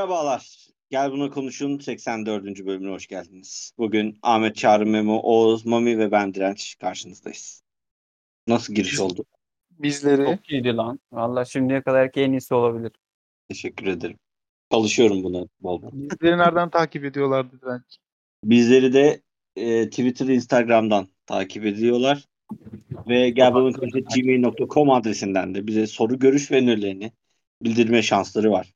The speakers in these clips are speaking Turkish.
Merhabalar. Gel Buna Konuş'un 84. bölümüne hoş geldiniz. Bugün Ahmet Çağrı, Memo, Oğuz, Mami ve ben Direnç karşınızdayız. Nasıl giriş Biz, oldu? bizleri Çok iyiydi lan. Valla şimdiye kadarki en iyisi olabilir. Teşekkür ederim. Çalışıyorum buna bol bol. bizleri nereden takip ediyorlardı Direnç? Bizleri de Twitter, Instagram'dan takip ediyorlar. Ve gelbunakonuş@gmail.com adresinden de bize soru, görüş ve önerilerini bildirme şansları var.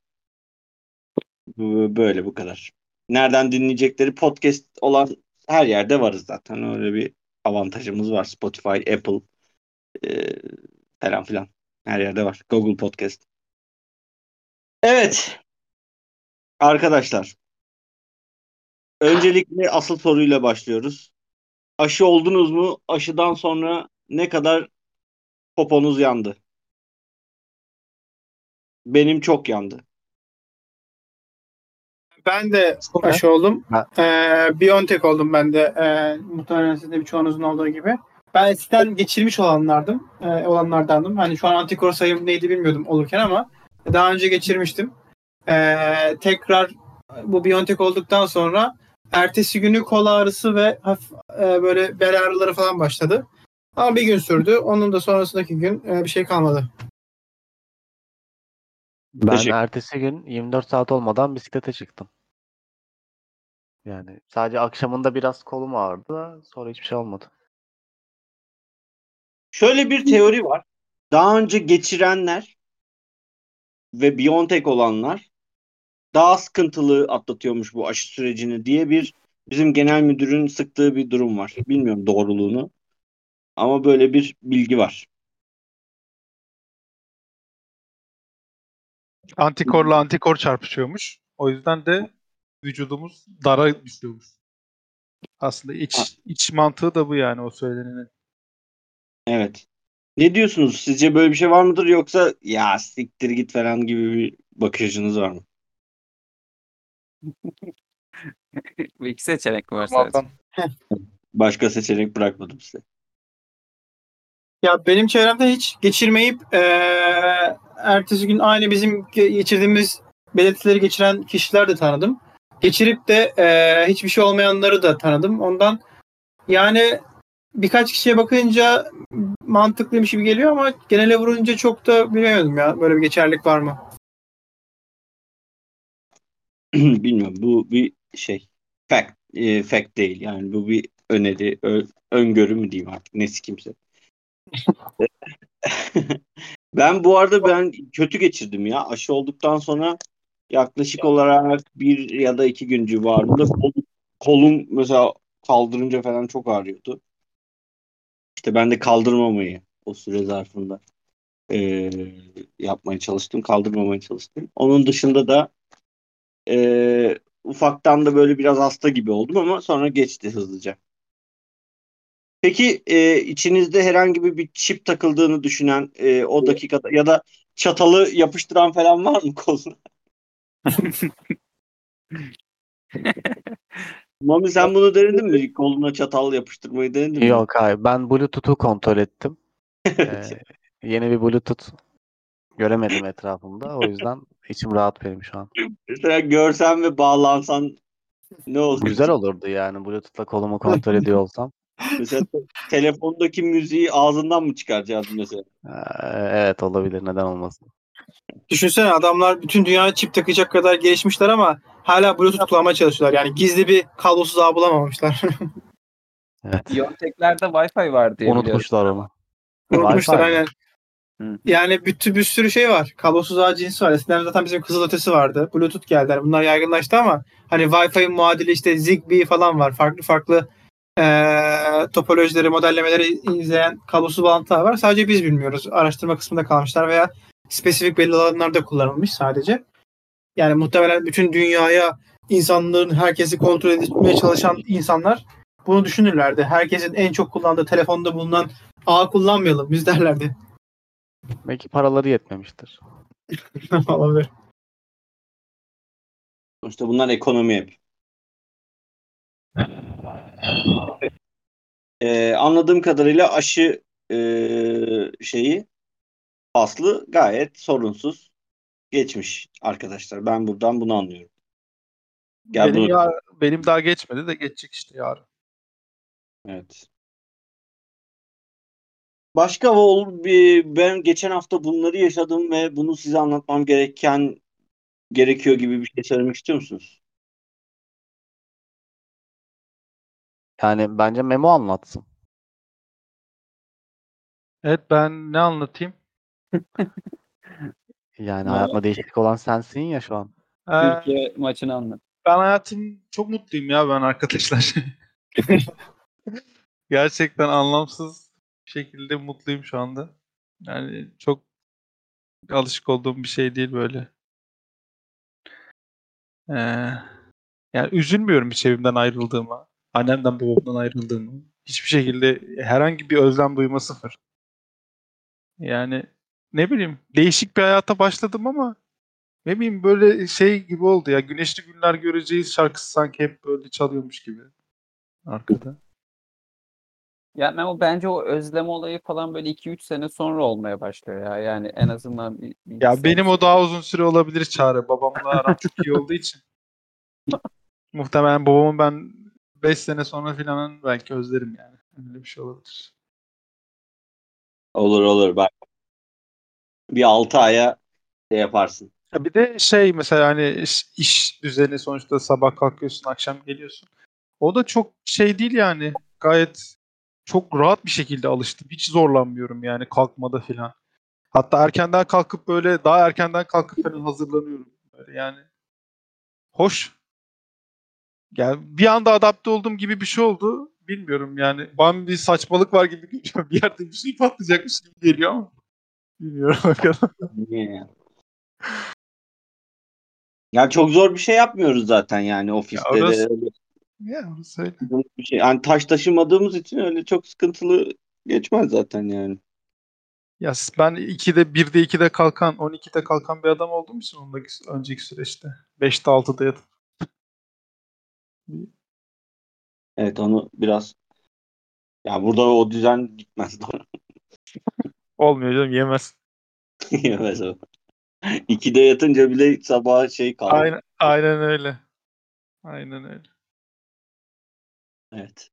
Böyle bu kadar. Nereden dinleyecekleri podcast olan her yerde varız zaten. Öyle bir avantajımız var. Spotify, Apple e, falan filan. Her yerde var. Google Podcast. Evet arkadaşlar. Öncelikle asıl soruyla başlıyoruz. Aşı oldunuz mu? Aşıdan sonra ne kadar poponuz yandı? Benim çok yandı. Ben de Ne? aşı oldum. Ha. BioNTech oldum ben de. Muhtemelen sizin de birçoğunuzun olduğu gibi. Ben eskiden geçirmiş olanlardandım. Hani şu an antikor sayım neydi bilmiyordum olurken ama daha önce geçirmiştim. Tekrar bu BioNTech olduktan sonra ertesi günü kol ağrısı ve hafif böyle bel ağrıları falan başladı. Ama bir gün sürdü. Onun da sonrasındaki gün bir şey kalmadı. Ben Teşekkür. ertesi gün 24 saat olmadan bisiklete çıktım. Yani sadece akşamında biraz kolum ağrıdı da sonra hiçbir şey olmadı. Şöyle bir teori var. Daha önce geçirenler ve BioNTech olanlar daha sıkıntılı atlatıyormuş bu aşı sürecini diye bizim genel müdürün sıktığı bir durum var. Bilmiyorum doğruluğunu ama böyle bir bilgi var. Antikorla antikor çarpışıyormuş. O yüzden de vücudumuz dara düşüyormuş. Aslında iç mantığı da bu yani o söylenenin. Evet. Ne diyorsunuz? Sizce böyle bir şey var mıdır yoksa ya siktir git falan gibi bir bakış açınız var mı? Bu iki seçenek mi var sadece? Normalden. Başka seçenek bırakmadım size. Ya benim çevremde hiç geçirmeyip ertesi gün aynı bizim geçirdiğimiz belirtileri geçiren kişiler de tanıdım. Geçirip de hiçbir şey olmayanları da tanıdım. Ondan yani birkaç kişiye bakınca mantıklıymış gibi geliyor ama genele vurunca çok da bilemedim ya. Böyle bir geçerlilik var mı? Bilmiyorum. Bu bir şey. Fact değil. Yani bu bir öneri, öngörü mü diyeyim artık. Nesi kimse. Ben kötü geçirdim ya. Aşı olduktan sonra yaklaşık olarak 1 ya da 2 gün civarında kolum mesela kaldırınca falan çok ağrıyordu. İşte ben de kaldırmamayı o süre zarfında e, yapmaya çalıştım. Kaldırmamaya çalıştım. Onun dışında da ufaktan da böyle biraz hasta gibi oldum ama sonra geçti hızlıca. Peki içinizde herhangi bir çip takıldığını düşünen o dakikada ya da çatalı yapıştıran falan var mı koluna? Mami sen bunu denedin mi? Koluna çatal yapıştırmayı denedin mi? Yok hayır. Ben Bluetooth'u kontrol ettim. Yeni bir Bluetooth göremedim etrafımda. O yüzden içim rahat benim şu an. Mesela görsen ve bağlansan ne olur? Güzel olurdu yani Bluetooth'la kolumu kontrol ediyor olsam. Mesela telefondaki müziği ağzından mı çıkaracaksın mesela? Evet olabilir. Neden olmasın? Düşünsene adamlar bütün dünyaya çip takacak kadar gelişmişler ama hala Bluetooth kullanmaya çalışıyorlar. Yani gizli bir kablosuz ağ bulamamışlar. Evet. BioNTech'lerde Wi-Fi var diye biliyorum. Unutmuşlar onu. Unutmuşlar Wi-Fi mi? aynen. Hı. Yani bir sürü şey var. Kablosuz ağ cinsi var. Eskiden zaten bizim kızılötesi vardı. Bluetooth geldi. Yani bunlar yaygınlaştı ama hani Wi-Fi'nin muadili işte Zigbee falan var. Farklı farklı topolojileri, modellemeleri izleyen kablosuz bağlantılar var. Sadece biz bilmiyoruz. Araştırma kısmında kalmışlar veya spesifik belli alanlarda kullanılmış sadece. Yani muhtemelen bütün dünyaya insanlığın herkesi kontrol etmeye çalışan insanlar bunu düşünürlerdi. Herkesin en çok kullandığı telefonda bulunan ağ kullanmayalım biz derlerdi. Belki paraları yetmemiştir. Olabilir. İşte bunlar ekonomi hep. Anladığım kadarıyla aşı şeyi faslı gayet sorunsuz. geçmiş arkadaşlar. Ben buradan bunu anlıyorum. Gel Benim bunu. benim daha geçmedi de geçecek işte yarın. Evet. Başka ben geçen hafta bunları yaşadım ve bunu size anlatmam gerekiyor gibi bir şey söylemek istiyor musunuz? Yani bence Memo anlatsın. Evet, ben ne anlatayım? Yani Vallahi. hayatında değişiklik olan sensin ya şu an. Türkiye maçını anlat. Ben hayatım çok mutluyum ya ben arkadaşlar. Gerçekten anlamsız bir şekilde mutluyum şu anda. Yani çok alışık olduğum bir şey değil böyle. Ee, Yani üzülmüyorum hiç evimden ayrıldığıma. Annemden babamdan ayrıldığıma. Hiçbir şekilde herhangi bir özlem duyma sıfır. Yani ne bileyim değişik bir hayata başladım ama ne bileyim böyle şey gibi oldu ya. Güneşli Günler Göreceğiz şarkısı sanki hep böyle çalıyormuş gibi arkada. Ya Memo bence o özlem olayı falan böyle 2-3 sene sonra olmaya başlıyor ya. Yani en azından bir Ya sene benim o daha uzun süre olabilir Çağrı. Babamla aram çok iyi olduğu için. Muhtemelen babamı ben 5 sene sonra falan belki özlerim yani. Öyle bir şey olabilir. Olur. Bak bir 6 aya şey yaparsın. Ya bir de şey mesela hani iş düzeni sonuçta sabah kalkıyorsun akşam geliyorsun. O da çok şey değil yani. Gayet çok rahat bir şekilde alıştım. Hiç zorlanmıyorum yani kalkmada falan. Hatta erkenden kalkıp böyle daha erkenden kalkıp falan hazırlanıyorum. Böyle yani hoş. Yani bir anda adapte olduğum gibi bir şey oldu. Bilmiyorum yani. Bana bir saçmalık var gibi geliyor. Bir yerde bir şey patlayacakmış gibi geliyor ama. Bilmiyorum bakalım. Niye ya? Yani çok zor bir şey yapmıyoruz zaten yani Ya ofiste de orası, öyle ya orası öyle. bir şey. Yani taş taşımadığımız için öyle çok sıkıntılı geçmez zaten yani. Ya ben 1'de 2'de kalkan, 12'de kalkan bir adam olduğum için ondaki önceki süreçte. 5'te 6'da yatıp. Evet onu biraz ya burada o düzen gitmez. Olmuyor canım yemez. Yemez o. 2'de yatınca bile sabah şey kaldı. Aynen öyle. Aynen öyle. Evet.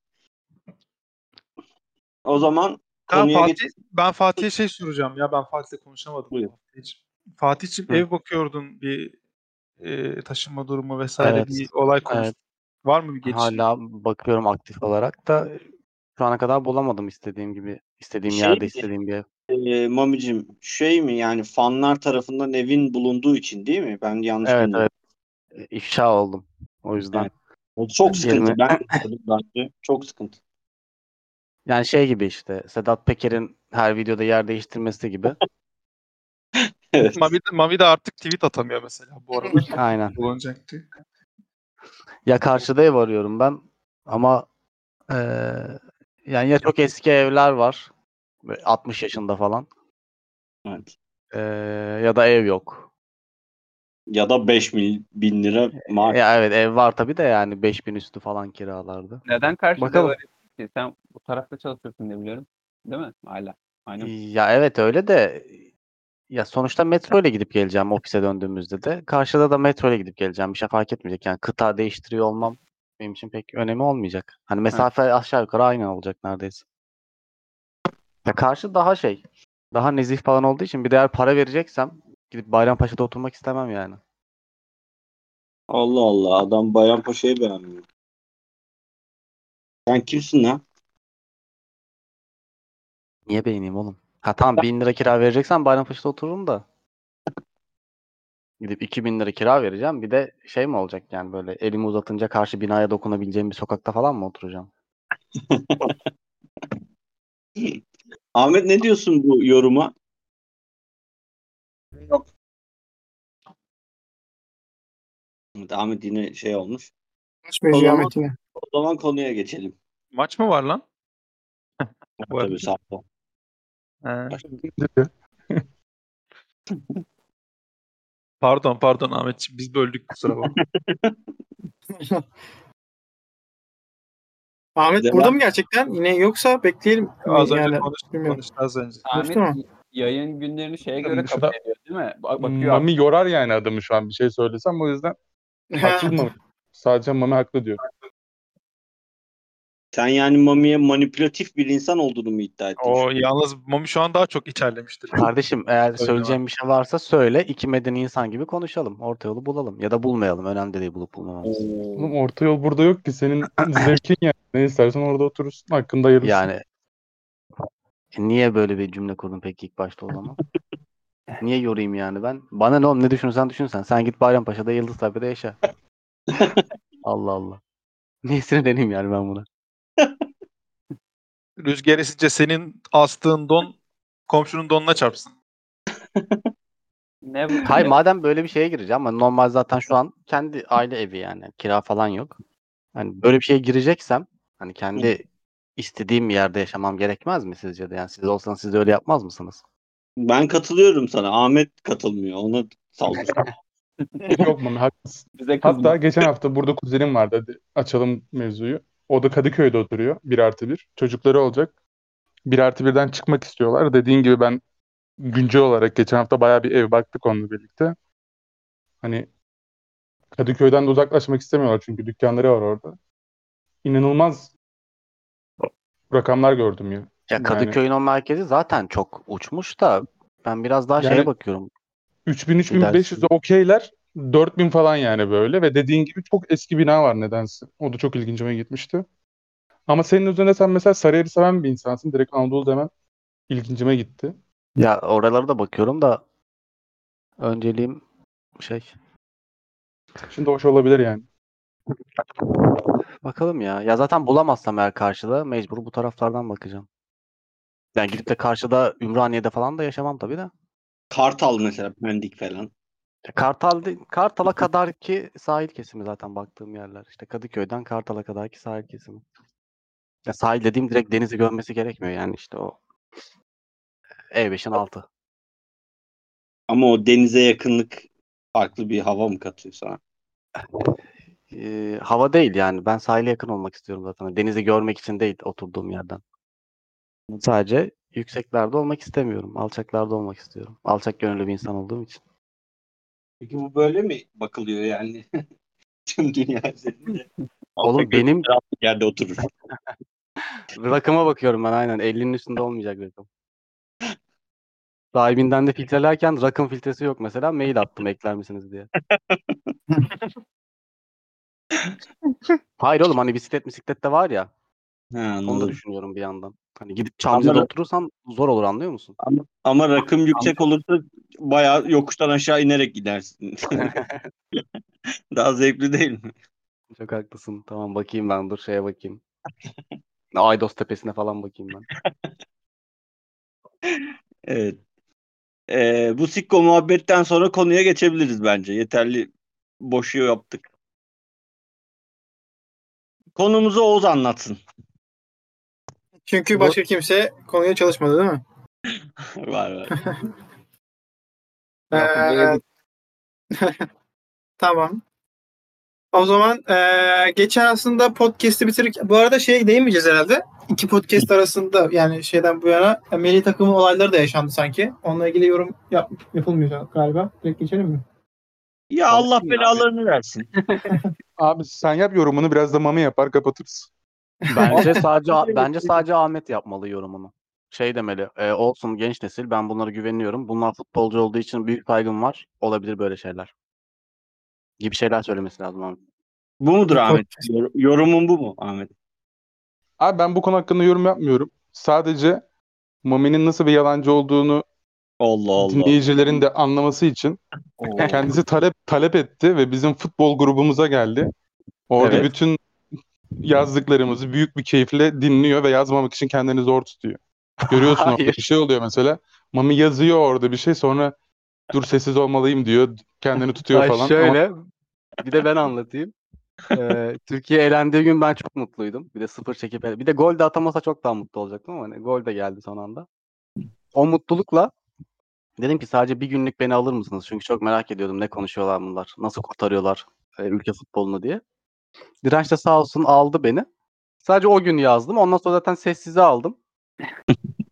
O zaman Ha, konuya geç. ben Fatih'e şey soracağım ya ben Fatih'le konuşamadım. Buyur. Fatih'ciğim Hı. ev bakıyordun bir taşınma durumu vesaire Evet. bir olay Evet. konuştuk. Var mı bir gelişme? Hala bakıyorum aktif olarak da şu ana kadar bulamadım istediğim gibi. İstediğim Şey yerde, mi, istediğim bir ev. Mamicim şey mi yani fanlar tarafından evin bulunduğu için değil mi? Ben yanlış Evet, bilmiyorum. evet. İfşa oldum. O yüzden Evet. O çok sıkıntı. 20 Ben de yaşadım daha önce. Çok sıkıntı. yani şey gibi işte Sedat Peker'in her videoda yer değiştirmesi gibi. Evet. Mavi de artık tweet atamıyor mesela bu aralar. Aynen. Kullanacaktı. Ya karşıda ev arıyorum ben ama eee, yani ya çok eski evler var. Böyle 60 yaşında falan. Evet. Eee, ya da ev yok. Ya da 5.000 lira maaş. Ya evet ev var tabii de yani 5000 üstü falan kiralardı. Neden karşıda Bakalım. var ki? Sen bu tarafta çalışıyorsun diye biliyorum. Değil mi? Hala. Aynen. Ya evet öyle de ya sonuçta metro ile gidip geleceğim ofise döndüğümüzde de. Karşıda da metro ile gidip geleceğim. Bir şey fark etmeyecek. Yani kıta değiştiriyor olmam benim için pek önemi olmayacak. Hani mesafe aşağı yukarı aynı olacak neredeyse. Ya karşı daha şey, daha nezih falan olduğu için bir de eğer para vereceksem gidip Bayrampaşa'da oturmak istemem yani. Allah Allah adam Bayrampaşa'yı beğenmiyor. Sen kimsin lan? Niye beğeneyim oğlum? Ha tamam 1000 lira kira vereceksen Bayrampaşa'da otururum da. Gidip 2000 lira kira vereceğim. Bir de şey mi olacak yani böyle elimi uzatınca karşı binaya dokunabileceğim bir sokakta falan mı oturacağım? Ahmet ne diyorsun bu yoruma? Yok. Evet, Ahmet yine şey olmuş. Konuşmuyor O zaman Ahmet yine. konuya geçelim. Maç mı var lan? Bu arada. Tabii sağ ol. He. Pardon Ahmetciğim biz böldük kusura bakma. Ahmet burada Devam. mı gerçekten? Yine yoksa bekleyelim mi? Az önce Yani bilmiyorum. konuştuk az önce. Ahmet Konuştu mu? yayın günlerini şeye göre Bunun kabul dışında ediyor değil mi? Bakıyor Mami yorar yani adamı şu an bir şey söylesem, o yüzden haksız Mami. Sadece Mami haklı diyor. Sen yani Mami'ye manipülatif bir insan olduğunu mu iddia ettin? O yalnız Mami şu an daha çok içerlemiştir. Kardeşim eğer Söyle söyleyeceğim bir şey varsa söyle. İki medeni insan gibi konuşalım. Orta yolu bulalım. Ya da bulmayalım. Önemli değil bulup bulmamamız. Oğlum orta yol burada yok ki. Senin zevkin yani. Ne istersen orada oturursun. Hakkında hayırlısı. Yani niye böyle bir cümle kurdun peki ilk başta o zaman? Niye yorayım yani ben? Bana ne oğlum, ne düşünürsen düşünsen. Sen git Bayrampaşa'da Yıldıztepe'de yaşa. Allah Allah. Niye sinirleneyim yani ben buna? Rüzgar esince senin astığın don komşunun donuna çarpsın. Ne bu? Hayır, madem böyle bir şeye gireceğim ama normal zaten şu an kendi aile evi yani. Kira falan yok. Hani böyle bir şeye gireceksem hani kendi istediğim yerde yaşamam gerekmez mi sizce de? Yani siz olsanız siz de öyle yapmaz mısınız? Ben katılıyorum sana. Ahmet katılmıyor. Ona saldır. Yok Mami haklısın. Bize kızma. Hatta geçen hafta burada kuzenim vardı. Hadi açalım mevzuyu. O da Kadıköy'de oturuyor. 1+1. Çocukları olacak. 1+1'den çıkmak istiyorlar. Dediğin gibi ben güncel olarak geçen hafta bayağı bir ev baktık onunla birlikte. Hani Kadıköy'den de uzaklaşmak istemiyorlar çünkü dükkanları var orada. İnanılmaz rakamlar gördüm ya. Ya Yani Kadıköy'ün o merkezi zaten çok uçmuş da ben biraz daha şeye Yani bakıyorum. 3000-3500'de okeyler. 4000 falan yani böyle ve dediğin gibi çok eski bina var nedense. O da çok ilgincime gitmişti. Ama senin üzerine sen mesela Sarıyer'i seven bir insansın. Direkt Anadolu demen ilgincime gitti. Ya oralara da bakıyorum da önceliğim şey. Şimdi hoş olabilir yani. Bakalım ya. Ya zaten bulamazsam eğer karşıda mecbur bu taraflardan bakacağım. Yani gidip de karşıda Ümraniye'de falan da yaşamam tabii de. Kartal mesela, Pendik falan. Kartal'a kadar ki sahil kesimi zaten baktığım yerler. İşte Kadıköy'den Kartal'a kadar ki sahil kesimi. Ya sahil dediğim direkt denizi görmesi gerekmiyor yani işte o E5'in altı. Ama o denize yakınlık farklı bir hava mı katıyor sana? Hava değil yani. Ben sahile yakın olmak istiyorum zaten. Denizi görmek için değil oturduğum yerden. Sadece yükseklerde olmak istemiyorum. Alçaklarda olmak istiyorum. Alçak gönüllü bir insan olduğum için. Peki bu böyle mi bakılıyor yani? Tüm dünya üzerinde. Oğlum benim yerde oturur. rakıma bakıyorum ben aynen. 50'nin üstünde olmayacak rakım. Sahibinden de filtrelerken rakım filtresi yok mesela. Mail attım ekler misiniz diye. Hayır oğlum hani bisiklet de var ya. Ha, Onu da anladım. düşünüyorum bir yandan. Hani gidip Çamlıca'da Ama, oturursam zor olur anlıyor musun? ama rakım yüksek olursa bayağı yokuştan aşağı inerek gidersin. Daha zevkli değil mi? Çok haklısın. Tamam bakayım ben dur şeye bakayım. Aydos Tepesi'ne falan bakayım ben. Evet. Bu Sikko muhabbetten sonra konuya geçebiliriz bence. Yeterli boşu yaptık. Konumuzu Oğuz anlatsın. Çünkü başka kimse konuya çalışmadı değil mi? Var var. Ee, tamam. O zaman geçen aslında podcast'i bitirirken, bu arada şey değinmeyeceğiz herhalde. İki podcast arasında yani şeyden bu yana milli takımın olayları da yaşandı sanki. Onunla ilgili yorum yapılmıyor galiba. Direkt geçelim mi? Ya Allah belalarını versin. Abi sen yap yorumunu, biraz da Mami yapar kapatırız. Bence sadece Ahmet yapmalı yorumunu. Şey demeli. Olsun genç nesil ben bunlara güveniyorum. Bunlar futbolcu olduğu için büyük saygım var. Olabilir böyle şeyler. Gibi şeyler söylemesi lazım abi. Bu mudur Ahmet? Yorumun bu mu Ahmet? Abi ben bu konu hakkında yorum yapmıyorum. Sadece Mami'nin nasıl bir yalancı olduğunu Allah Allah. dinleyicilerin de anlaması için kendisi talep etti ve bizim futbol grubumuza geldi. Orada Evet. bütün yazdıklarımızı büyük bir keyifle dinliyor ve yazmamak için kendini zor tutuyor. Görüyorsun orada Hayır. bir şey oluyor mesela. Mami yazıyor orada bir şey, sonra dur sessiz olmalıyım diyor. Kendini tutuyor Ay falan. Ama şöyle bir de ben anlatayım. Türkiye elendiği gün ben çok mutluydum. Bir de 0 çekip bir de gol de atamasa çok daha mutlu olacaktım ama hani gol de geldi son anda. O mutlulukla dedim ki sadece bir günlük beni alır mısınız? Çünkü çok merak ediyordum ne konuşuyorlar bunlar. Nasıl kurtarıyorlar ülke futbolunu diye. Direnç de sağ olsun aldı beni. Sadece o gün yazdım. Ondan sonra zaten sessize aldım.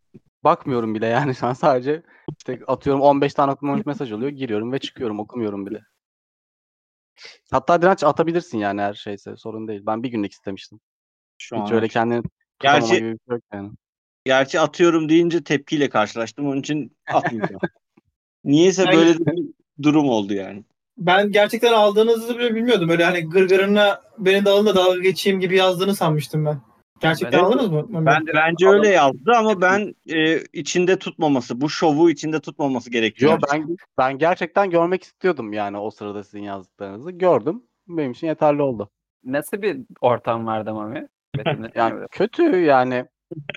bakmıyorum bile yani şu an sadece işte atıyorum 15 tane okunmamış mesaj oluyor. Giriyorum ve çıkıyorum. Okumuyorum bile. Hatta direnç atabilirsin yani her şeyse sorun değil. Ben bir günlük istemiştim. Şu Hiç an. öyle kendini tutamama Gerçi gibi bir şey yok yani. gerçi atıyorum deyince tepkiyle karşılaştım. Onun için atmayacağım. Niyeyse Ben, böyle de bir durum oldu yani. ben gerçekten aldığınızı bile bilmiyordum. Böyle hani gırgırına beni de alın da dalga geçeyim gibi yazdığını sanmıştım ben. Gerçekten Ben- aldınız mı? Ben de Bence öyle yazdı ama ben içinde tutmaması, bu şovu içinde tutmaması gerektiğini Yo düşünüyorum. ben gerçekten görmek istiyordum yani o sırada sizin yazdıklarınızı. Gördüm. Benim için yeterli oldu. Nasıl bir ortam vardı Mami? Betimlesene Yani biraz. kötü yani.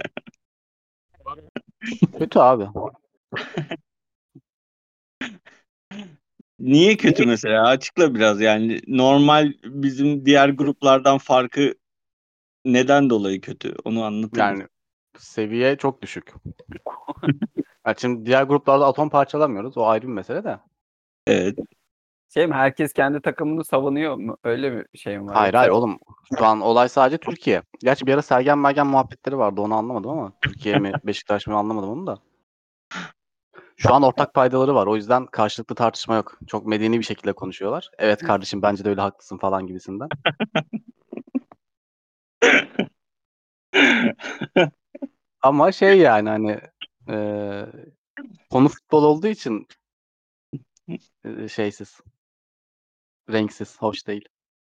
Kötü abi. Niye kötü mesela? Açıkla biraz yani. Normal bizim diğer gruplardan farkı neden dolayı kötü? Onu anlatır mısın? Yani seviye çok düşük. Yani şimdi diğer gruplarda atom parçalamıyoruz. O ayrı bir mesele de. Evet. Şey mi, herkes kendi takımını savunuyor mu? Öyle bir şey mi var? Hayır Yoksa hayır oğlum. Şu an olay sadece Türkiye. Gerçi bir ara Sergen Mergen muhabbetleri vardı. Onu anlamadım ama Türkiye mi Beşiktaş mı anlamadım onu da. Şu an ortak paydaları var. O yüzden karşılıklı tartışma yok. Çok medeni bir şekilde konuşuyorlar. Evet kardeşim bence de öyle haklısın falan gibisinden. Ama şey yani hani konu futbol olduğu için şeysiz, renksiz, hoş değil.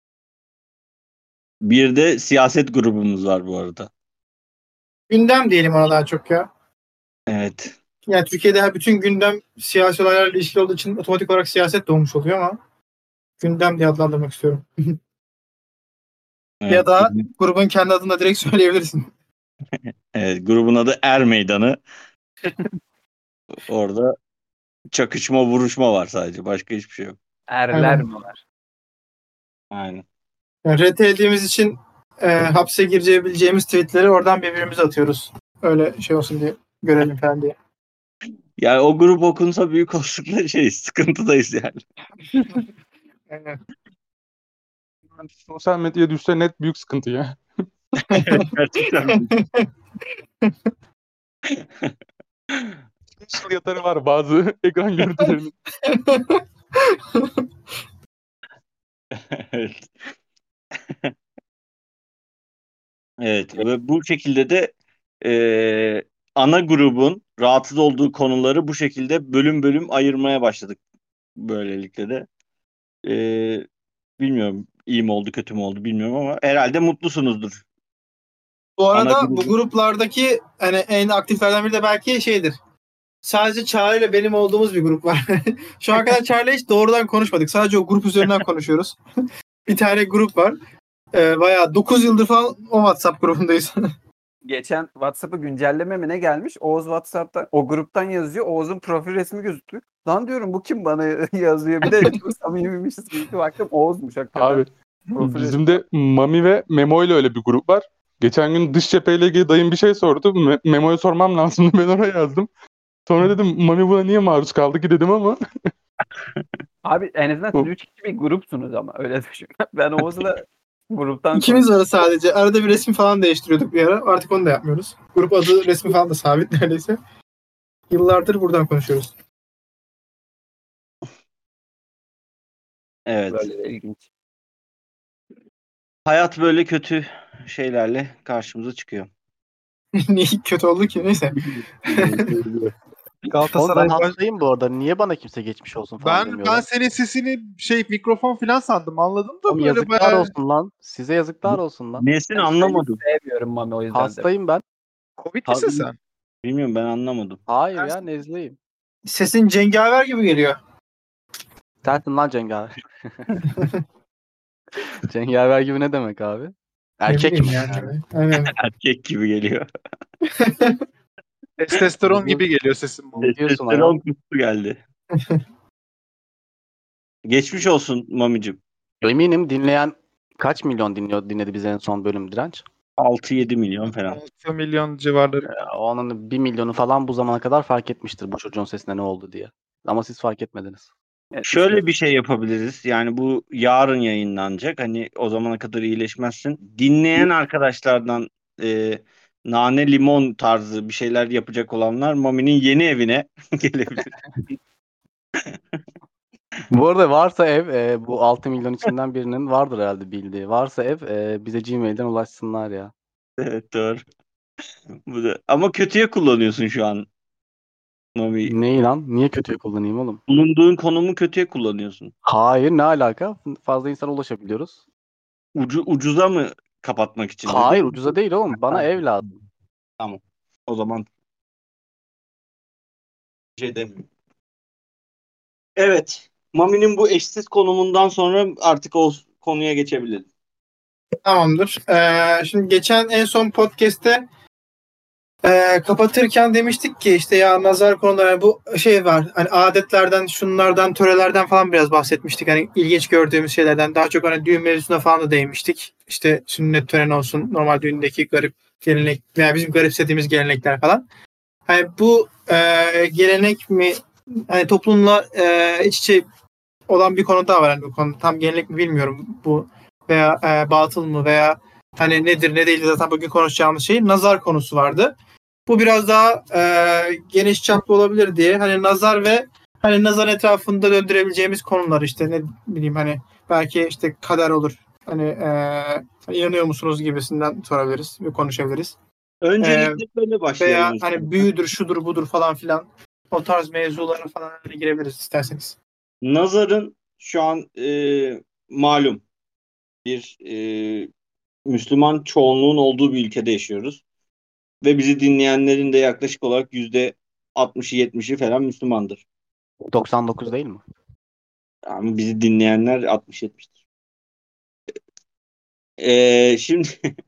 Bir de siyaset grubumuz var bu arada. Gündem diyelim ona daha çok ya. Evet. Yani Türkiye'de bütün gündem siyasi olaylarla ilişkili olduğu için otomatik olarak siyaset doğmuş oluyor ama gündem diye adlandırmak istiyorum. Evet, Ya da grubun kendi adını da direkt söyleyebilirsin. evet, grubun adı Er Meydanı. Orada çakışma, vuruşma var sadece. Başka hiçbir şey yok. erler Aynen. mi var? Aynen. Yani RT edildiğimiz için hapse girebileceğimiz tweetleri oradan birbirimize atıyoruz. Öyle şey olsun diye görelim falan diye. Yani o grup okunsa büyük olasılıkla sıkıntıdayız yani. Aynen. Sosyal medyaya düşse net büyük sıkıntı ya. Gerçekten. Nasıl yatarı var bazı ekran görüntülerinin. Evet. Evet ve bu şekilde de ana grubun rahatsız olduğu konuları bu şekilde bölüm bölüm ayırmaya başladık. Böylelikle de. Bilmiyorum iyi mi oldu kötü mü oldu bilmiyorum ama herhalde mutlusunuzdur. Bu Ana arada bu grubu. gruplardaki hani en aktiflerden biri de belki şeydir. Sadece Çağrı ile benim olduğumuz bir grup var. Şu ana kadar Çağrı'yla hiç doğrudan konuşmadık. Sadece o grup üzerinden konuşuyoruz. Bir tane grup var. Bayağı 9 yıldır falan o WhatsApp grubundayız. Geçen WhatsApp'a güncelleme mi ne gelmiş? Oğuz WhatsApp'tan o gruptan yazıyor. Oğuz'un profil resmi gözüktü. Lan diyorum bu kim bana yazıyor? Bir de çok samimiymişiz gibi baktım. Oğuz'muş hakikaten. Abi Profil bizim de Mami ve Memo ile öyle bir grup var. Geçen gün dış cepheyle ilgili dayım bir şey sordu. Memo'ya sormam lazım. Ben oraya yazdım. Sonra dedim Mami buna niye maruz kaldı ki dedim ama Abi en azından siz 3 kişi bir grupsunuz ama öyle düşün. Ben Oğuz'la gruptan İkimiz var sadece. Arada bir resmi falan değiştiriyorduk bir ara. Artık onu da yapmıyoruz. Grup adı resmi falan da sabit neredeyse. Yıllardır buradan konuşuyoruz. Evet. böyle de ilginç. Hayat böyle kötü şeylerle karşımıza çıkıyor. Niye kötü oldu ki? Neyse. Oğlum Galatasaray ben hastayım bu arada. Niye bana kimse geçmiş olsun falan ben demiyorlar? senin sesini mikrofon falan sandım, anladım da Oğlum böyle yazıklar bayağı olsun lan. Size yazıklar olsun lan. Nesini Ben anlamadım. sevmiyorum Mami o yüzden de. Hastayım ben. Covid misin sen? Bilmiyorum ben anlamadım. Hayır ya nezleyim. Sesin cengaver gibi geliyor. Sensin lan Cengaver. Cengaver gibi ne demek abi? Erkek Ne mi? bileyim yani. Aynen. Erkek gibi geliyor. Testosteron gibi geliyor sesin bu. Ne diyorsun Testosteron ayol? kutusu geldi. Geçmiş olsun Mamicim. Eminim dinleyen kaç milyon dinledi bize en son bölüm Direnç? 6-7 milyon falan. 6 milyon civarları. Onun 1 milyonu falan bu zamana kadar fark etmiştir bu çocuğun sesine ne oldu diye. Ama siz fark etmediniz. Şöyle bir şey yapabiliriz. Yani bu yarın yayınlanacak. Hani o zamana kadar iyileşmezsin. Dinleyen arkadaşlardan nane limon tarzı bir şeyler yapacak olanlar Mami'nin yeni evine gelebilir. Bu arada varsa ev bu 6 milyon içinden birinin vardır herhalde bildiği. Varsa ev bize Gmail'den ulaşsınlar ya. Evet, doğru. Bu da. Ama kötüye kullanıyorsun şu an Mami. Neyi lan? Niye kötüye kullanayım oğlum? Bulunduğun konumu kötüye kullanıyorsun. Hayır, ne alaka? Fazla insana ulaşabiliyoruz. Ucuza mı kapatmak için dedin? Hayır, ucuza değil oğlum. Bana ev lazım. Tamam. O zaman bir şey demiyorum. Evet. Mami'nin bu eşsiz konumundan sonra artık o konuya geçebiliriz. Tamamdır. Şimdi geçen en son podcast'te kapatırken demiştik ki işte ya nazar konuları bu şey var. Hani adetlerden, şunlardan, törelerden falan biraz bahsetmiştik. Hani ilginç gördüğümüz şeylerden daha çok hani düğün mevzusuna falan da değinmiştik. İşte sünnet töreni olsun, normal düğündeki garip gelenek veya bizim garipsediğimiz gelenekler falan. Hani bu gelenek mi hani toplumla iç içe olan bir konu daha var. Yani bu konu tam gelenek mi bilmiyorum bu veya batıl mı veya hani nedir ne değil zaten bugün konuşacağımız şey nazar konusu vardı. Bu biraz daha geniş çaplı olabilir diye hani nazar ve hani nazar etrafında döndürebileceğimiz konular işte ne bileyim hani belki işte kader olur. Hani inanıyor musunuz gibisinden sorabiliriz ve konuşabiliriz. Öncelikle böyle başlayalım. Veya hani büyüdür, şudur, budur falan filan o tarz mevzulara falan girebiliriz isterseniz. Nazar'ın şu an malum bir Müslüman çoğunluğun olduğu bir ülkede yaşıyoruz. Ve bizi dinleyenlerin de yaklaşık olarak %60'ı 70'i falan Müslümandır. 99 değil mi? Yani bizi dinleyenler 60-70'tir. Şimdi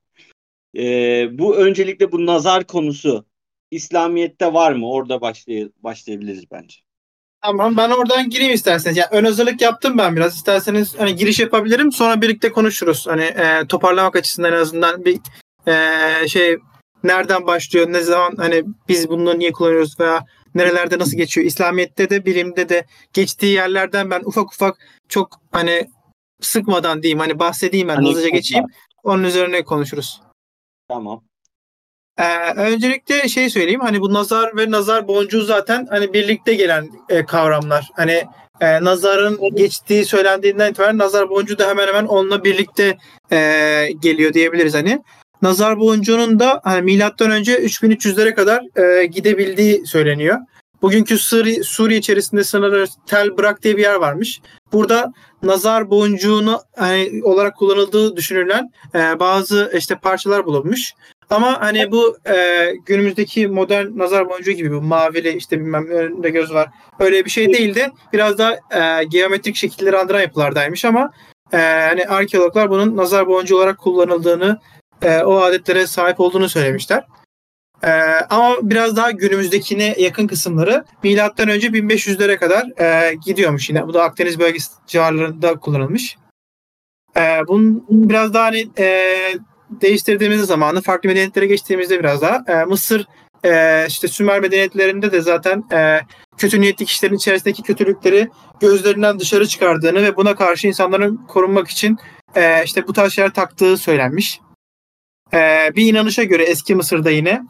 bu öncelikle bu nazar konusu İslamiyet'te var mı? Orada başlayabiliriz bence. Tamam ben oradan gireyim isterseniz. Yani ön hazırlık yaptım ben biraz. İsterseniz hani giriş yapabilirim. Sonra birlikte konuşuruz. Hani toparlamak açısından en azından bir şey nereden başlıyor, ne zaman hani biz bunu niye kullanıyoruz veya nerelerde nasıl geçiyor. İslamiyet'te de bilimde de geçtiği yerlerden ben ufak ufak çok hani sıkmadan diyeyim hani bahsedeyim ben hızlıca geçeyim. Onun üzerine konuşuruz. Tamam. Öncelikle şey söyleyeyim hani bu nazar ve nazar boncuğu zaten hani birlikte gelen kavramlar. Hani nazarın geçtiği söylendiğinden itibaren nazar boncuğu da hemen hemen onunla birlikte geliyor diyebiliriz hani. Nazar boncuğunun da hani milattan önce 3300'lere kadar gidebildiği söyleniyor. Bugünkü Suriye içerisinde sınırları Tel Brak diye bir yer varmış. Burada nazar boncuğunu hani, olarak kullanıldığı düşünülen bazı işte parçalar bulunmuş. Ama hani bu günümüzdeki modern nazar boncuğu gibi bu mavili işte bilmem önünde göz var. Öyle bir şey değil de biraz daha geometrik şekilleri andıran yapılardaymış ama hani arkeologlar bunun nazar boncuğu olarak kullanıldığını o adetlere sahip olduğunu söylemişler. Ama biraz daha günümüzdekine yakın kısımları milattan önce 1500'lere kadar gidiyormuş yine. Bu da Akdeniz bölgesi civarlarında kullanılmış. Bunun biraz daha hani değiştirdiğimiz zamanı farklı medeniyetlere geçtiğimizde biraz daha Mısır işte Sümer medeniyetlerinde de zaten kötü niyetli kişilerin içerisindeki kötülükleri gözlerinden dışarı çıkardığını ve buna karşı insanların korunmak için işte bu tarz şeyler taktığı söylenmiş. Bir inanışa göre eski Mısır'da yine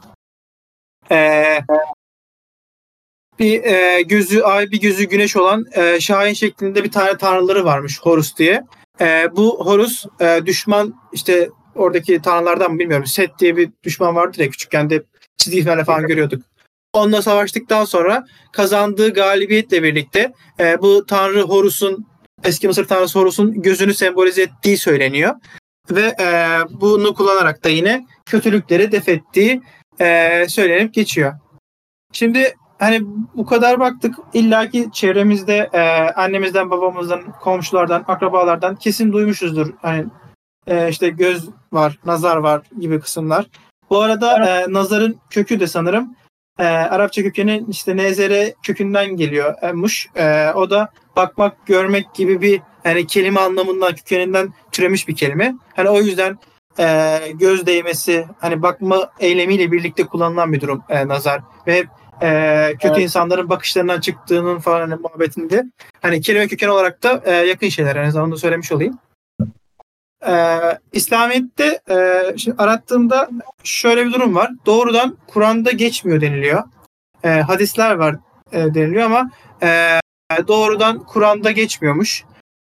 bir gözü ay bir gözü güneş olan şahin şeklinde bir tane tanrıları varmış Horus diye. Bu Horus düşman işte oradaki tanrılardan mı bilmiyorum. Set diye bir düşman vardı ya küçükken de çizgi filmlerle falan görüyorduk. Onunla savaştıktan sonra kazandığı galibiyetle birlikte bu tanrı Horus'un eski Mısır tanrısı Horus'un gözünü sembolize ettiği söyleniyor. Ve bunu kullanarak da yine kötülükleri def ettiği söylenip geçiyor. Şimdi hani bu kadar baktık illaki çevremizde annemizden, babamızdan, komşulardan, akrabalardan kesin duymuşuzdur. Hani işte göz var, nazar var gibi kısımlar. Bu arada nazarın kökü de sanırım Arapça kökeni işte nezere kökünden geliyormuş. O da bakmak, görmek gibi bir hani kelime anlamından kökeninden türemiş bir kelime. Hani o yüzden göz değmesi, hani bakma eylemiyle birlikte kullanılan bir durum nazar ve kötü insanların bakışlarından çıktığının falan hani muhabbetinde hani kelime köken olarak da yakın şeyler. Yani onu da söylemiş olayım. İslamiyet'te arattığımda şöyle bir durum var. Doğrudan Kur'an'da geçmiyor deniliyor. Hadisler var deniliyor ama doğrudan Kur'an'da geçmiyormuş.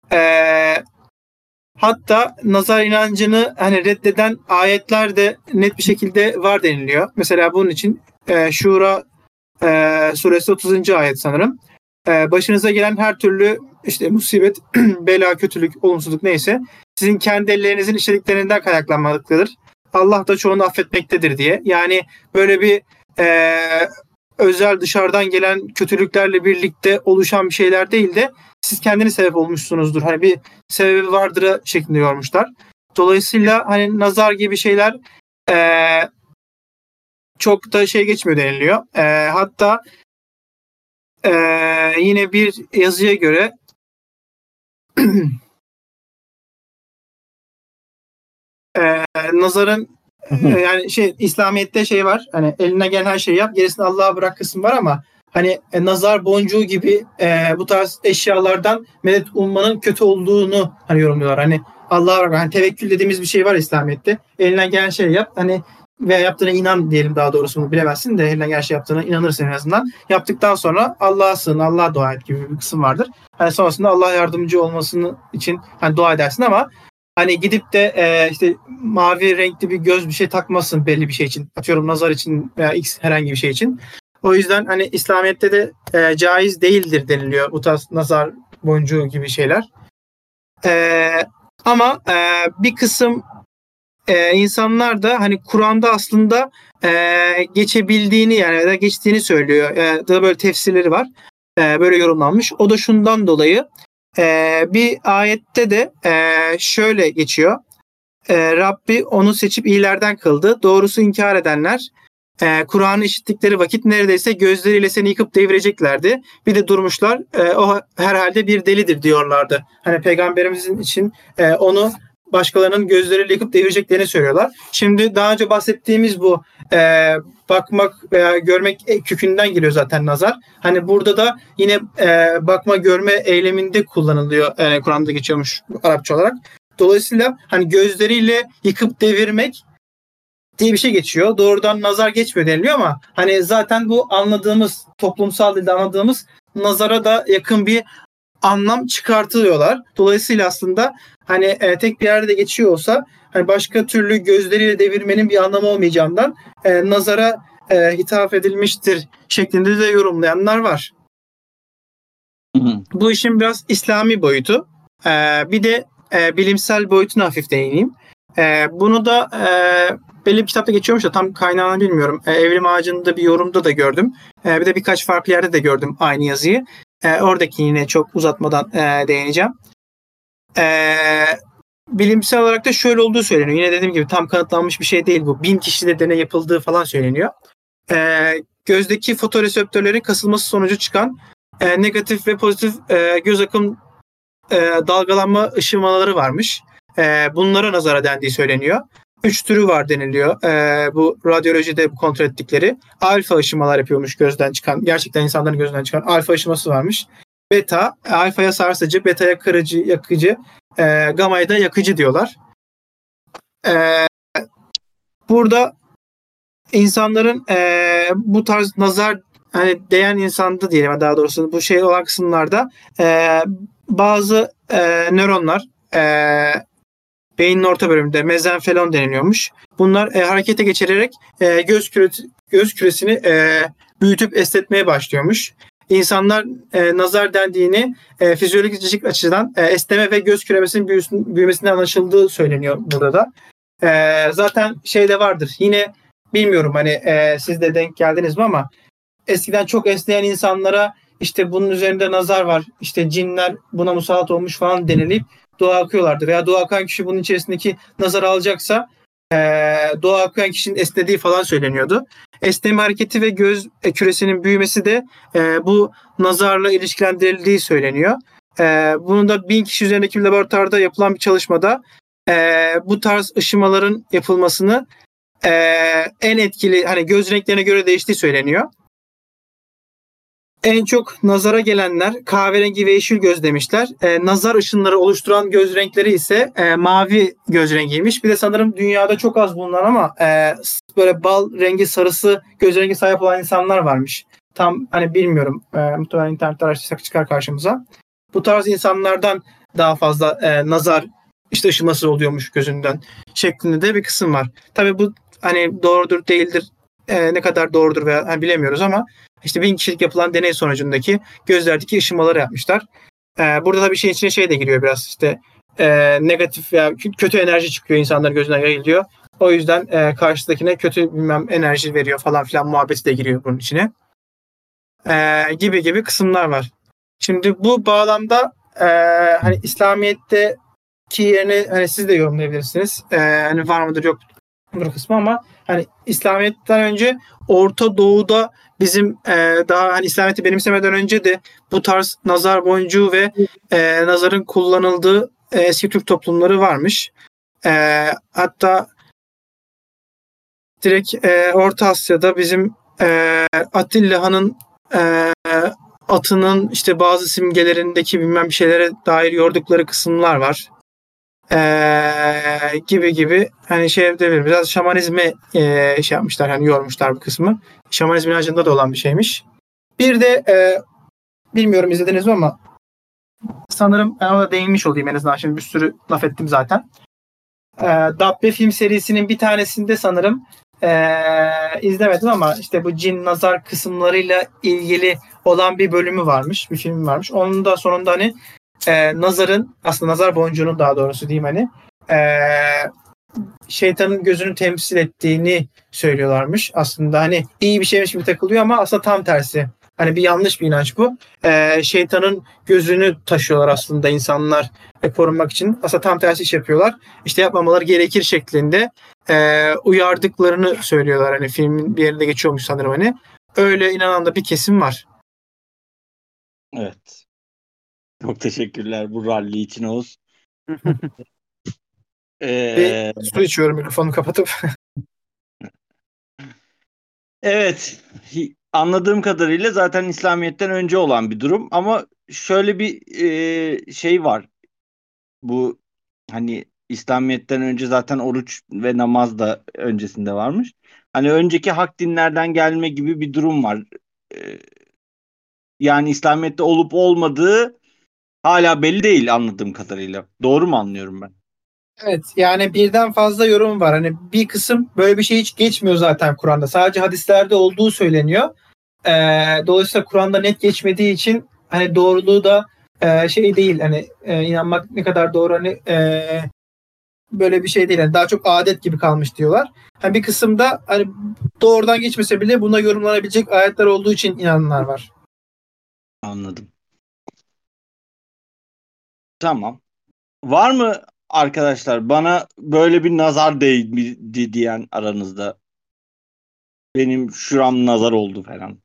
Hatta nazar inancını hani reddeden ayetler de net bir şekilde var deniliyor. Mesela bunun için Şura suresi 30. ayet sanırım. Başınıza gelen her türlü işte musibet, bela, kötülük, olumsuzluk neyse sizin kendi ellerinizin işlediklerinden kaynaklanmaktadır. Allah da çoğunu affetmektedir diye. Yani böyle bir özel dışarıdan gelen kötülüklerle birlikte oluşan bir şeyler değil de siz kendiniz sebep olmuşsunuzdur. Hani bir sebebi vardır şeklinde yormuşlar. Dolayısıyla hani nazar gibi şeyler çok da geçmiyor deniliyor. Hatta yine bir yazıya göre nazarın yani İslamiyet'te var. Hani eline gelen her şeyi yap, gerisini Allah'a bırak kısmı var ama hani nazar boncuğu gibi bu tarz eşyalardan medet ummanın kötü olduğunu hani yorumluyorlar. Hani Allah'a bırak. Hani tevekkül dediğimiz bir şey var İslamiyet'te. Elinden gelen şeyi yap. Hani veya yaptığına inan diyelim, daha doğrusu bunu bilemezsin de elinden gelen şey yaptığına inanırsın en azından. Yaptıktan sonra Allah'a sığın, Allah'a dua et gibi bir kısım vardır. Hani sonrasında Allah yardımcı olmasını için hani dua edersin ama hani gidip de işte mavi renkli bir göz bir şey takmasın belli bir şey için. Atıyorum nazar için veya X herhangi bir şey için. O yüzden hani İslamiyet'te de caiz değildir deniliyor bu tarz nazar boncuğu gibi şeyler. Ama bir kısım insanlar da hani Kur'an'da aslında geçebildiğini yani da geçtiğini söylüyor. Da böyle tefsirleri var. Böyle yorumlanmış. O da şundan dolayı bir ayette de şöyle geçiyor. Rabbi onu seçip iyilerden kıldı. Doğrusu inkar edenler Kur'an'ı işittikleri vakit neredeyse gözleriyle seni yıkıp devireceklerdi. Bir de durmuşlar o herhalde bir delidir diyorlardı. Hani peygamberimizin için onu başkalarının gözleriyle yıkıp devireceklerini söylüyorlar. Şimdi daha önce bahsettiğimiz bu bakmak veya görmek kökünden geliyor zaten nazar. Hani burada da yine bakma görme eyleminde kullanılıyor. Kur'an'da geçiyormuş Arapça olarak. Dolayısıyla hani gözleriyle yıkıp devirmek diye bir şey geçiyor. Doğrudan nazar geçmiyor deniliyor ama hani zaten bu anladığımız, toplumsal dilde anladığımız nazara da yakın bir anlam çıkartıyorlar. Dolayısıyla aslında hani tek bir yerde geçiyor olsa hani başka türlü gözleriyle devirmenin bir anlamı olmayacağından nazara hitap edilmiştir şeklinde de yorumlayanlar var. Bu işin biraz İslami boyutu. Bir de bilimsel boyutuna hafif değineyim. Bunu da belli bir kitapta geçiyormuş da tam kaynağını bilmiyorum. Evrim Ağacı'nda bir yorumda da gördüm. Bir de birkaç farklı yerde de gördüm aynı yazıyı. Oradaki yine çok uzatmadan değineceğim. Bilimsel olarak da şöyle olduğu söyleniyor. Yine dediğim gibi tam kanıtlanmış bir şey değil bu. 1000 kişide deney yapıldığı falan söyleniyor. Gözdeki fotoreseptörlerin kasılması sonucu çıkan negatif ve pozitif göz akım dalgalanma ışımaları varmış. Bunlara nazara dendiği söyleniyor. 3 türü var deniliyor. Bu radyolojide kontrol ettikleri. Alfa ışımalar yapıyormuş gözden çıkan. Gerçekten insanların gözünden çıkan alfa ışıması varmış. Beta, alfaya sarsıcı, betaya kırıcı, yakıcı, gamaya da yakıcı diyorlar. Burada insanların bu tarz nazar hani değen insanda diyelim daha doğrusu bu şey olan kısımlarda bazı nöronlar beynin orta bölümünde mezenfelon deniliyormuş. Bunlar harekete geçirerek göz küresini büyütüp esnetmeye başlıyormuş. İnsanlar nazar dendiğini fizyolojik açıdan esneme ve göz küremesinin büyümesinden anlaşıldığı söyleniyor burada da. Zaten de vardır. Yine bilmiyorum hani siz de denk geldiniz mi ama eskiden çok esneyen insanlara işte bunun üzerinde nazar var, işte cinler buna musallat olmuş falan denilip dua okuyorlardı. Veya dua okuyan kişi bunun içerisindeki nazar alacaksa dua okuyan kişinin esnediği falan söyleniyordu. Esneme hareketi ve göz küresinin büyümesi de bu nazarla ilişkilendirildiği söyleniyor. Bunun da 1000 kişi üzerindeki bir laboratuvarda yapılan bir çalışmada bu tarz ışımaların yapılmasını en etkili hani göz renklerine göre değiştiği söyleniyor. En çok nazara gelenler kahverengi ve yeşil göz demişler. Nazar ışınları oluşturan göz renkleri ise mavi göz rengiymiş. Bir de sanırım dünyada çok az bulunan ama böyle bal rengi sarısı göz rengi sahip olan insanlar varmış. Tam hani bilmiyorum. Muhtemelen internette araştırsak çıkar karşımıza. Bu tarz insanlardan daha fazla nazar işte ışıması oluyormuş gözünden şeklinde de bir kısım var. Tabii bu hani doğrudur değildir, ne kadar doğrudur veya hani bilemiyoruz ama işte 1000 kişilik yapılan deney sonucundaki gözlerdeki ışımaları yapmışlar. Burada da bir şeyin içine şey de giriyor biraz işte negatif veya kötü enerji çıkıyor, insanların gözüne yayılıyor. O yüzden karşıdakine kötü bilmem enerji veriyor falan filan muhabbeti de giriyor bunun içine. Gibi kısımlar var. Şimdi bu bağlamda hani İslamiyet'teki yerini hani siz de yorumlayabilirsiniz. Hani var mıdır yok mudur kısmı ama hani İslamiyet'ten önce Orta Doğu'da bizim daha hani İslamiyet'i benimsemeden önce de bu tarz nazar boncuğu ve nazarın kullanıldığı eski Türk toplumları varmış. Hatta direkt Orta Asya'da bizim Atilla Han'ın atının işte bazı simgelerindeki bilmem bir şeylere dair yordukları kısımlar var. Gibi hani şey edebilir. Biraz şamanizme şey yapmışlar, hani yormuşlar bu kısmı. Şamanizmin inancında da olan bir şeymiş. Bir de bilmiyorum izlediniz mi ama sanırım ben ona değinmiş olayım en azından. Şimdi bir sürü laf ettim zaten. Dabbe film serisinin bir tanesinde sanırım izlemedim ama işte bu cin nazar kısımlarıyla ilgili olan bir bölümü varmış. Bir film varmış. Onun da sonunda hani nazarın, aslında nazar boncuğunun daha doğrusu diyeyim hani şeytanın gözünü temsil ettiğini söylüyorlarmış. Aslında hani iyi bir şeymiş gibi takılıyor ama aslında tam tersi. Hani bir yanlış bir inanç bu. Şeytanın gözünü taşıyorlar aslında insanlar korunmak için. Aslında tam tersi iş yapıyorlar. İşte yapmamaları gerekir şeklinde uyardıklarını söylüyorlar. Hani filmin bir yerinde geçiyormuş sanırım hani. Öyle inanan da bir kesim var. Evet. Çok teşekkürler bu rally için Oğuz. Bir su içiyorum mikrofonu kapatıp. Evet. Anladığım kadarıyla zaten İslamiyet'ten önce olan bir durum ama şöyle bir şey var. Bu hani İslamiyet'ten önce zaten oruç ve namaz da öncesinde varmış. Hani önceki hak dinlerden gelme gibi bir durum var. E, Yani İslamiyet'te olup olmadığı hala belli değil anladığım kadarıyla. Doğru mu anlıyorum ben? Evet, yani birden fazla yorum var. Hani bir kısım böyle bir şey hiç geçmiyor zaten Kur'an'da. Sadece hadislerde olduğu söyleniyor. Dolayısıyla Kur'an'da net geçmediği için hani doğruluğu da şey değil. Hani inanmak ne kadar doğru hani böyle bir şey değil. Yani daha çok adet gibi kalmış diyorlar. Hani bir kısımda hani doğrudan geçmese bile buna yorumlanabilecek ayetler olduğu için inananlar var. Anladım. Tamam. Var mı arkadaşlar bana böyle bir nazar değdi diyen aranızda? Benim şuram nazar oldu falan.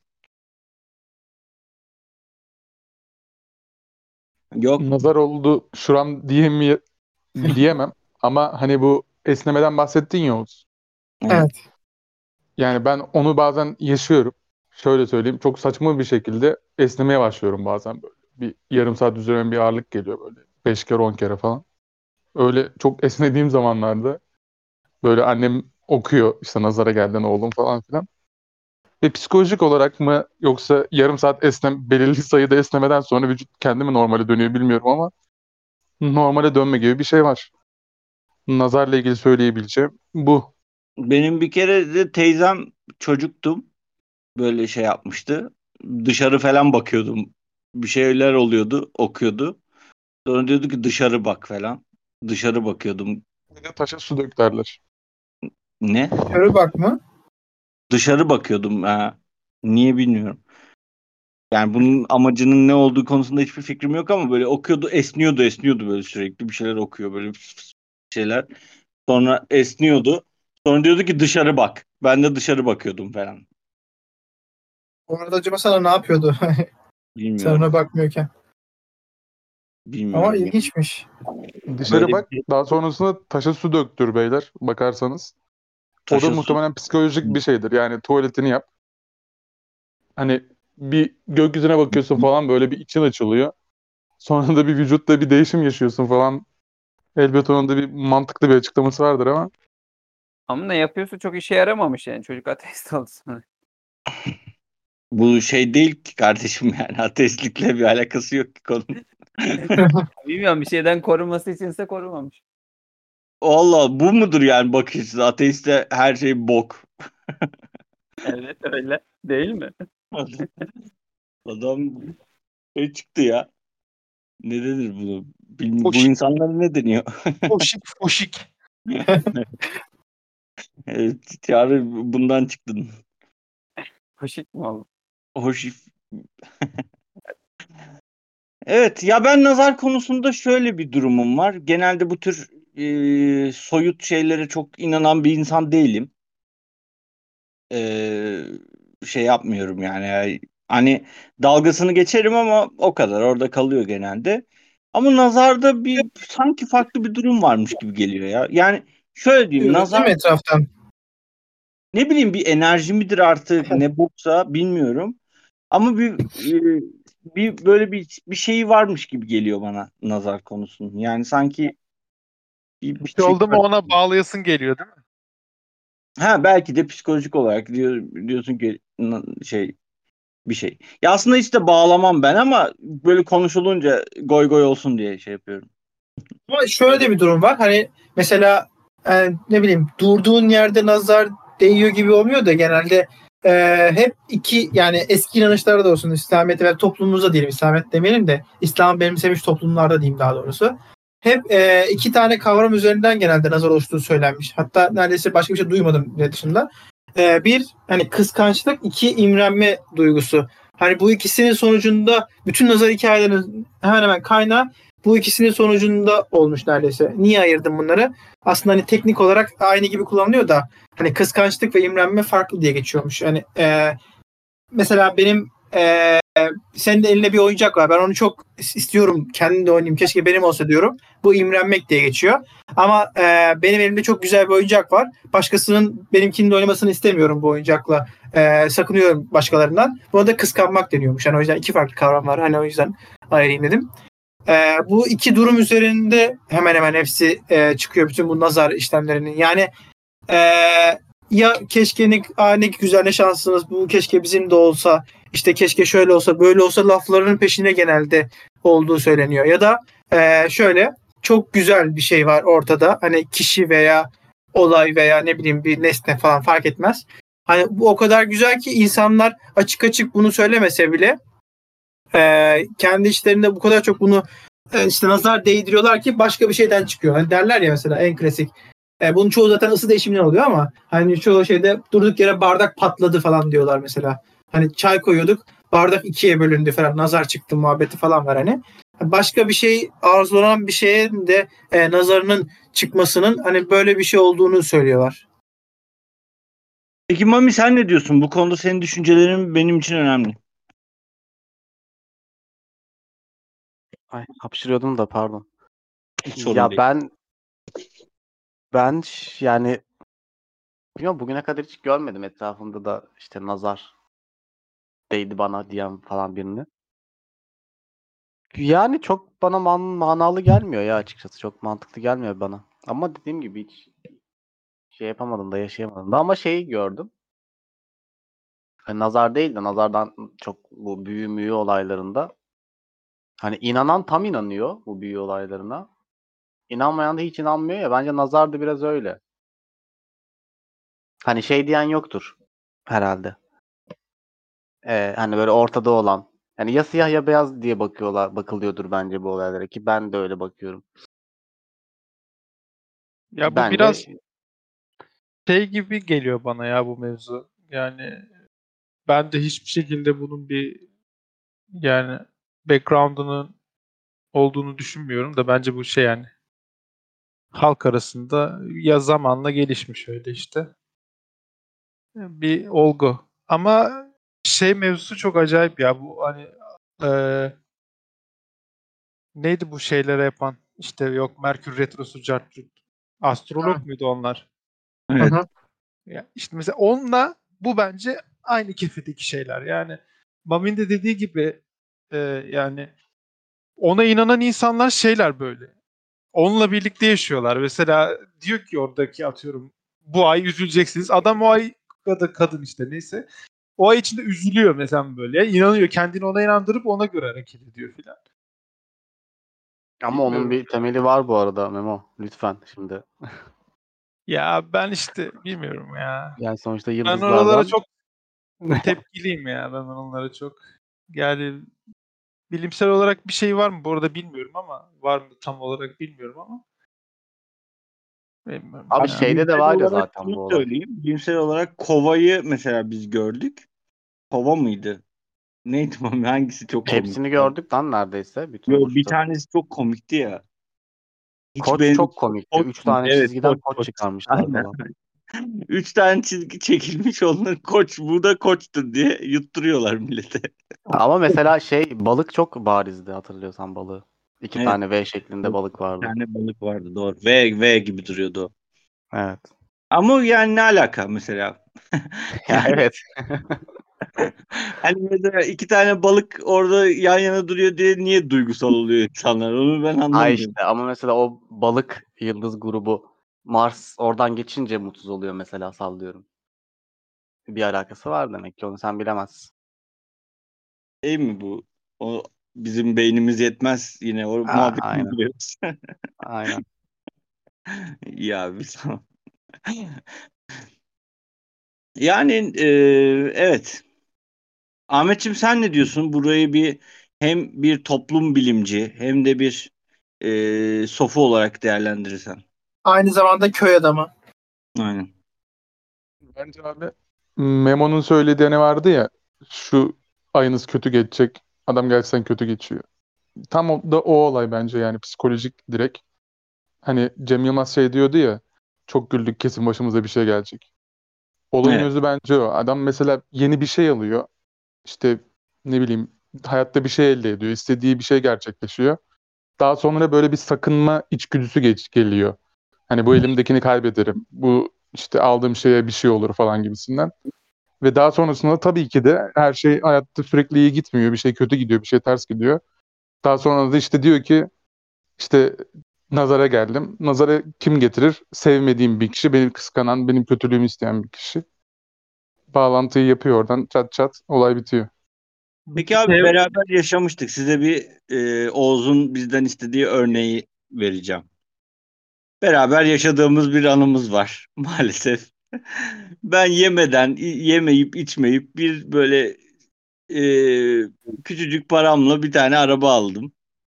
Yok. Nazar oldu şuram diyemem. Ama hani bu esnemeden bahsettin ya Oğuz. Evet. Yani ben onu bazen yaşıyorum. Şöyle söyleyeyim, çok saçma bir şekilde esnemeye başlıyorum bazen böyle. Bir yarım saat üzerine bir ağırlık geliyor böyle. 5 kere 10 kere falan. Öyle çok esnediğim zamanlarda böyle annem okuyor işte nazara geldin oğlum falan filan. Ve psikolojik olarak mı yoksa yarım saat belirli sayıda esnemeden sonra vücut kendi mi normale dönüyor bilmiyorum ama normale dönme gibi bir şey var. Nazarla ilgili söyleyebileceğim bu. Benim bir kere de teyzem çocuktum. Böyle şey yapmıştı. Dışarı falan bakıyordum. Bir şeyler oluyordu, okuyordu. Sonra diyordu ki dışarı bak falan. Dışarı bakıyordum. Bir de taşa su dök derler. Ne? Şöyle bakma. Dışarı bakıyordum. Ha. Niye bilmiyorum. Yani bunun amacının ne olduğu konusunda hiçbir fikrim yok ama böyle okuyordu, esniyordu böyle sürekli bir şeyler okuyor böyle şeyler. Sonra esniyordu. Sonra diyordu ki dışarı bak. Ben de dışarı bakıyordum falan. Bu arada acaba sana ne yapıyordu? Sen Bilmiyorum. ona bakmıyorken. Ama Bilmiyorum. ilginçmiş. Dışarı Böyle bak, bir daha sonrasında taşa su döktür beyler bakarsanız. O da taşa su. muhtemelen psikolojik bir şeydir. Yani tuvaletini yap. Hani bir gökyüzüne bakıyorsun falan, böyle bir için açılıyor. Sonra da bir vücutta bir değişim yaşıyorsun falan. Elbet onun da bir mantıklı bir açıklaması vardır ama Ama ne yapıyorsa çok işe yaramamış yani. Çocuk ateist oldu sonra. Bu şey değil ki kardeşim, yani ateistlikle bir alakası yok ki konunun. Bilmiyorum, bir şeyden korunması içinse korumamış. Allah, bu mudur yani bakış açısı? Ateiste her şey bok. Evet öyle. Değil mi? Adam şey çıktı ya. Ne denir bunu? Bu Foşik, insanlara ne deniyor? foşik. Evet, Çağrı bundan çıktın. Hoşik mi oldu? Hoş. Evet ya, ben nazar konusunda şöyle bir durumum var. Genelde bu tür soyut şeylere çok inanan bir insan değilim. E, Şey yapmıyorum yani. Hani dalgasını geçerim ama o kadar, orada kalıyor genelde. Ama nazarda bir sanki farklı bir durum varmış gibi geliyor ya. Yani şöyle diyeyim, Diyoruz değil nazar mi etraftan? ne bileyim bir enerji midir artık, ne boksa bilmiyorum. Ama e, bir böyle bir şeyi varmış gibi geliyor bana nazar konusunun. Yani sanki bir Bir şey şey oldu mu var. ona bağlayasın geliyor değil mi? Ha, belki de psikolojik olarak diyorsun ki şey, bir şey. Ya aslında hiç de bağlamam ben ama böyle konuşulunca goy goy olsun diye şey yapıyorum. Ama şöyle de bir durum var. Hani mesela ne bileyim durduğun yerde nazar değiyor gibi olmuyor da genelde hep iki, yani eski inanışlarda da olsun, İslamiyet'te ve toplumumuzda diyelim, İslamiyet demeyelim de İslam benimsemiş toplumlarda diyeyim daha doğrusu. Hep iki tane kavram üzerinden genelde nazar oluştuğu söylenmiş. Hatta neredeyse başka bir şey duymadım ne dışında. Bir, hani kıskançlık, iki imrenme duygusu. Hani bu ikisinin sonucunda bütün nazar hikayelerinin hemen hemen kaynağı bu ikisinin sonucunda olmuş neredeyse. Niye ayırdım bunları? Aslında hani teknik olarak aynı gibi kullanılıyor da hani kıskançlık ve imrenme farklı diye geçiyormuş. Hani mesela benim senin de elinde bir oyuncak var. Ben onu çok istiyorum. Kendim de oynayayım. Keşke benim olsa diyorum. Bu imrenmek diye geçiyor. Ama benim elimde çok güzel bir oyuncak var. Başkasının benimkinin de oynamasını istemiyorum bu oyuncakla. Sakınıyorum başkalarından. Buna da kıskanmak deniyormuş. Yani o yüzden iki farklı kavram var. Hani o yüzden ayırayım dedim. Bu iki durum üzerinde hemen hemen hepsi çıkıyor, bütün bu nazar işlemlerinin. Yani e, ya keşke ne güzel, ne şanslısınız, bu keşke bizim de olsa, işte keşke şöyle olsa böyle olsa laflarının peşine genelde olduğu söyleniyor. Ya da şöyle çok güzel bir şey var ortada, hani kişi veya olay veya ne bileyim bir nesne falan fark etmez. Hani bu o kadar güzel ki insanlar açık açık bunu söylemese bile kendi içlerinde bu kadar çok bunu işte nazar değdiriyorlar ki başka bir şeyden çıkıyor. Hani derler ya mesela en klasik. Bunun çoğu zaten ısı değişiminden oluyor ama hani çoğu şeyde durduk yere bardak patladı falan diyorlar mesela. Hani çay koyuyorduk, bardak ikiye bölündü falan, nazar çıktı muhabbeti falan var hani. Başka bir şey, arzulanan bir şeye de nazarının çıkmasının hani böyle bir şey olduğunu söylüyorlar. Peki Mami, sen ne diyorsun? Bu konuda senin düşüncelerin benim için önemli. Ay, hapşırıyordum da pardon. Hiç sorun Ya değil. ben yani bilmiyorum, bugüne kadar hiç görmedim etrafımda da işte nazar değdi bana diyen falan birini. Yani çok bana manalı gelmiyor ya, açıkçası. Çok mantıklı gelmiyor bana. Ama dediğim gibi hiç şey yapamadım da yaşayamadım da, ama şeyi gördüm. Hani nazar değil de nazardan çok bu büyü olaylarında hani inanan tam inanıyor bu büyü olaylarına. İnanmayan da hiç inanmıyor ya. Bence nazar da biraz öyle. Hani şey diyen yoktur herhalde. Hani böyle ortada olan. Yani ya siyah ya beyaz diye bakılıyordur bence bu olaylara, ki ben de öyle bakıyorum. Ya bu Bence biraz şey gibi geliyor bana ya bu mevzu. Yani ben de hiçbir şekilde bunun bir yani background'unun olduğunu düşünmüyorum da bence bu şey yani halk arasında ya zamanla gelişmiş öyle işte bir olgu. Ama şey mevzusu çok acayip ya bu hani eee, neydi bu şeylere yapan işte yok Merkür Retrosu cart curt. Hı Astrolog muydu onlar? Evet. hı. Ya işte mesela onunla bu bence aynı kefedeki şeyler. Yani Mami'nin de dediği gibi yani ona inanan insanlar şeyler böyle. Onunla birlikte yaşıyorlar. Mesela diyor ki oradaki atıyorum bu ay üzüleceksiniz. Adam o ay ya da kadın işte neyse. O ay içinde üzülüyor mesela böyle. İnanıyor. Kendini ona inandırıp ona göre hareket ediyor filan. Ama onun Bilmiyorum. bir temeli var bu arada Memo. Lütfen şimdi. Ya ben işte bilmiyorum ya. Yani sonuçta Ben yıldızlardan oralara çok tepkiliyim ya. Ben onlara çok. Yani bilimsel olarak bir şey var mı? Bu arada bilmiyorum ama var mı tam olarak bilmiyorum ama. Bilmiyorum abi ya. şeyde de Bilimsel var ya olarak zaten şunu bu olay. söyleyeyim. Bilimsel olarak kovayı mesela biz gördük. Kova mıydı? Neydi Mami? Hangisi çok Hepsini komikti? gördük lan neredeyse bütün Yo, bir burçları. tanesi çok komikti ya. Hiç Koç benim çok komikti. koç 3 mu? tane Evet, çizgiden koç koç koç. çıkarmışlar Aynen. falan. 3 tane çizgi çekilmiş onları koç bu da koçtur diye yutturuyorlar millete. Ama mesela balık çok barizdi hatırlıyorsan balığı. 2 Evet. tane V şeklinde balık Bir vardı. tane balık vardı doğru. V gibi duruyordu o. Evet. Ama yani ne alaka mesela? Ya Yani evet. hani mesela 2 tane balık orada yan yana duruyor diye niye duygusal oluyor insanlar? Onu ben Ay anlamıyorum. işte ama mesela o balık yıldız grubu Mars oradan geçince mutsuz oluyor mesela sallıyorum. Bir alakası var demek ki onu sen bilemezsin. Değil mi bu? O bizim beynimiz yetmez yine o muhabbetini Aynen. biliyoruz. Aynen. Ya biz yani evet. Ahmetciğim sen ne diyorsun? Burayı bir hem bir toplum bilimci hem de bir sofu olarak değerlendirirsen. Aynı zamanda köy adamı. Aynen. Bence abi Memo'nun söylediği ne vardı ya, şu ayınız kötü geçecek, adam gerçekten kötü geçiyor. Tam da o olay bence, yani psikolojik direkt. Hani Cem Yılmaz şey diyordu ya, çok güldük kesin başımıza bir şey gelecek. Olayın Evet. özü bence o. Adam mesela yeni bir şey alıyor. İşte ne bileyim, hayatta bir şey elde ediyor. İstediği bir şey gerçekleşiyor. Daha sonra böyle bir sakınma içgüdüsü geliyor. Hani bu elimdekini kaybederim. Bu işte aldığım şeye bir şey olur falan gibisinden. Ve daha sonrasında tabii ki de her şey hayatta sürekli iyi gitmiyor. Bir şey kötü gidiyor, bir şey ters gidiyor. Daha sonra da işte diyor ki işte nazara geldim. Nazara kim getirir? Sevmediğim bir kişi, beni kıskanan, benim kötülüğümü isteyen bir kişi. Bağlantıyı yapıyor oradan, çat çat olay bitiyor. Peki abi beraber yaşamıştık. Size bir Oğuz'un bizden istediği örneği vereceğim. Beraber yaşadığımız bir anımız var maalesef. Ben yemeyip içmeyip bir böyle küçücük paramla bir tane araba aldım.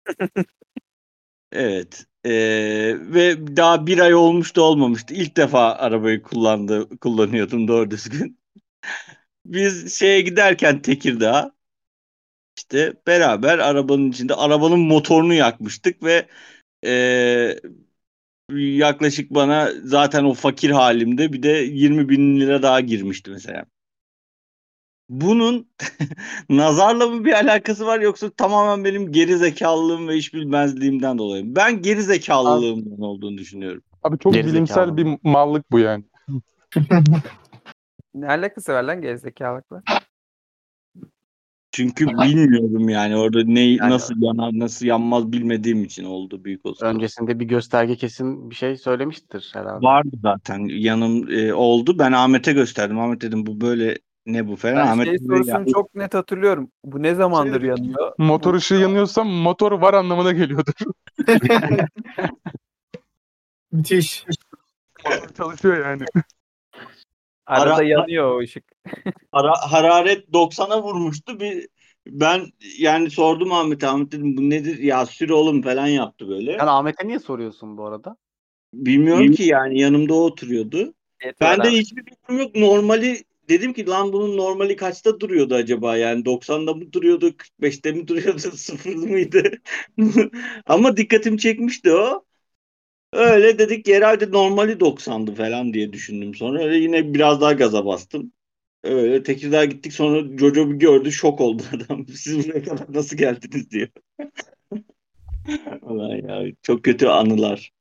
Evet. Ve daha bir ay olmuş da olmamıştı. İlk defa arabayı kullanıyordum doğru düzgün. Biz şeye giderken Tekirdağ işte beraber arabanın içinde arabanın motorunu yakmıştık ve ee, yaklaşık bana zaten o fakir halimde bir de 20 bin lira daha girmişti mesela. Bunun nazarla mı bir alakası var yoksa tamamen benim geri zekalılığım ve iş bilmezliğimden dolayı mı? Ben geri Abi, zekalılığımdan olduğunu düşünüyorum. abi çok bilimsel Gerizekalı. bir mallık bu yani. Ne alakası var lan gerizekalıkla? Çünkü bilmiyorum yani orada ne Yani nasıl yanar nasıl yanmaz bilmediğim için oldu büyük olasılık. öncesinde bir gösterge kesin bir şey söylemiştir herhalde. Vardı zaten yanım oldu. Ben Ahmet'e gösterdim. Ahmet dedim bu böyle ne bu falan. Ben Ahmet şey dedi ya sorusunu çok net hatırlıyorum. Bu ne zamandır yanıyor? Motor ışığı yanıyorsa motor var anlamına geliyordur. Müthiş. Motor çalışıyor yani. Arada Ara- yanıyor o ışık. hararet 90'a vurmuştu. Ben yani sordum Ahmet'e. Ahmet dedim bu nedir? Ya sür oğlum falan yaptı böyle. Sen Ahmet'e niye soruyorsun bu arada? Bilmiyorum ki yani yanımda o oturuyordu. Niyeti var Ben de abi. hiçbir fikrim yok. Normali dedim ki lan bunun normali kaçta duruyordu acaba? Yani 90'da mı duruyordu? 45'te mi duruyordu? Sıfır mıydı? Ama dikkatimi çekmişti o. Öyle dedik ki herhalde normali 90'dı falan diye düşündüm sonra. Öyle yine biraz daha gaza bastım. Öyle Tekirdağ'a gittik sonra Jojo bir gördü şok oldu adam. Siz buraya kadar nasıl geldiniz diyor. Ulan ya çok kötü anılar.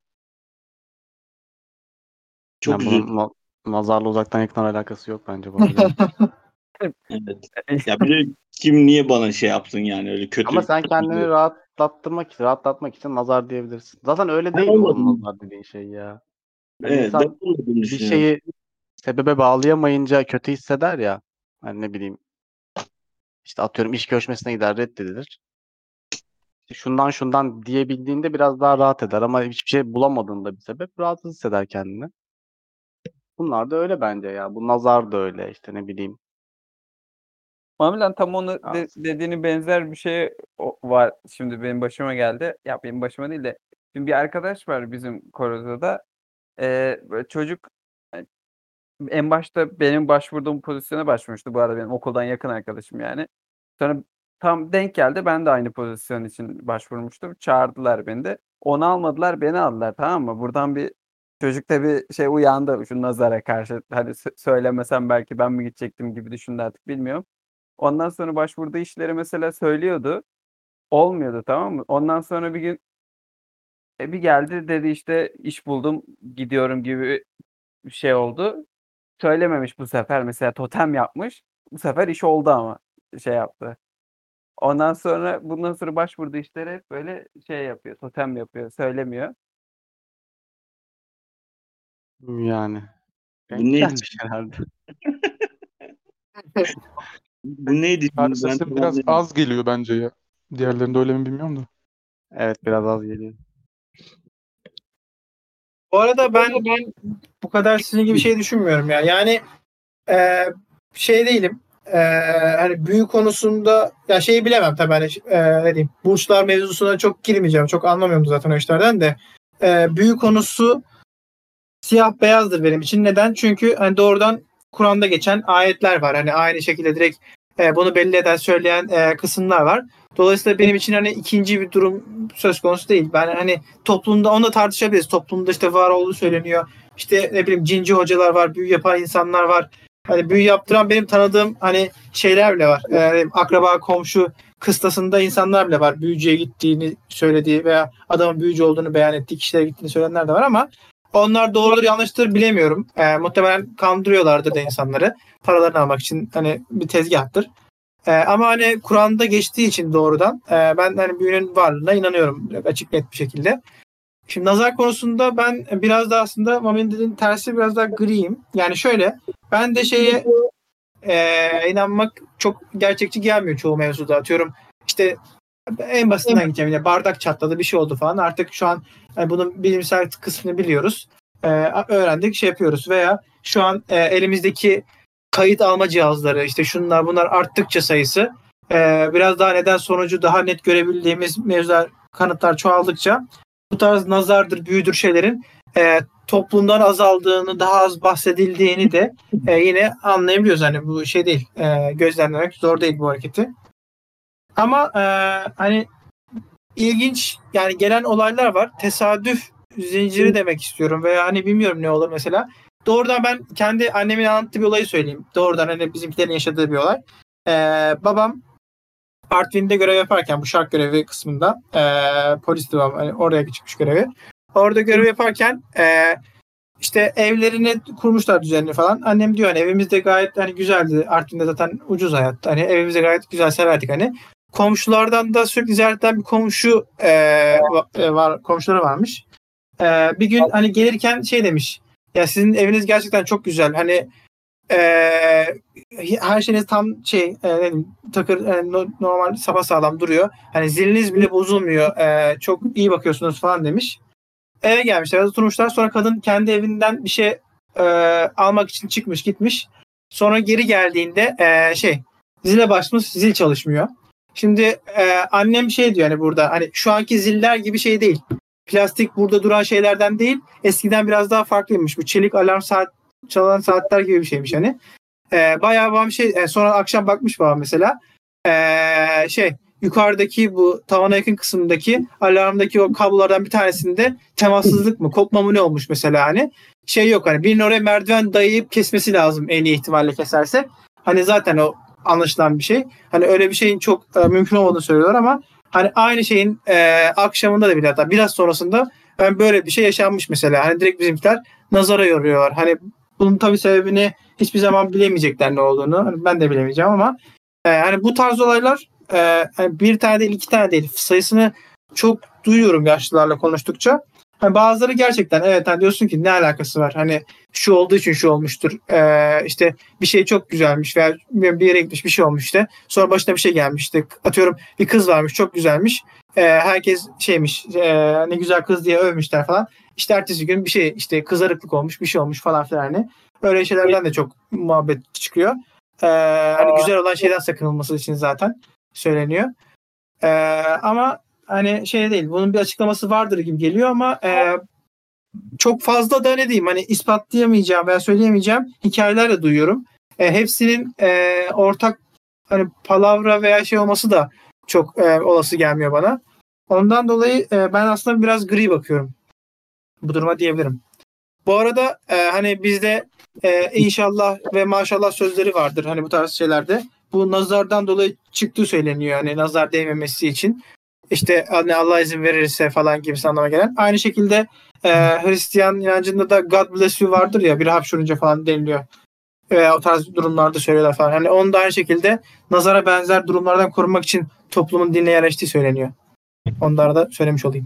Çok Yani üzüldüm. bunun nazarla uzaktan yakından alakası yok bence bu arada. Evet. Ya bir de kim niye bana şey yapsın yani öyle kötü. Ama sen kendini rahatlatmak için nazar diyebilirsin. Zaten öyle değil oğlum olmadım. nazar dediğin şey ya. Yani Evet, ben insan olmadığını bir düşünüyorum. şeyi sebebe bağlayamayınca kötü hisseder ya. Hani ne bileyim işte atıyorum iş görüşmesine gider reddedilir. İşte şundan diyebildiğinde biraz daha rahat eder ama hiçbir şey bulamadığında bir sebep rahatsız hisseder kendini. Bunlar da öyle bence ya. Bu nazar da öyle işte ne bileyim. Mamilen tam onu Ya, dediğini benzer bir şey var. Şimdi benim başıma geldi. Ya benim başıma değil de. Şimdi bir arkadaş var bizim Koroza'da. Böyle çocuk yani en başta benim başvurduğum pozisyona başvurmuştu. Bu arada benim okuldan yakın arkadaşım yani. Sonra tam denk geldi. Ben de aynı pozisyon için başvurmuştum. Çağırdılar beni de. Onu almadılar, beni aldılar, tamam mı? Buradan bir çocukta bir şey uyandı şu nazara karşı. Hani söylemesem belki ben mi gidecektim gibi düşündü artık bilmiyorum. Ondan sonra başvurduğu işleri mesela söylüyordu. Olmuyordu, tamam mı? Ondan sonra bir gün bir geldi dedi işte iş buldum gidiyorum gibi bir şey oldu. Söylememiş bu sefer, mesela totem yapmış. Bu sefer iş oldu ama şey yaptı. Bundan sonra başvurduğu işleri hep böyle şey yapıyor. Totem yapıyor. Söylemiyor. yani Bu denk neydi? gelmiş herhalde. Bu neydi? Karşı Ben sesim biraz tamamlayamadım. az geliyor bence ya. Diğerlerinde öyle mi bilmiyorum da. Evet biraz az geliyor. Bu arada ben bu kadar sizin gibi şey düşünmüyorum ya. Yani şey değilim. Hani büyü konusunda ya şeyi bilemem tabii hani ne diyeyim, burçlar mevzusuna çok girmeyeceğim. Çok anlamıyorum zaten o işlerden de. Büyü konusu siyah beyazdır benim için. Neden? Çünkü hani doğrudan Kur'an'da geçen ayetler var. Hani aynı şekilde direkt bunu belli eden söyleyen kısımlar var. Dolayısıyla benim için hani ikinci bir durum söz konusu değil. Ben hani toplumda onu da tartışabiliriz. Toplumda işte var olduğu söyleniyor. İşte ne bileyim cinci hocalar var, büyü yapan insanlar var. Hani büyü yaptıran benim tanıdığım hani şeyler bile var. Akraba, komşu kıstasında insanlar bile var. Büyücüye gittiğini söylediği veya adamın büyücü olduğunu beyan ettiği kişilere gittiğini söyleyenler de var ama onlar doğrudur yanlıştır bilemiyorum. Muhtemelen kandırıyorlardır da insanları. Paralarını almak için hani bir tezgahtır. Ama hani Kur'an'da geçtiği için doğrudan ben hani büyünün varlığına inanıyorum açık net bir şekilde. Şimdi nazar konusunda ben biraz da aslında Mami'nin dediğinin tersi biraz daha griyim. Yani şöyle ben de şeye inanmak çok gerçekçi gelmiyor çoğu mevzuda. Atıyorum işte en basitinden gideceğim yine bardak çatladı bir şey oldu falan. Artık şu an yani bunun bilimsel kısmını biliyoruz. Öğrendik şey yapıyoruz veya şu an elimizdeki kayıt alma cihazları işte şunlar bunlar arttıkça sayısı biraz daha neden sonucu daha net görebildiğimiz mevzular kanıtlar çoğaldıkça bu tarz nazardır büyüdür şeylerin toplumdan azaldığını daha az bahsedildiğini de yine anlayabiliyoruz. Hani bu şey değil gözlemlemek zor değil bu hareketi. Ama hani ilginç yani gelen olaylar var. Tesadüf zinciri demek istiyorum veya hani bilmiyorum ne olur mesela. Doğrudan ben kendi annemin anlattığı bir olayı söyleyeyim. Doğrudan hani bizimkilerin yaşadığı bir olay. Babam Artvin'de görev yaparken bu şark görevi kısmında polisti babam hani oraya çıkmış görevi. Orada görev yaparken işte evlerini kurmuşlar düzenli falan. Annem diyor hani evimizde gayet hani güzeldi. Artvin'de zaten ucuz hayat. Hani evimizi gayet güzel severdik hani. Komşulardan da sürekli ziyaretten bir komşu var, komşuları varmış. Bir gün hani gelirken şey demiş. Ya sizin eviniz gerçekten çok güzel. Hani her şeyiniz tam şey takır normal sapasağlam duruyor. Hani ziliniz bile bozulmuyor. Çok iyi bakıyorsunuz falan demiş. Eve gelmişler, oturmuşlar. Sonra kadın kendi evinden bir şey almak için çıkmış, gitmiş. Sonra geri geldiğinde zile basmış, zil çalışmıyor. Şimdi annem şey diyor hani burada hani şu anki ziller gibi şey değil. Plastik burada duran şeylerden değil. Eskiden biraz daha farklıymış. Bu çelik alarm saat çalan saatler gibi bir şeymiş hani. Bayağı babam sonra akşam bakmış babam mesela. Yukarıdaki bu tavana yakın kısımdaki alarmdaki o kablolardan bir tanesinde temassızlık mı kopma mı ne olmuş mesela hani şey yok hani birinin oraya merdiven dayayıp kesmesi lazım en iyi ihtimalle keserse hani zaten o anlaşılan bir şey hani öyle bir şeyin çok mümkün olmadığını söylüyorlar ama hani aynı şeyin akşamında da bile hatta biraz sonrasında ben böyle bir şey yaşanmış mesela hani direkt bizimkiler nazara yoruyorlar hani Bunun tabii sebebini hiçbir zaman bilemeyecekler ne olduğunu. Hani ben de bilemeyeceğim ama hani bu tarz olaylar hani bir tane değil, iki tane değil. Sayısını çok duyuyorum yaşlılarla konuştukça. Hani bazıları gerçekten evet hani diyorsun ki ne alakası var? Hani şu olduğu için şu olmuştur. İşte bir şey çok güzelmiş veya bir yere gitmiş bir şey olmuş işte. Sonra başına bir şey gelmişti. Atıyorum bir kız varmış çok güzelmiş. Herkes şeymiş ne güzel kız diye övmüşler falan. İşte ertesi gün bir şey işte kızarıklık olmuş bir şey olmuş falan filan hani. Öyle şeylerden de çok muhabbet çıkıyor. Hani güzel olan şeyden sakınılması için zaten söyleniyor. Ama hani şey değil bunun bir açıklaması vardır gibi geliyor ama çok fazla da ne diyeyim hani ispatlayamayacağım veya söyleyemeyeceğim hikayeler de duyuyorum. Hepsinin ortak hani palavra veya şey olması da çok olası gelmiyor bana. Ondan dolayı ben aslında biraz gri bakıyorum bu duruma diyebilirim. Bu arada hani bizde inşallah ve maşallah sözleri vardır hani bu tarz şeylerde. Bu nazardan dolayı çıktığı söyleniyor hani nazar değmemesi için. İşte hani Allah izin verirse falan gibi anlama gelen. Aynı şekilde Hristiyan inancında da God bless you vardır ya biri hapşurunca falan deniliyor. O tarz durumlarda söylüyorlar falan. Hani onu da aynı şekilde nazara benzer durumlardan korunmak için toplumun dinle yerleştiği söyleniyor. Onları da söylemiş olayım.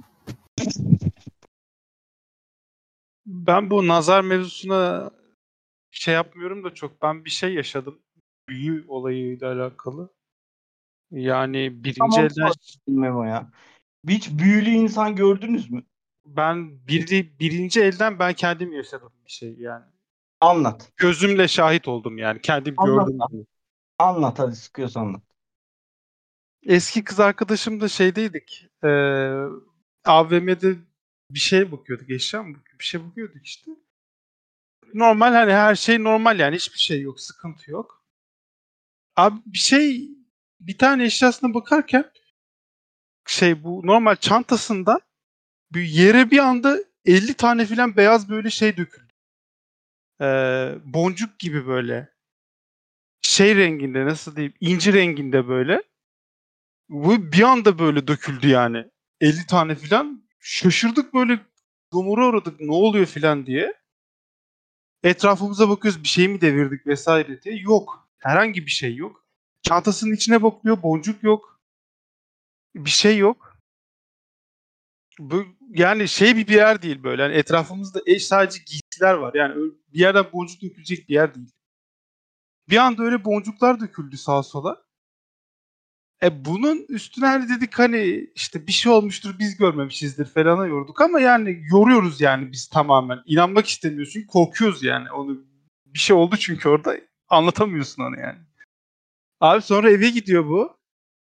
Ben bu nazar mevzusuna şey yapmıyorum da çok. Ben bir şey yaşadım. Büyü olayıyla alakalı. Yani birinci Tamam elden Memo ya. Hiç büyülü insan gördünüz mü? birinci elden ben kendim yaşadım bir şey yani. Anlat. Gözümle şahit oldum yani. Kendim Anlat. gördüm bunu. Anlat hadi sıkıyorsan anlat. Eski kız arkadaşımla şeydeydik. AVM'de bir şey bakıyorduk. Eşya mı? Bir şey bakıyorduk işte. Normal hani her şey normal yani. Hiçbir şey yok. Sıkıntı yok. Abi bir tane eşyasına bakarken bu normal çantasında bir yere bir anda 50 tane filan beyaz böyle şey döküldü. Boncuk gibi böyle. Şey renginde nasıl diyeyim? İnci renginde böyle. Bu bir anda böyle döküldü yani. 50 tane filan. Şaşırdık böyle dumura uğradık ne oluyor filan diye. Etrafımıza bakıyoruz bir şey mi devirdik vesaire diye. Yok. Herhangi bir şey yok. Çantasının içine bakıyor. Boncuk yok. Bir şey yok. Bu, yani bir yer değil böyle. Yani etrafımızda sadece giysiler var. Yani bir yerden boncuk dökülecek bir yer değil. Bir anda öyle boncuklar döküldü sağa sola. Bunun üstüne hani dedik hani işte bir şey olmuştur biz görmemişizdir falan yorduk ama yani yoruyoruz yani biz tamamen. İnanmak istemiyorsun korkuyoruz yani. Onu bir şey oldu çünkü orada anlatamıyorsun onu yani. Abi sonra eve gidiyor bu.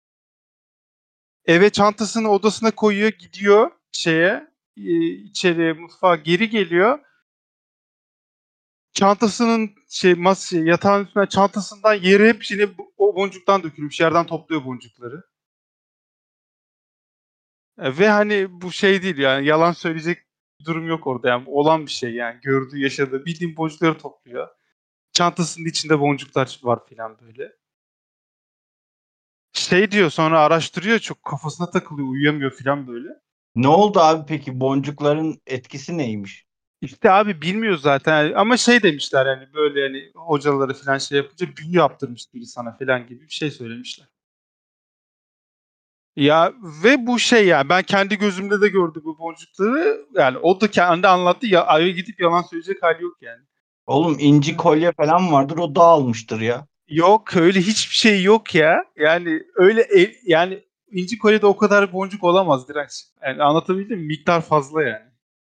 Eve çantasını odasına koyuyor gidiyor içeriye mutfağa geri geliyor. Çantasının yatağın üstüne çantasından yere hep o boncuktan dökülmüş. Yerden topluyor boncukları. Ve hani bu şey değil yani yalan söyleyecek bir durum yok orada yani olan bir şey yani gördüğü yaşadığı bildiğin boncukları topluyor. Çantasının içinde boncuklar var filan böyle. Diyor sonra araştırıyor çok kafasına takılıyor uyuyamıyor filan böyle. Ne oldu abi peki? Boncukların etkisi neymiş? İşte abi bilmiyor zaten ama demişler yani böyle hani hocaları filan şey yapınca büyü yaptırmış biri sana filan gibi bir şey söylemişler. Ya ve bu ya ben kendi gözümde de gördüm bu boncukları yani o da kendi anlattı ya aya gidip yalan söyleyecek hali yok yani. Oğlum inci kolye falan vardır o dağılmıştır ya. Yok öyle hiçbir şey yok ya. Yani öyle yani inci kolyede o kadar boncuk olamaz Direnç. Yani anlatabildim mi? Miktar fazla yani.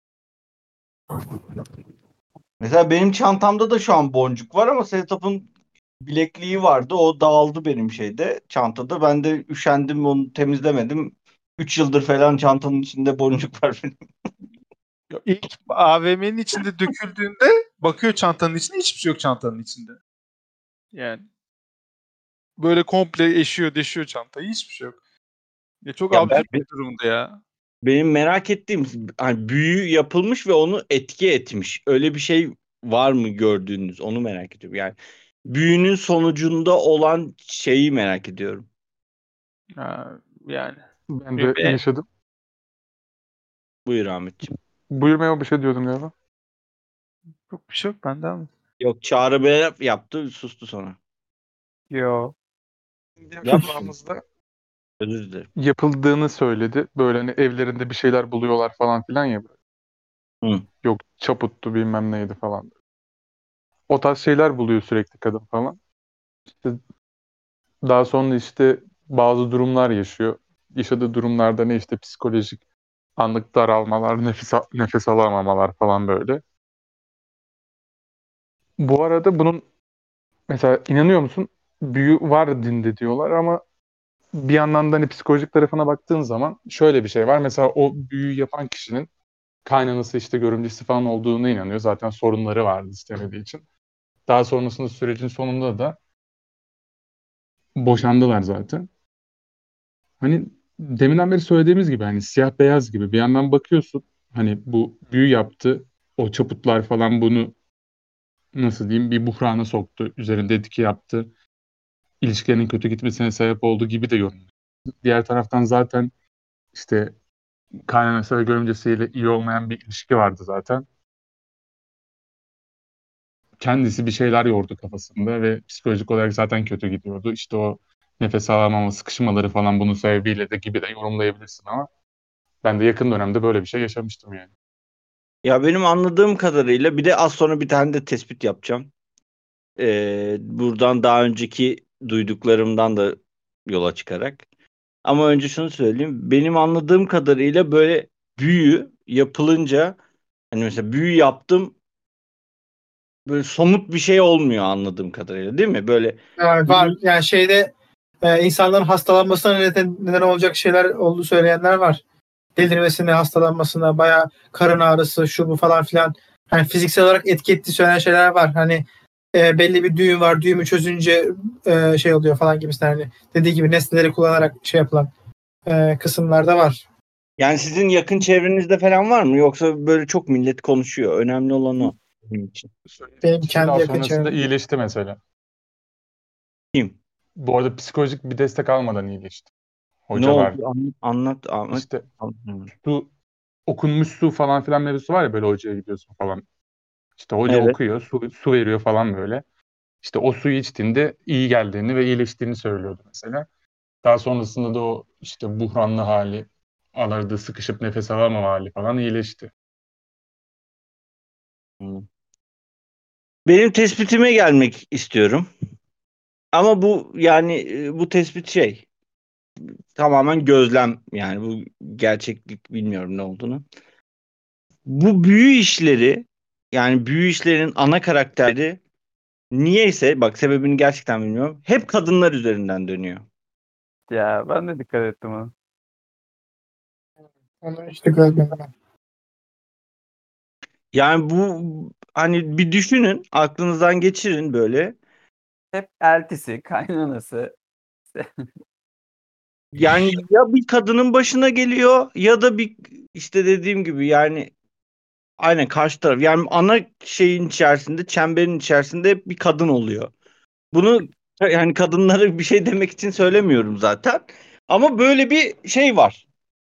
Mesela benim çantamda da şu an boncuk var ama Setup'ın bilekliği vardı. O dağıldı benim çantada. Ben de üşendim onu temizlemedim. 3 yıldır falan çantanın içinde boncuk var benim. İlk AVM'nin içinde döküldüğünde bakıyor çantanın içinde hiçbir şey yok çantanın içinde. Yani böyle komple eşiyor deşiyor çantayı hiçbir şey yok. Ya çok Ya absürt bir durumda ya. benim merak ettiğim hani büyü yapılmış ve onu etki etmiş. Öyle bir şey var mı gördüğünüz? Onu merak ediyorum. Yani büyünün sonucunda olan şeyi merak ediyorum. Ha, yani. Ben de yaşadım. Buyur Ahmetciğim. Buyurmaya bir şey diyordum galiba. Çok bir şey yok bende ama. Yok, Çağrı Bey yaptı, sustu sonra. Yo. Yapmamızda Özür dilerim. yapıldığını söyledi. Böyle hani evlerinde bir şeyler buluyorlar falan filan ya. Hı. Yok çaputtu bilmem neydi falan. O tarz şeyler buluyor sürekli kadın falan. İşte daha sonra işte bazı durumlar yaşıyor. Yaşadığı durumlarda ne işte psikolojik anlık daralmalar, nefes alamamalar falan böyle. Bu arada bunun mesela inanıyor musun? Büyü var dinde diyorlar ama bir yandan da hani psikolojik tarafına baktığın zaman şöyle bir şey var. Mesela o büyüyü yapan kişinin kaynanası işte görümcesi falan olduğuna inanıyor. Zaten sorunları vardı istemediği için. Daha sonrasında sürecin sonunda da boşandılar zaten. Hani deminden beri söylediğimiz gibi hani siyah beyaz gibi bir yandan bakıyorsun hani bu büyü yaptı. O çaputlar falan bunu nasıl diyeyim bir buhrana soktu. Üzerinde etki yaptı. İlişkilerin kötü gitmesine sebep oldu gibi de yorum. Diğer taraftan zaten işte kaynanası ve görümcesiyle iyi olmayan bir ilişki vardı zaten. Kendisi bir şeyler yordu kafasında ve psikolojik olarak zaten kötü gidiyordu. İşte o nefes alamama, sıkışmaları falan bunun sebebiyle de gibi de yorumlayabilirsin ama ben de yakın dönemde böyle bir şey yaşamıştım yani. Ya benim anladığım kadarıyla bir de az sonra bir tane de tespit yapacağım. Buradan daha önceki duyduklarımdan da yola çıkarak. Ama önce şunu söyleyeyim. Benim anladığım kadarıyla böyle büyü yapılınca, hani mesela büyü yaptım, böyle somut bir şey olmuyor anladığım kadarıyla, değil mi? Böyle Yani var. Yani şeyde insanların hastalanmasına neden olacak şeyler olduğu söyleyenler var. Delirmesine, hastalanmasına, bayağı karın ağrısı, şu bu falan filan. Hani fiziksel olarak etki ettiği söylenen şeyler var. Hani belli bir düğüm var. Düğümü çözünce şey oluyor falan gibisinden. Hani dediği gibi nesneleri kullanarak şey yapılan kısımlarda var. yani sizin yakın çevrenizde falan var mı? Yoksa böyle çok millet konuşuyor. Önemli olan o benim için. Benim Kişi kendi daha yakın sonrasında çevremde. iyileşti mesela. Kim? Bu arada psikolojik bir destek almadan iyileşti. Ne Hoca var. oldu? Anlat Ahmet. İşte Anlat. su, okunmuş su falan filan mevzusu var ya böyle hocaya gidiyorsun falan. İşte hoca Evet. okuyor, su veriyor falan böyle. İşte o suyu içtiğinde iyi geldiğini ve iyileştiğini söylüyordu mesela. Daha sonrasında da o işte buhranlı hali, alarda sıkışıp nefes alamama hali falan iyileşti. Benim tespitime gelmek istiyorum. Ama bu yani bu tespit şey, tamamen gözlem, yani bu gerçeklik bilmiyorum ne olduğunu. Bu büyü işleri, yani büyü işlerinin ana karakteri niyeyse, bak sebebini gerçekten bilmiyorum, hep kadınlar üzerinden dönüyor. Ya ben de dikkat ettim ona. Onu işte görmedim ben. Yani bu, hani bir düşünün, aklınızdan geçirin böyle. Hep eltisi, kaynanası. Yani ya bir kadının başına geliyor ya da bir, işte dediğim gibi yani, aynen karşı taraf. Yani ana şeyin içerisinde, çemberin içerisinde hep bir kadın oluyor. Bunu yani kadınlara bir şey demek için söylemiyorum zaten. Ama böyle bir şey var.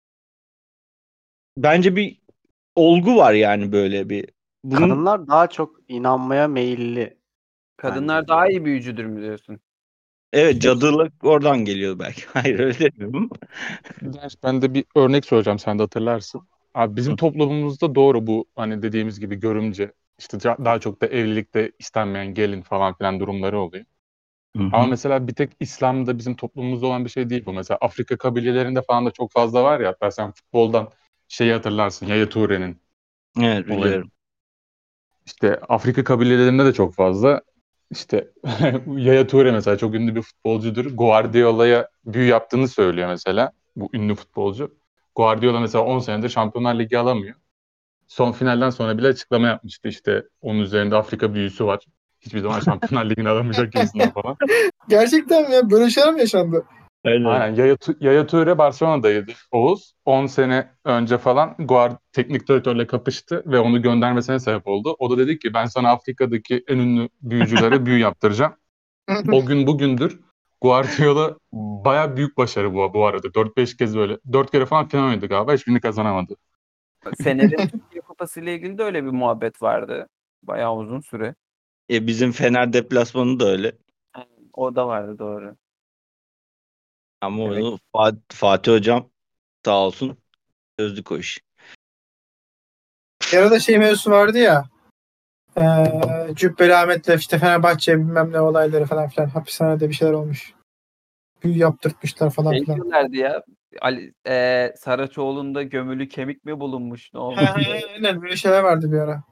Bence bir olgu var yani, böyle bir. Bunun, Kadınlar daha çok inanmaya meyilli Kadınlar bence. daha iyi büyücüdür mü diyorsun? evet, cadılık oradan geliyor belki. Hayır, öyle demiyorum. Ben de bir örnek soracağım sen de hatırlarsın. Abi bizim toplumumuzda doğru bu hani dediğimiz gibi görümce işte daha çok da evlilikte istenmeyen gelin falan filan durumları oluyor. Hı Ama hı. mesela bir tek İslam'da bizim toplumumuzda olan bir şey değil bu. Mesela Afrika kabilelerinde falan da çok fazla var ya. Hatta sen futboldan şeyi hatırlarsın. Yaya Toure'nin Evet, olayı. biliyorum. İşte Afrika kabilelerinde de çok fazla. İşte Yaya Toure mesela çok ünlü bir futbolcudur. Guardiola'ya büyü yaptığını söylüyor mesela. Bu ünlü futbolcu. Guardiola mesela 10 senedir Şampiyonlar Ligi alamıyor. Son finalden sonra bile açıklama yapmıştı. İşte onun üzerinde Afrika büyüsü var. Hiçbir zaman Şampiyonlar Ligi'ni alamayacak gibisinden falan. Gerçekten mi ya? Böyle şeyler mi yaşandı? Aynen. Aynen. Yaya Toure Barcelona'daydı Oğuz. 10 sene önce falan teknik direktörle kapıştı ve onu göndermesine sebep oldu. O da dedi ki ben sana Afrika'daki en ünlü büyücülere büyü yaptıracağım. O gün bugündür Guardiola baya büyük başarı bu arada. 4-5 kez böyle. 4 kere falan final oynadı galiba. Hiçbirini kazanamadı. Fener'in Türkiye Kupası ile ilgili de öyle bir muhabbet vardı. Bayağı uzun süre. Bizim Fener deplasmanı da öyle. O da vardı, doğru. Ama Evet. onu Fatih Hocam sağ olsun çözdük o işi. Bir arada şey mevzusu vardı ya. Cübbeli Ahmet'le işte Fenerbahçe bilmem ne olayları falan filan. Hapishanede bir şeyler olmuş. Büyü yaptırtmışlar falan Şey filan. diyorlardı ya. Saraçoğlu'nda gömülü kemik mi bulunmuş? Ne olmuş? Aynen böyle şeyler vardı bir ara.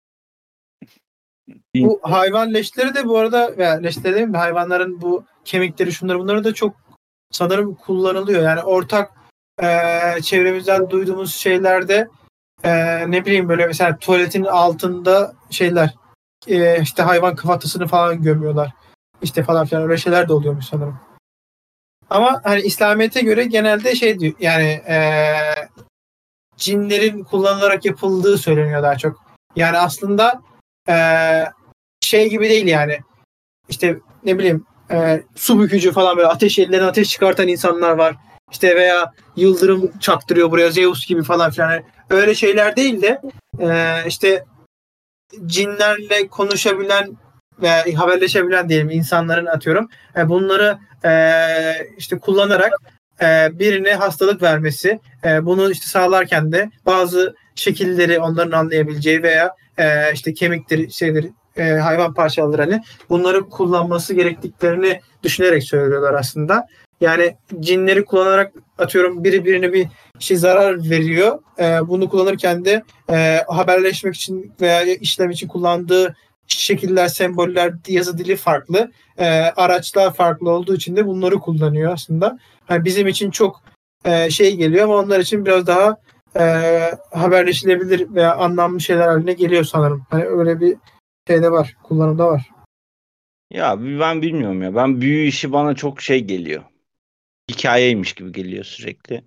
Bu hayvan leşleri de bu arada, veya leşleri değil mi? Hayvanların bu kemikleri, şunları bunları da çok sanırım kullanılıyor. Yani ortak çevremizden duyduğumuz şeylerde ne bileyim böyle mesela tuvaletin altında şeyler işte hayvan kafatasını falan gömüyorlar. İşte falan filan öyle şeyler de oluyormuş sanırım. Ama hani İslamiyet'e göre genelde şey diyor yani cinlerin kullanılarak yapıldığı söyleniyor daha çok. Yani aslında şey gibi değil yani. İşte ne bileyim su bükücü falan böyle ellerine ateş çıkartan insanlar var. İşte veya yıldırım çaktırıyor buraya Zeus gibi falan filan. Yani öyle şeyler değil de işte cinlerle konuşabilen veya haberleşebilen diyelim insanların atıyorum. Bunları işte kullanarak birine hastalık vermesi, bunu işte sağlarken de bazı şekilleri onların anlayabileceği veya işte kemiktir, şeydir, hayvan parçaları hani bunları kullanması gerektiklerini düşünerek söylüyorlar aslında. Yani cinleri kullanarak atıyorum biri birine bir şey zarar veriyor. Bunu kullanırken de haberleşmek için veya işlem için kullandığı şekiller, semboller, yazı dili farklı. Araçlar farklı olduğu için de bunları kullanıyor aslında. Yani bizim için çok şey geliyor ama onlar için biraz daha haberleşilebilir veya anlamlı şeyler haline geliyor sanırım. Hani öyle bir şey de var, kullanımda var. Ya ben bilmiyorum ya. Ben büyü işi bana çok şey geliyor. Hikayeymiş gibi geliyor sürekli.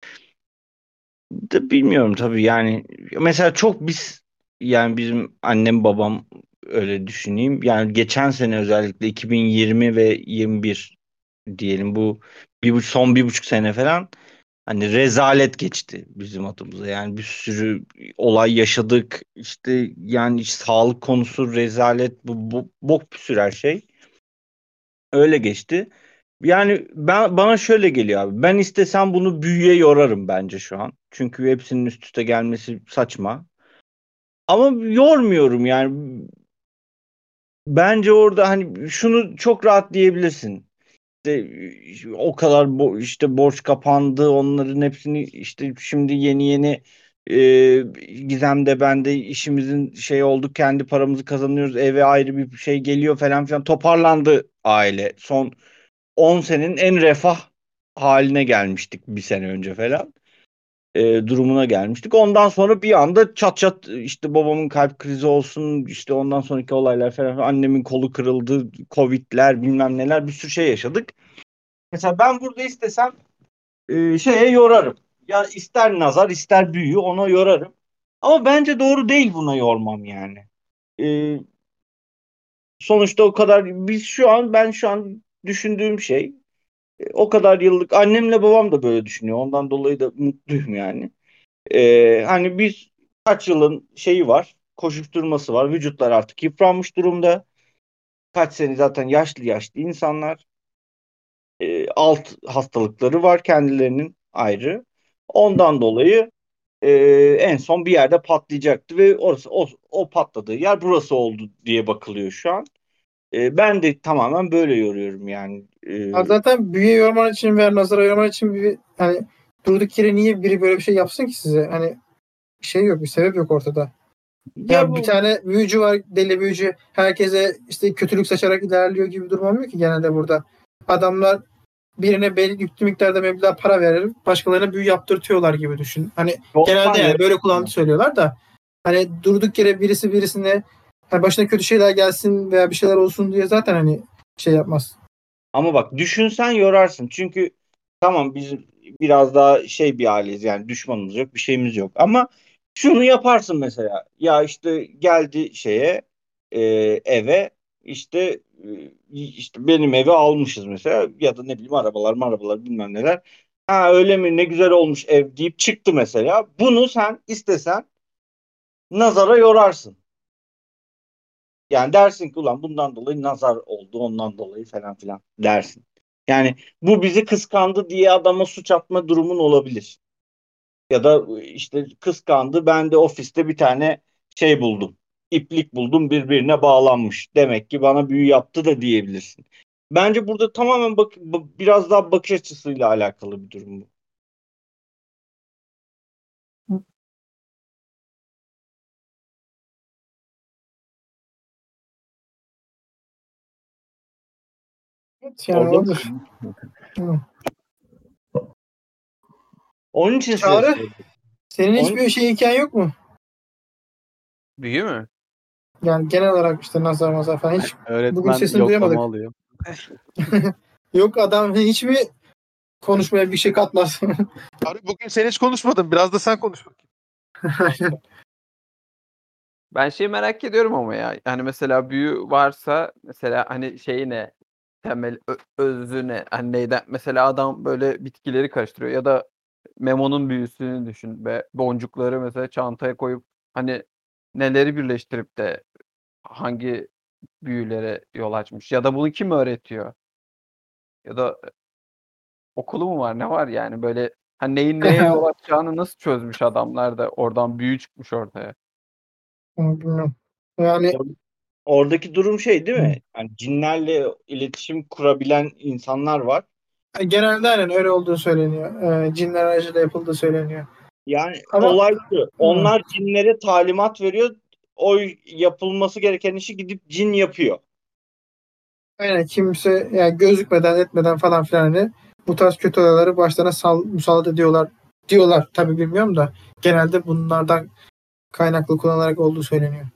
De bilmiyorum tabii yani. Mesela çok yani bizim annem babam öyle düşüneyim. Yani geçen sene özellikle 2020 ve 21 diyelim bu son 1,5 sene falan hani rezalet geçti bizim adımıza. Yani bir sürü olay yaşadık. İşte yani sağlık konusu rezalet bok bir sürü her şey. Öyle geçti. Yani bana şöyle geliyor abi. Ben istesem bunu büyüye yorarım bence şu an. Çünkü hepsinin üst üste gelmesi saçma. Ama yormuyorum yani. Bence orada hani şunu çok rahat diyebilirsin. İşte o kadar işte borç kapandı, onların hepsini işte şimdi yeni Gizem'de ben de işimizin şey oldu, kendi paramızı kazanıyoruz, eve ayrı bir şey geliyor falan filan, toparlandı aile. Son 10 senenin en refah haline gelmiştik bir sene önce falan. Durumuna gelmiştik. Ondan sonra bir anda çat çat işte babamın kalp krizi olsun, işte ondan sonraki olaylar falan, annemin kolu kırıldı, Covid'ler bilmem neler, bir sürü şey yaşadık. Mesela ben burada istesem şeye yorarım. Ya ister nazar ister büyü, ona yorarım. Ama bence doğru değil buna yormam yani. E, Sonuçta o kadar ben şu an düşündüğüm şey, o kadar yıllık annemle babam da böyle düşünüyor. Ondan dolayı da mutluyum yani. Hani biz kaç yılın şeyi var, koşuşturması var. Vücutlar artık yıpranmış durumda. Kaç sene zaten yaşlı yaşlı insanlar. Alt hastalıkları var kendilerinin ayrı. Ondan dolayı e, en son bir yerde patlayacaktı ve o patladığı yer burası oldu diye bakılıyor şu an. Ben de tamamen böyle yoruyorum yani. Ya zaten büyüye yorman için veya nazara yorman için bir hani durduk yere niye biri böyle bir şey yapsın ki size? Hani bir şey yok, bir sebep yok ortada. Ya Ya bir bu tane büyücü var, deli büyücü. Herkese işte kötülük saçarak ilerliyor gibi bir durum olmuyor ki genelde burada. Adamlar birine belli yüklü miktarda meblağ para verir, başkalarına büyü yaptırtıyorlar gibi düşün. Hani genelde Osman yani yere böyle kulağını söylüyorlar da hani durduk yere birisi birisine hani başına kötü şeyler gelsin veya bir şeyler olsun diye zaten hani şey yapmaz. ama bak düşünsen yorarsın. Çünkü tamam biz biraz daha şey bir aileyiz yani, düşmanımız yok, bir şeyimiz yok. Ama şunu yaparsın mesela. Ya işte geldi eve, işte işte benim evi almışız mesela, ya da ne bileyim arabalar bilmem neler. Ha öyle mi, ne güzel olmuş ev deyip çıktı mesela. Bunu sen istesen nazara yorarsın. Yani dersin ki ulan bundan dolayı nazar oldu, ondan dolayı falan filan dersin. Yani bu bizi kıskandı diye adama suç atma durumun olabilir. Ya da işte kıskandı, ben de ofiste bir tane şey buldum. İplik buldum, birbirine bağlanmış. Demek ki bana büyü yaptı da diyebilirsin. Bence burada tamamen biraz daha bakış açısıyla alakalı bir durum bu. Yani Orada olur. Hı. onun için size Çağrı, sordum. senin Onun- hiçbir şey hikayen yok mu? Büyü mü? Yani genel olarak işte nazar mazar falan hiç bugün Öğretmen sesini yoklama duyamadık. alıyor. Yok adam hiç mi konuşmaya bir şey katmaz? Abi bugün sen hiç konuşmadın. Biraz da sen konuş bakayım. Ben şeyi merak ediyorum ama ya. Yani mesela büyü varsa mesela hani şeyi ne? Temel özü ne? Hani neyden? Mesela adam böyle bitkileri karıştırıyor ya da Memo'nun büyüsünü düşün ve boncukları mesela çantaya koyup hani neleri birleştirip de hangi büyülere yol açmış ya da bunu kim öğretiyor? Ya da okulu mu var? Ne var yani böyle hani neyin neye yol açacağını nasıl çözmüş adamlar da oradan büyü çıkmış ortaya. Bilmiyorum. Yani Oradaki durum şey değil mi? Yani cinlerle iletişim kurabilen insanlar var. genelde aynen öyle olduğu söyleniyor. Cinler aracılığıyla yapıldığı söyleniyor. Yani Ama olay şu. Onlar cinlere talimat veriyor. O yapılması gereken işi gidip cin yapıyor. aynen kimse yani gözükmeden etmeden falan filan hani bu tarz kötü olayları başlarına musallat ediyorlar diyorlar. Tabii bilmiyorum da genelde bunlardan kaynaklı kullanarak olduğu söyleniyor.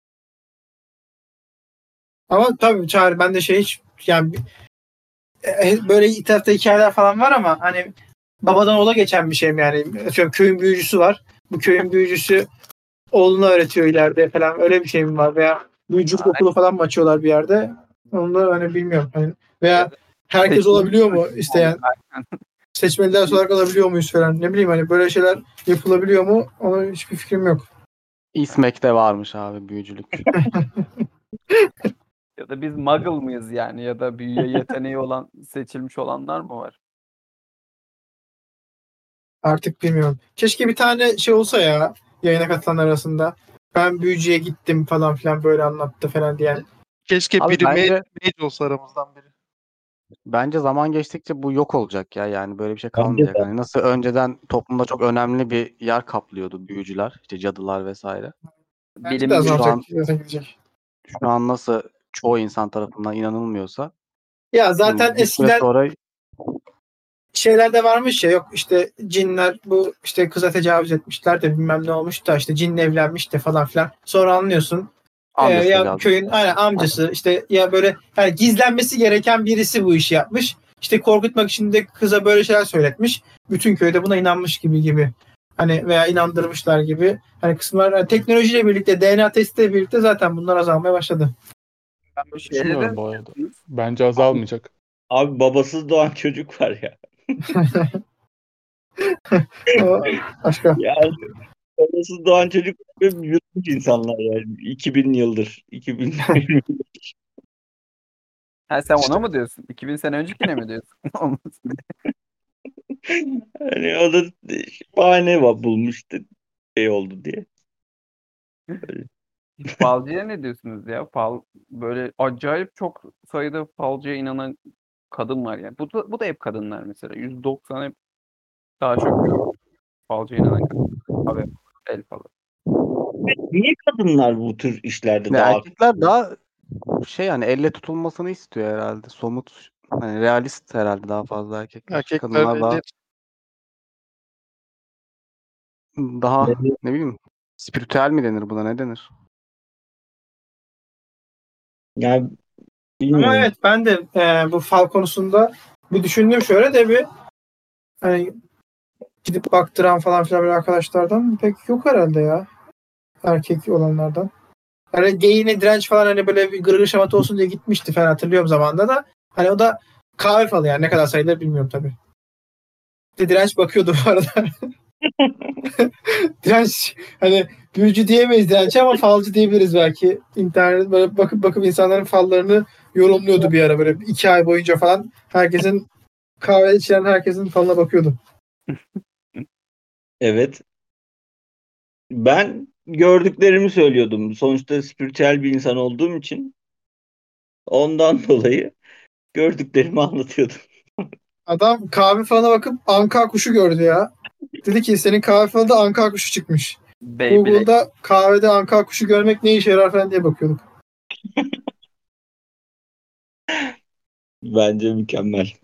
Ama tabii Çağrı ben de şey hiç yani böyle internette hikayeler falan var ama hani babadan oğula geçen bir şey mi yani? Atıyorum köyün büyücüsü var. Bu köyün büyücüsü oğluna öğretiyor ileride falan. Öyle bir şey mi var? Veya büyücülük okulu falan mı açıyorlar bir yerde? Onu da hani bilmiyorum. Hani veya herkes olabiliyor mu isteyen? Seçmeli ders olarak alabiliyor muyuz falan? Ne bileyim hani böyle şeyler yapılabiliyor mu? Ona hiçbir fikrim yok. İSMEK'te varmış abi büyücülük. Ya da biz muggle mıyız yani ya da büyüye yeteneği olan seçilmiş olanlar mı var? Artık bilmiyorum. Keşke bir tane şey olsa ya yayına katılanlar arasında. Ben büyücüye gittim falan filan böyle anlattı falan diyen. Keşke Abi biri bence mage olsa aramızdan biri. bence zaman geçtikçe bu yok olacak ya. Yani böyle bir şey Bence kalmayacak. de. Hani nasıl önceden toplumda çok önemli bir yer kaplıyordu büyücüler, işte cadılar vesaire. Bence de Bilim azalacak. Şu an Gidecek. şu an nasıl çoğu insan tarafından inanılmıyorsa Ya zaten bir süre eskiden sonra şeylerde varmış ya yok işte cinler bu işte kıza tecavüz etmişler de bilmem ne olmuş da işte cinle evlenmiş de falan filan. Sonra anlıyorsun. amcası Ya tecavüz köyün aynen amcası işte ya böyle yani gizlenmesi gereken birisi bu işi yapmış. İşte korkutmak için de kıza böyle şeyler söyletmiş. Bütün köyde buna inanmış gibi. Hani veya inandırmışlar gibi. Hani kısımlar yani teknolojiyle birlikte DNA testiyle birlikte zaten bunlar azalmaya başladı. ben Ben bir düşünmüyorum şeyleri bu arada. Bence azalmayacak. Abi babasız doğan çocuk var ya. O başka. Yani babasız doğan çocuk ve yutmuş insanlar yani. 2000 yıldır. 2000 Ha sen ona mı diyorsun? 2000 sene öncekine mi diyorsun? Olmasın hani o da bahane bulmuştu şey oldu diye. diye. Falcıya ne diyorsunuz ya? Böyle acayip çok sayıda falcıya inanan kadın var yani. Bu da hep kadınlar mesela. %90 hep daha çok falcıya inanan kadın. Abi el falan. Niye kadınlar bu tür işlerde ya daha erkekler daha şey yani elle tutulmasını istiyor herhalde. Somut hani realist herhalde daha fazla erkekler. Erkekler Kadınlar daha ne bileyim spiritüel mi denir buna ne denir? yani Ama bilmiyorum. evet ben de bu fal konusunda bir düşündüm şöyle de bir hani gidip baktıran falan filan böyle arkadaşlardan pek yok herhalde ya. Erkek olanlardan. Hani geyine direnç falan hani böyle bir gırgır şamata olsun diye gitmişti falan hatırlıyorum zamanında da. Hani o da kahve falı yani ne kadar sayılır bilmiyorum tabii. Bir de direnç bakıyordu bu arada. Direnç hani büyücü diyemeyiz direnç ama falcı diyebiliriz belki. İnternet böyle bakıp insanların fallarını yorumluyordu bir ara böyle 2 ay boyunca falan. Herkesin kahve içen herkesin falına bakıyordu. Evet. Ben gördüklerimi söylüyordum. Sonuçta spiritüel bir insan olduğum için ondan dolayı gördüklerimi anlatıyordum. Adam kahve falına bakıp anka kuşu gördü ya. Dedi ki senin kahve falında anka kuşu çıkmış. Beyblade. Google'da kahvede anka kuşu görmek ne işe yarar falan diye bakıyorduk. Bence mükemmel.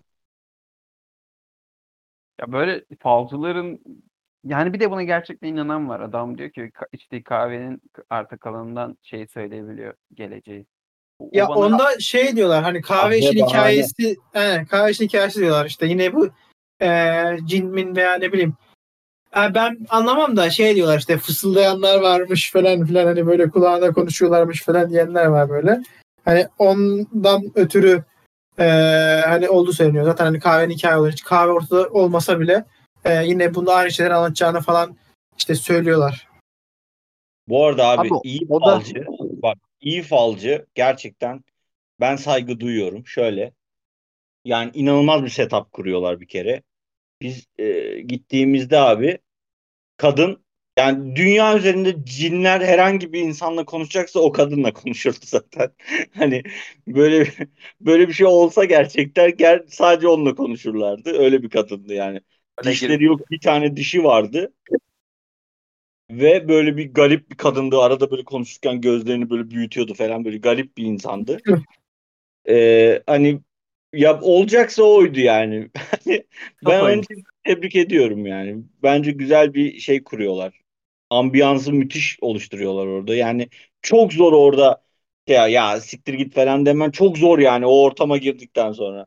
Ya böyle falcıların yani bir de buna gerçekten inanan var. Adam diyor ki içtiği kahvenin arta kalanından şey söyleyebiliyor geleceği. Ya bana onda şey diyorlar hani kahve işin Kahve bahane. hikayesi kahve işin hikayesi diyorlar işte yine bu cinmin veya ne bileyim. Ben anlamam da şey diyorlar işte fısıldayanlar varmış falan filan hani böyle kulağına konuşuyorlarmış falan diyenler var böyle. Hani ondan ötürü hani oldu söyleniyor. Zaten hani kahvenin hikaye olur. Hiç kahve ortada olmasa bile yine bunda aynı şeyler anlatacağını falan işte söylüyorlar. Bu arada abi Abi iyi o da falcı, bak iyi falcı gerçekten ben saygı duyuyorum. Şöyle yani inanılmaz bir setup kuruyorlar bir kere. Biz gittiğimizde abi kadın yani dünya üzerinde cinler herhangi bir insanla konuşacaksa o kadınla konuşurdu zaten. Hani böyle böyle bir şey olsa gerçekten sadece onunla konuşurlardı. Öyle bir kadındı yani. öyle Dişleri yok, bir tane dişi vardı ve böyle bir garip bir kadındı. Arada böyle konuşurken gözlerini böyle büyütüyordu falan, böyle garip bir insandı. Hani ya olacaksa oydu yani. Hani ben onun Top için tebrik ediyorum yani. Bence güzel bir şey kuruyorlar. Ambiyansı müthiş oluşturuyorlar orada. Yani çok zor orada ya siktir git falan demen çok zor yani o ortama girdikten sonra.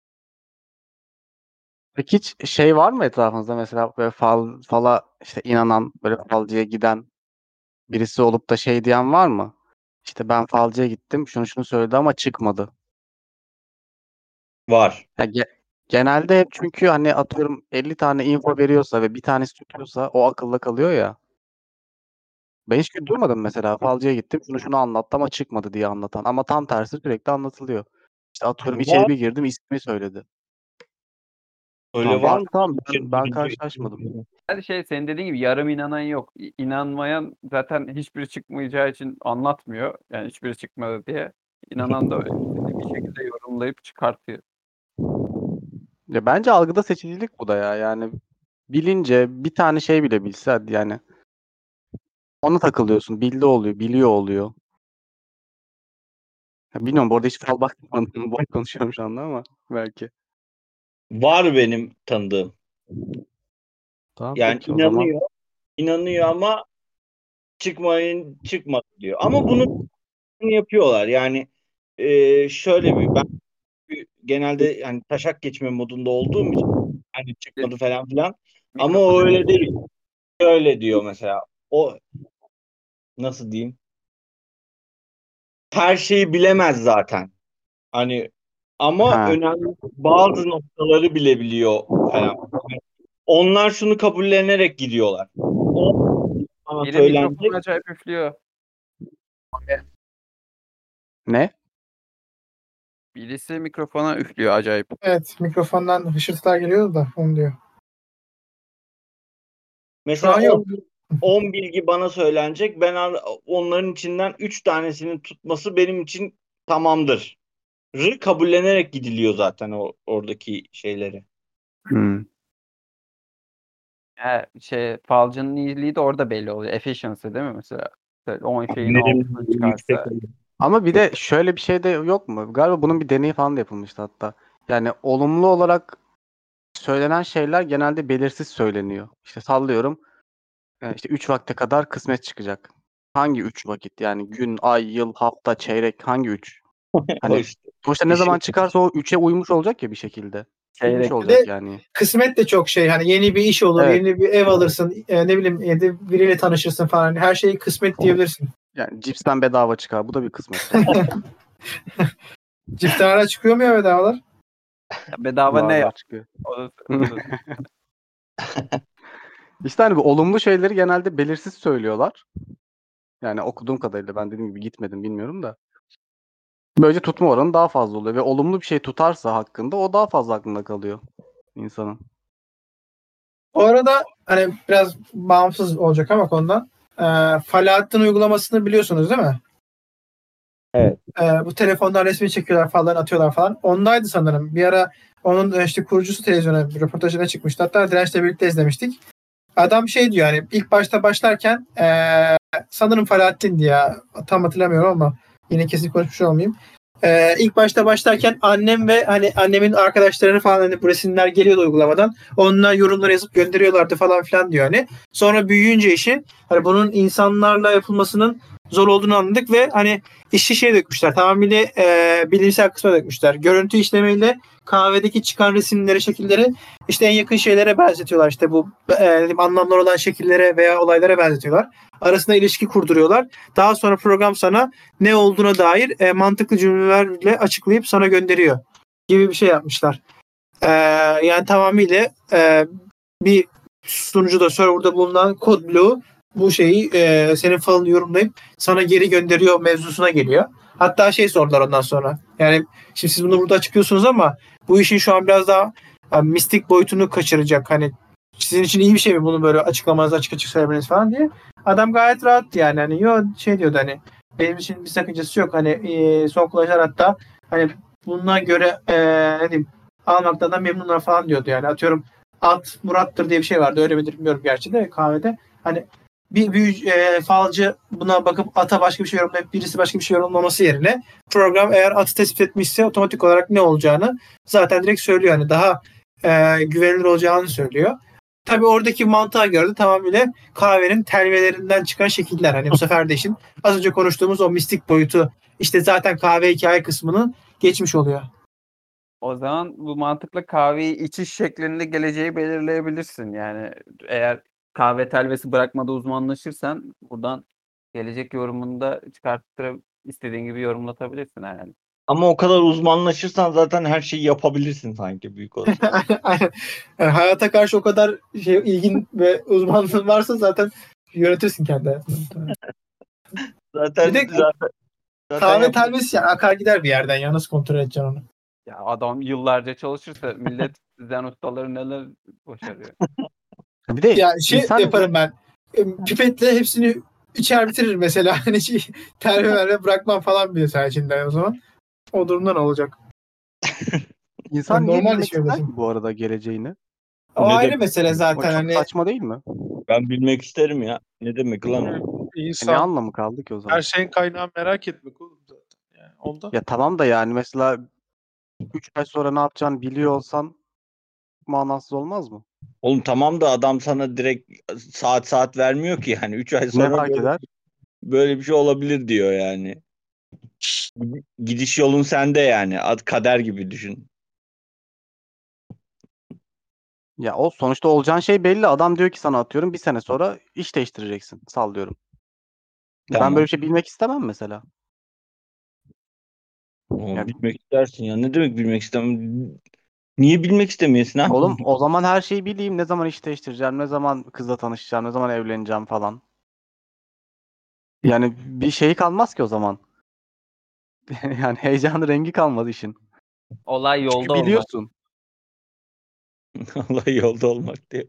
peki hiç şey var mı etrafınızda mesela böyle fala işte inanan böyle falcıya giden birisi olup da şey diyen var mı? İşte ben falcıya gittim şunu söyledi ama çıkmadı. Var. Ya genelde hep çünkü hani atıyorum 50 tane info veriyorsa ve bir tanesi tutuyorsa o akılda kalıyor ya. Ben hiç duymadım mesela falcıya gittim şunu anlattı ama çıkmadı diye anlatan. Ama tam tersi sürekli anlatılıyor. İşte atıyorum içeri Var. bir girdim ismini söyledi. Öyle Tamam var mı? ben karşılaşmadım. Hadi şey senin dediğin gibi yarım inanan yok. İnanmayan zaten hiçbiri çıkmayacağı için anlatmıyor. Yani hiçbiri çıkmadı diye. İnanan da bir şekilde yorumlayıp çıkartıyor. Ya bence algıda seçicilik bu da ya. Yani bilince bir tane şey bile bilse hadi yani. Ona takılıyorsun. Bildi oluyor. Biliyor oluyor. Ya bilmiyorum bu arada hiç fal bakmadım. Boş konuşuyorum şu anda ama belki. Var benim tanıdığım. Tamam Yani peki o zaman. inanıyor ama çıkmadı diyor. Ama bunu yapıyorlar. Yani şöyle ben genelde yani taşak geçme modunda olduğum için hani çıkmadı falan filan. Ama o Mikrofonu öyle değil. Öyle diyor mesela. O nasıl diyeyim? Her şeyi bilemez zaten. Hani ama Ha. önemli bazı noktaları bilebiliyor falan. Yani onlar şunu kabullenerek gidiyorlar. O bana biri mikrofonu söylenecek. acayip üflüyor. Ne? Birisi mikrofona üflüyor acayip. Evet mikrofondan hışırtılar geliyordu da onu diyor. Şu Mesela an yok. 10 bilgi bana söylenecek. Onların içinden 3 tanesinin tutması benim için tamamdır. Kabullenerek gidiliyor zaten oradaki şeyleri. Hmm. Falcının iyiliği de orada belli oluyor. Efficiency değil mi mesela? 10 şeyin Verimliliği 6'sını yüksek çıkarsa. oluyor. Ama bir de şöyle bir şey de yok mu? Galiba bunun bir deneyi falan da yapılmıştı hatta. Yani olumlu olarak söylenen şeyler genelde belirsiz söyleniyor. İşte sallıyorum. İşte 3 vakte kadar kısmet çıkacak. Hangi 3 vakit? Yani gün, ay, yıl, hafta, çeyrek hangi 3? O Hani işte. sonuçta ne zaman çıkarsa o 3'e uymuş olacak ya bir şekilde. Bilmiş Çeyrek. Bir de olacak yani. kısmet de çok şey hani yeni bir iş olur, Evet. yeni bir ev alırsın, ne bileyim biriyle tanışırsın falan. Hani her şeyi kısmet diyebilirsin. Yani cipsten bedava çıkar. Bu da bir kısmet sonuçta. Cipten hala çıkıyor mu ya bedavalar? Bedava ne Var yap? çıkıyor. O da- İşte hani bu olumlu şeyleri genelde belirsiz söylüyorlar. Yani okuduğum kadarıyla ben dediğim gibi gitmedim bilmiyorum da. Böylece tutma oranı daha fazla oluyor ve olumlu bir şey tutarsa hakkında o daha fazla aklında kalıyor insanın. O arada hani biraz bağımsız olacak ama konudan. Falahattin uygulamasını biliyorsunuz değil mi? Evet. Bu telefondan resmi çekiyorlar falan atıyorlar falan. Ondaydı sanırım. Bir ara onun işte kurucusu televizyona bir röportajına çıkmıştı. Hatta Direnç'le birlikte izlemiştik. Adam şey diyor yani ilk başta başlarken sanırım Falahattin'di ya. Tam hatırlamıyorum ama yine kesin konuşmuş olmayayım. İlk başta başlarken annem ve hani annemin arkadaşlarını falan hani bu resimler geliyordu uygulamadan. Onlar yorumları yazıp gönderiyorlardı falan filan diyor hani. Sonra büyüyünce işi hani bunun insanlarla yapılmasının zor olduğunu anladık ve hani işi şeye dökmüşler. Tamamıyla bilimsel kısma dökmüşler. Görüntü işlemeyle kahvedeki çıkan resimleri, şekilleri işte en yakın şeylere benzetiyorlar. İşte bu anlamlar olan şekillere veya olaylara benzetiyorlar. Arasında ilişki kurduruyorlar. Daha sonra program sana ne olduğuna dair mantıklı cümlelerle açıklayıp sana gönderiyor gibi bir şey yapmışlar. Yani tamamıyla bir sunucuda, serverda bulunan kod bloğu bu şeyi senin falını yorumlayıp sana geri gönderiyor mevzusuna geliyor. Hatta şey sordular ondan sonra. Yani şimdi siz bunu burada açıklıyorsunuz ama bu işin şu an biraz daha mistik boyutunu kaçıracak. Hani sizin için iyi bir şey mi bunu böyle açıklamanızı açık açık söylemeniz falan diye. Adam gayet rahattı yani. Hani yo şey diyordu hani benim için bir sakıncası yok. Hani son kullanıcılar hatta hani buna göre ne diyeyim almaktan da memnunlar falan diyordu yani. Atıyorum At Murat'tır diye bir şey vardı. Öyle midir bilmiyorum gerçi de kahvede. Hani bir falcı buna bakıp ata başka bir şey yorumlayıp birisi başka bir şey yorumlaması yerine program eğer atı tespit etmişse otomatik olarak ne olacağını zaten direkt söylüyor. Hani daha güvenilir olacağını söylüyor. Tabii oradaki mantığa göre de tamamıyla kahvenin telvelerinden çıkan şekiller. Hani bu sefer de işin az önce konuştuğumuz o mistik boyutu işte zaten kahve hikaye kısmını geçmiş oluyor. O zaman bu mantıkla kahveyi içiş şeklinde geleceği belirleyebilirsin. Yani eğer kahve telvesi bırakmada uzmanlaşırsan buradan gelecek yorumunu da çıkarttırıp istediğin gibi yorumlatabilirsin herhalde. Ama o kadar uzmanlaşırsan zaten her şeyi yapabilirsin sanki büyük olasılık. Aynen. Yani hayata karşı o kadar ilgin ve uzmanlığın varsa zaten yönetirsin kendi hayatını. Bir de Zaten kahve yap. telvesi yani akar gider bir yerden ya nasıl kontrol edeceksin onu? Ya adam yıllarca çalışırsa millet zen ustaları neler başarıyor. Bir de Ya insan yaparım ben. Pipetle hepsini içer bitiririm mesela. Hani terve verme bırakmam falan bile sayesinde o zaman. O durumdan olacak. insan Yani niye normal bilmek iş ister böylesin. ki bu arada geleceğini? O Ne ayrı demek? mesele O zaten çok hani saçma değil mi? Ben bilmek isterim ya. Ne demek lan o? Ne İnsan anlamı kaldı ki o zaman? her şeyin kaynağı merak etmek oğlum zaten. Yani ondan. Ya tamam da yani mesela 3 ay sonra ne yapacağını biliyor olsan manasız olmaz mı? Oğlum tamam da adam sana direkt saat vermiyor ki yani 3 ay Ne sonra fark eder? böyle bir şey olabilir diyor yani. Gidiş yolun sende yani. Kader gibi düşün. Ya o sonuçta olacağın şey belli. Adam diyor ki sana atıyorum bir sene sonra iş değiştireceksin. Sallıyorum. Ben Tamam. böyle bir şey bilmek istemem mesela. Oğlum Ya bilmek istersin ya. Ne demek bilmek istemem? Niye bilmek istemiyorsun abi? oğlum o zaman her şeyi bileyim. Ne zaman iş değiştireceğim, ne zaman kızla tanışacağım, ne zaman evleneceğim falan. Yani bir şey kalmaz ki o zaman. Yani heyecanı rengi kalmaz işin. Olay Çünkü yolda olmak. biliyorsun. Allah yolda olmak diyor.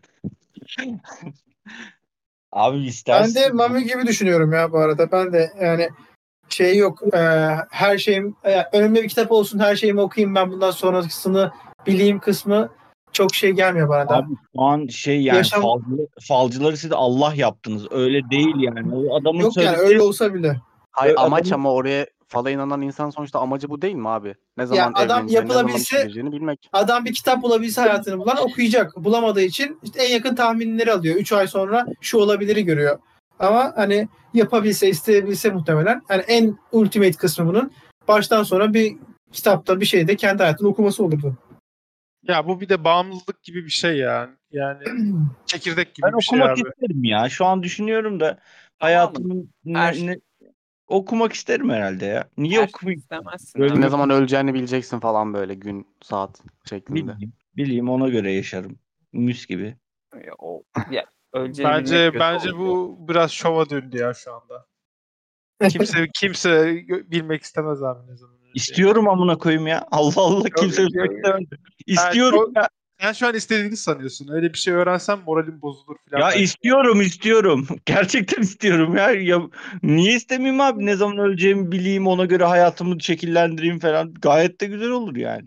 Abi ben de istersin. Mami gibi düşünüyorum ya bu arada. Ben de yani şey yok. Her şeyim önümde bir kitap olsun her şeyimi okuyayım ben bundan sonrasını bileyim kısmı çok şey gelmiyor bana da. Abi şu an şey yani Yaşam falcıları siz Allah yaptınız. Öyle değil yani. O adamın yok yani söylediği öyle olsa bile. Hayır amaç adamın ama oraya fala inanan insan sonuçta amacı bu değil mi abi? Ne Ya zaman adam evleneceğini, ne zaman işe yapılabilse gireceğini bilmek. adam bir kitap bulabilse hayatını bulan okuyacak. Bulamadığı için işte en yakın tahminleri alıyor. 3 ay sonra şu olabiliri görüyor. Ama hani yapabilse, isteyebilse muhtemelen hani en ultimate kısmı bunun baştan sona bir kitapta bir şeyde kendi hayatını okuması olurdu. Ya bu bir de bağımlılık gibi bir şey yani. Yani çekirdek ben gibi bir şey okumak abi. isterim ya. Şu an düşünüyorum da Tamam mı? hayatımın Her, okumak isterim herhalde ya. Niye her şeyi okumayayım? istemezsin Böyle abi. Ne bir zaman öleceğini bileceksin falan böyle gün, saat şeklinde. bileyim ona göre yaşarım. Mis gibi. Ya, öleceğini bilmek Bence kötü oluyor. bu biraz şova döndü ya şu anda. Kimse bilmek istemez abi ne zaman öleceğini. İstiyorum amına koyayım ya. Allah Allah, kimse Yok, bilmek yok. istemez. İstiyorum ya. Sen şu an istediğini sanıyorsun. Öyle bir şey öğrensen moralin bozulur falan. Ya belki. istiyorum. Gerçekten istiyorum ya. Niye istemeyeyim abi? Ne zaman öleceğimi bileyim, ona göre hayatımı şekillendireyim falan. Gayet de güzel olur yani.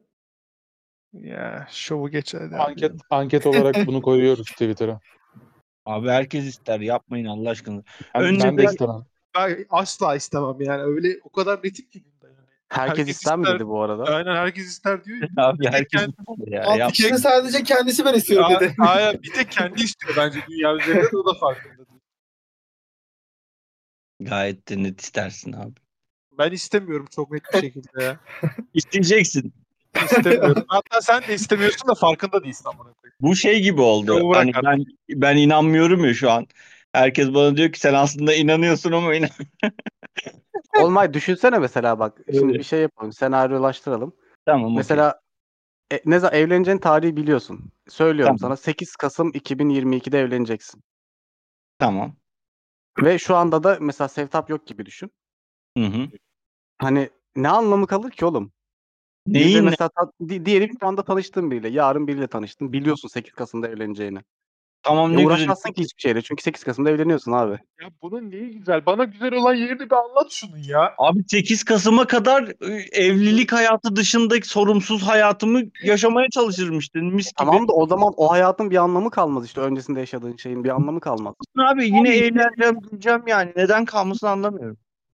Ya şovu geç hadi abi. Anket olarak bunu koyuyoruz Twitter'a. Abi herkes ister. Yapmayın Allah aşkına. Ben Önce de bir istemem. Ben asla istemem yani. Öyle o kadar netik ki bunda yani. Herkes ister mi dedi bu arada? Aynen herkes ister diyor. abi tek herkes kendi- ister ya. Alt Yap. kişinin sadece kendisi ben istiyorum dedi. Aynen bir tek kendi istiyor bence dünya üzerinde de o da farkında değil. Gayet de net istersin abi. Ben istemiyorum çok net bir şekilde ya. İsteyeceksin. İstemiyorum. Hatta sen de istemiyorsun da farkında değilsin amına koyayım. Bu şey gibi oldu. Şovu bırak Hani artık. ben inanmıyorum ya şu an. Herkes bana diyor ki sen aslında inanıyorsun ama Olmay düşünsene mesela bak. Şimdi Öyle. bir şey yapalım. Senaryolaştıralım. Tamam okey. Mesela ne zaman evleneceğin tarihi biliyorsun. Söylüyorum Tamam. sana 8 Kasım 2022'de evleneceksin. Tamam. Ve şu anda da mesela Sevtap yok gibi düşün. Hı hı. Hani ne anlamı kalır ki oğlum? Biriyle Neyin ne? mesela diyelim ki şu anda tanıştığın biriyle. Yarın biriyle tanıştın. Biliyorsun 8 Kasım'da evleneceğini. Tamam ne güzel. Uğraşmazsın ki hiçbir şeyle. Çünkü 8 Kasım'da evleniyorsun abi. Ya bunun neyi güzel? Bana güzel olan yerini bir anlat şunun ya. Abi 8 Kasım'a kadar evlilik hayatı dışındaki sorumsuz hayatımı yaşamaya çalışırım işte. Mis gibi. Tamam da o zaman o hayatın bir anlamı kalmaz işte. Öncesinde yaşadığın şeyin bir anlamı kalmaz. Abi yine eğleneceğim, güleceğim yani. Neden kalmasını anlamıyorum.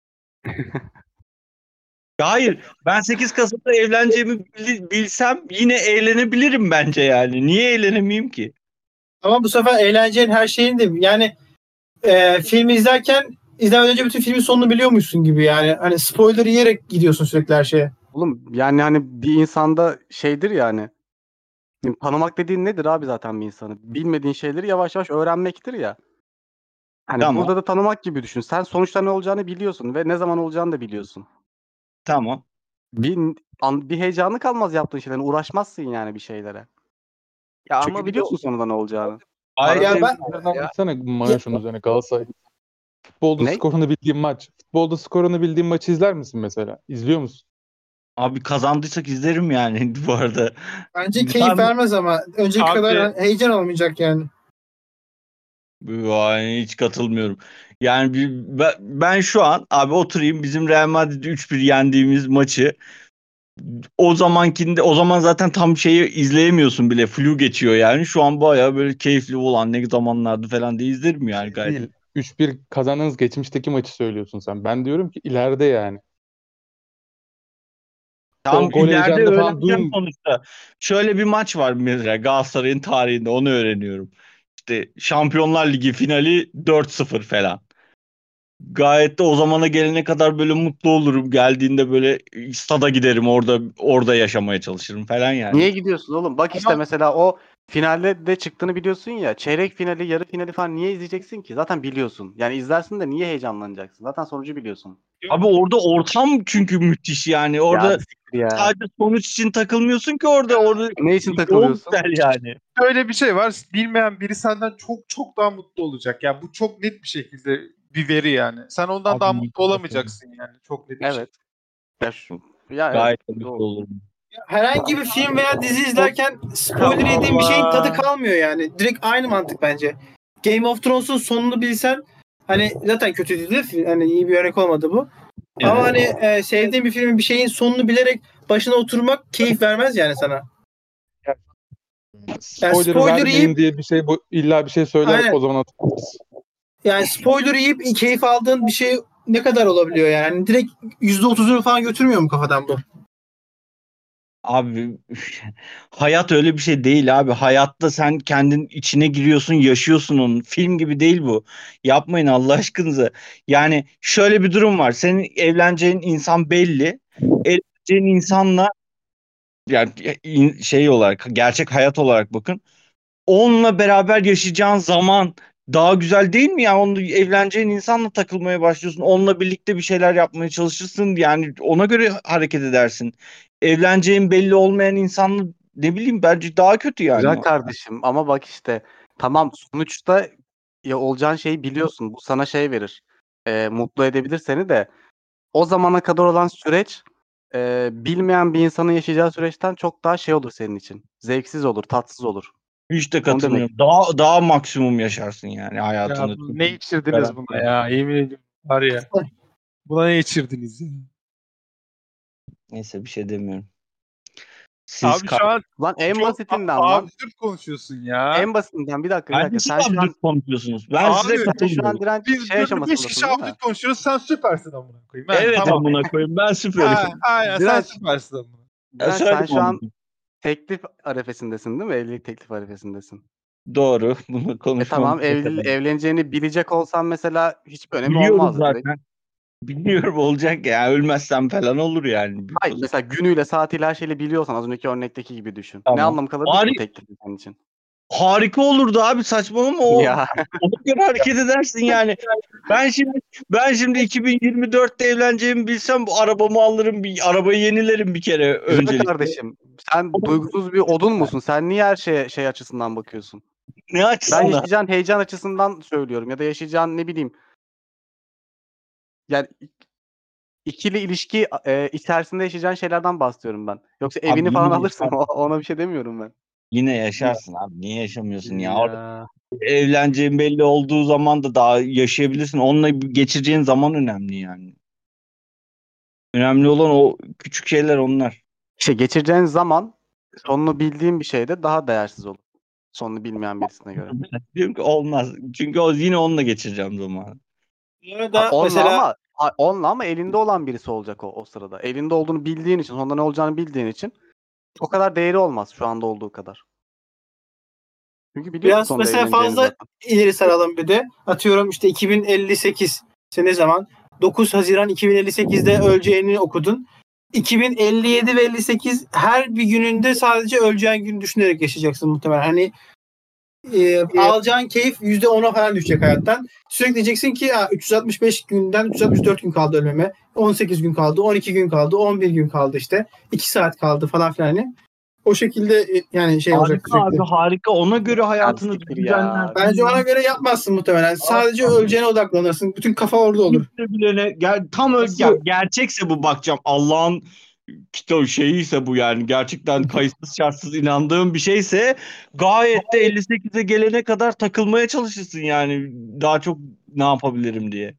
Ya hayır. Ben 8 Kasım'da evleneceğimi bilsem yine eğlenebilirim bence yani. Niye eğlenemeyeyim ki? Ama bu sefer eğlencenin her şeyini de yani filmi izlemeden önce bütün filmin sonunu biliyormuşsun gibi yani. Hani spoiler yiyerek gidiyorsun sürekli her şeye. Oğlum yani hani bir insanda şeydir yani. Şimdi tanımak dediğin nedir abi zaten bir insanı? Bilmediğin şeyleri yavaş yavaş öğrenmektir ya. Hani Tamam. burada da tanımak gibi düşün. Sen sonuçta ne olacağını biliyorsun ve ne zaman olacağını da biliyorsun. Tamam. Bir heyecanı kalmaz yaptığın şeylerin. Uğraşmazsın yani bir şeylere. Ya Çünkü ama bir de biliyorsun sonunda ne olacağını. Hayır. Ya ben Anlatsana Mayoş'un üzerine Galatasaray. Futbolda Ne? skorunu bildiğin maç. Futbolda skorunu bildiğin maçı izler misin mesela? İzliyor musun? Abi kazandıysak izlerim yani bu arada. bence keyif vermez ama önceki Abi- kadar heyecan olmayacak yani. Yani hiç katılmıyorum. Yani ben şu an abi oturayım bizim Real Madrid'i 3-1 yendiğimiz maçı o zaman zaten tam şeyi izleyemiyorsun bile. Flu geçiyor yani. Şu an bayağı böyle keyifli olan ne zamanlardı falan diye izlerim yani gayet. Değil. 3-1 kazandığınız geçmişteki maçı söylüyorsun sen. Ben diyorum ki ileride yani. Tam O gol ileride heyecanını falan öğreneceğim duyun. sonuçta. Şöyle bir maç var mesela Galatasaray'ın tarihinde onu öğreniyorum. İşte Şampiyonlar Ligi finali 4-0 falan. Gayet de o zamana gelene kadar böyle mutlu olurum. Geldiğinde böyle stada giderim orada yaşamaya çalışırım falan yani. Niye gidiyorsun oğlum? Bak işte mesela o finalde de çıktığını biliyorsun ya. Çeyrek finali, yarı finali falan niye izleyeceksin ki? Zaten biliyorsun. Yani izlersin de niye heyecanlanacaksın? Zaten sonucu biliyorsun. Abi orada ortam çünkü müthiş yani. Orada Ya siktir ya. sadece sonuç için takılmıyorsun ki orada Ne için yoğun takılıyorsun? güzel yani. Öyle bir şey var. Bilmeyen biri senden çok çok daha mutlu olacak. Yani bu çok net bir şekilde bir veri yani. Sen ondan Abi daha mutlu mutlu olamayacaksın yani. Çok net bir şey. Evet. Ya Gayet de evet. mutlu Doğru. olurum. Herhangi bir film veya dizi izlerken spoiler yediğin bir şeyin tadı kalmıyor yani. Direkt aynı mantık bence. Game of Thrones'un sonunu bilsen hani zaten kötü dizi, hani iyi bir örnek olmadı bu. Evet. Ama hani sevdiğin bir filmin bir şeyin sonunu bilerek başına oturmak keyif vermez yani sana. Spoiler spoiler vermeyin yiyip- diye bir şey illa bir şey söyler Aynen. o zaman hatırlarız. Yani spoiler yiyip keyif aldığın bir şey ne kadar olabiliyor yani? Hani direkt %30'unu falan götürmüyor mu kafadan bu? Abi hayat öyle bir şey değil abi. Hayatta sen kendin içine giriyorsun, yaşıyorsun onun. Film gibi değil bu. Yapmayın Allah aşkınıza. Yani şöyle bir durum var. Senin evleneceğin insan belli. Evleneceğin insanla yani şey olarak gerçek hayat olarak bakın. Onunla beraber yaşayacağın zaman daha güzel değil mi ya? Onunla evleneceğin insanla takılmaya başlıyorsun. Onunla birlikte bir şeyler yapmaya çalışırsın. Yani ona göre hareket edersin. Evleneceğin belli olmayan insanla ne bileyim bence daha kötü yani. Güzel kardeşim ama bak işte tamam sonuçta ya olacağın şeyi biliyorsun. Bu sana şey verir. Mutlu edebilir seni de. O zamana kadar olan süreç bilmeyen bir insanın yaşayacağı süreçten çok daha şey olur senin için. Zevksiz olur, tatsız olur. Hiç de Onu demek. katılmıyorum. Daha maksimum yaşarsın yani Ya hayatını. ne içirdiniz buna ya? Yemin ediyorum var ya. Buna ne içirdiniz ya? Neyse bir şey demiyorum. Siz Abi şu an Lan en çok basitinden lan. absürt konuşuyorsun ya. En basitinden bir dakika. Hangisi Sen şu an absürt konuşuyorsunuz? Ben Abi, size sen şu katılmıyorum. an direnç Biz şey 5 aşamasındasın kişi değil mi? absürt konuşuyoruz. Sen süpersin amına koyayım. Yani, Evet tamam. amına koyayım ben süperim. Aynen sen Direnç. süpersin amına. Direnç, Söyle sen şu an bana. teklif arifesindesin değil mi? Evlilik teklif arifesindesin. Doğru. Bunu konuşmamız Tamam yeterli. evleneceğini bilecek olsan mesela hiçbir önemi Biliyoruz olmazdı direkt. zaten. Biliyorum olacak ya. Ölmezsem falan olur yani. Hayır mesela günüyle saatiyle her şeyi biliyorsan az önceki örnekteki gibi düşün. Tamam. Ne anlamı kalırdı ki bu Harika. teklifin senin için? Harika olurdu abi saçmalama o. Ya Ona göre hareket edersin yani. Ben şimdi 2024'te evleneceğimi bilsem bu arabamı alırım, bir arabayı yenilerim bir kere güzel öncelikle. kardeşim. Sen duygusuz bir odun musun? Sen niye her şeye şey açısından bakıyorsun? Ne Ben açısından? yaşayacağın heyecan açısından söylüyorum ya da yaşayacağın ne bileyim yani ikili ilişki içerisinde yaşayacağın şeylerden bahsediyorum ben. Yoksa Abi evini falan yine alırsın ona bir şey demiyorum ben. Yine yaşarsın abi. Niye yaşamıyorsun ya? Orada Ya. evleneceğin belli olduğu zaman da daha yaşayabilirsin. Onunla geçireceğin zaman önemli yani. Önemli olan o küçük şeyler onlar. İşte geçireceğin zaman sonunu bildiğin bir şeyde daha değersiz olur. Sonunu bilmeyen birisine göre. Diyorum ki olmaz. Çünkü yine onunla geçireceğim zamanı. Bu arada Onunla mesela ama elinde olan birisi olacak o sırada. Elinde olduğunu bildiğin için, sonunda ne olacağını bildiğin için o kadar değeri olmaz şu anda olduğu kadar. Çünkü biliyorsun biraz sonunda mesela evleneceğini fazla zaten. ileri saralım bir de. Atıyorum işte 2058 ne zaman? 9 Haziran 2058'de öleceğini okudun. 2057 ve 58 her bir gününde sadece öleceğin gün düşünerek yaşayacaksın muhtemelen. Hani alacağın keyif %10'a falan düşecek hayattan. Sürekli diyeceksin ki 365 günden 364 gün kaldı ölmeme. 18 gün kaldı, 12 gün kaldı, 11 gün kaldı işte. 2 saat kaldı falan filan hani. O şekilde yani şey olacak Harika abi sürekli. harika. Ona göre hayatını siktir düzenler. ya. Bence ona göre yapmazsın muhtemelen. Sadece öleceğine odaklanırsın. Bütün kafa orada olur. Gerçekse bu bakacağım. Allah'ın kitap şeyiyse bu yani gerçekten kayıtsız şartsız inandığım bir şeyse gayet de 58'e gelene kadar takılmaya çalışırsın yani daha çok ne yapabilirim diye.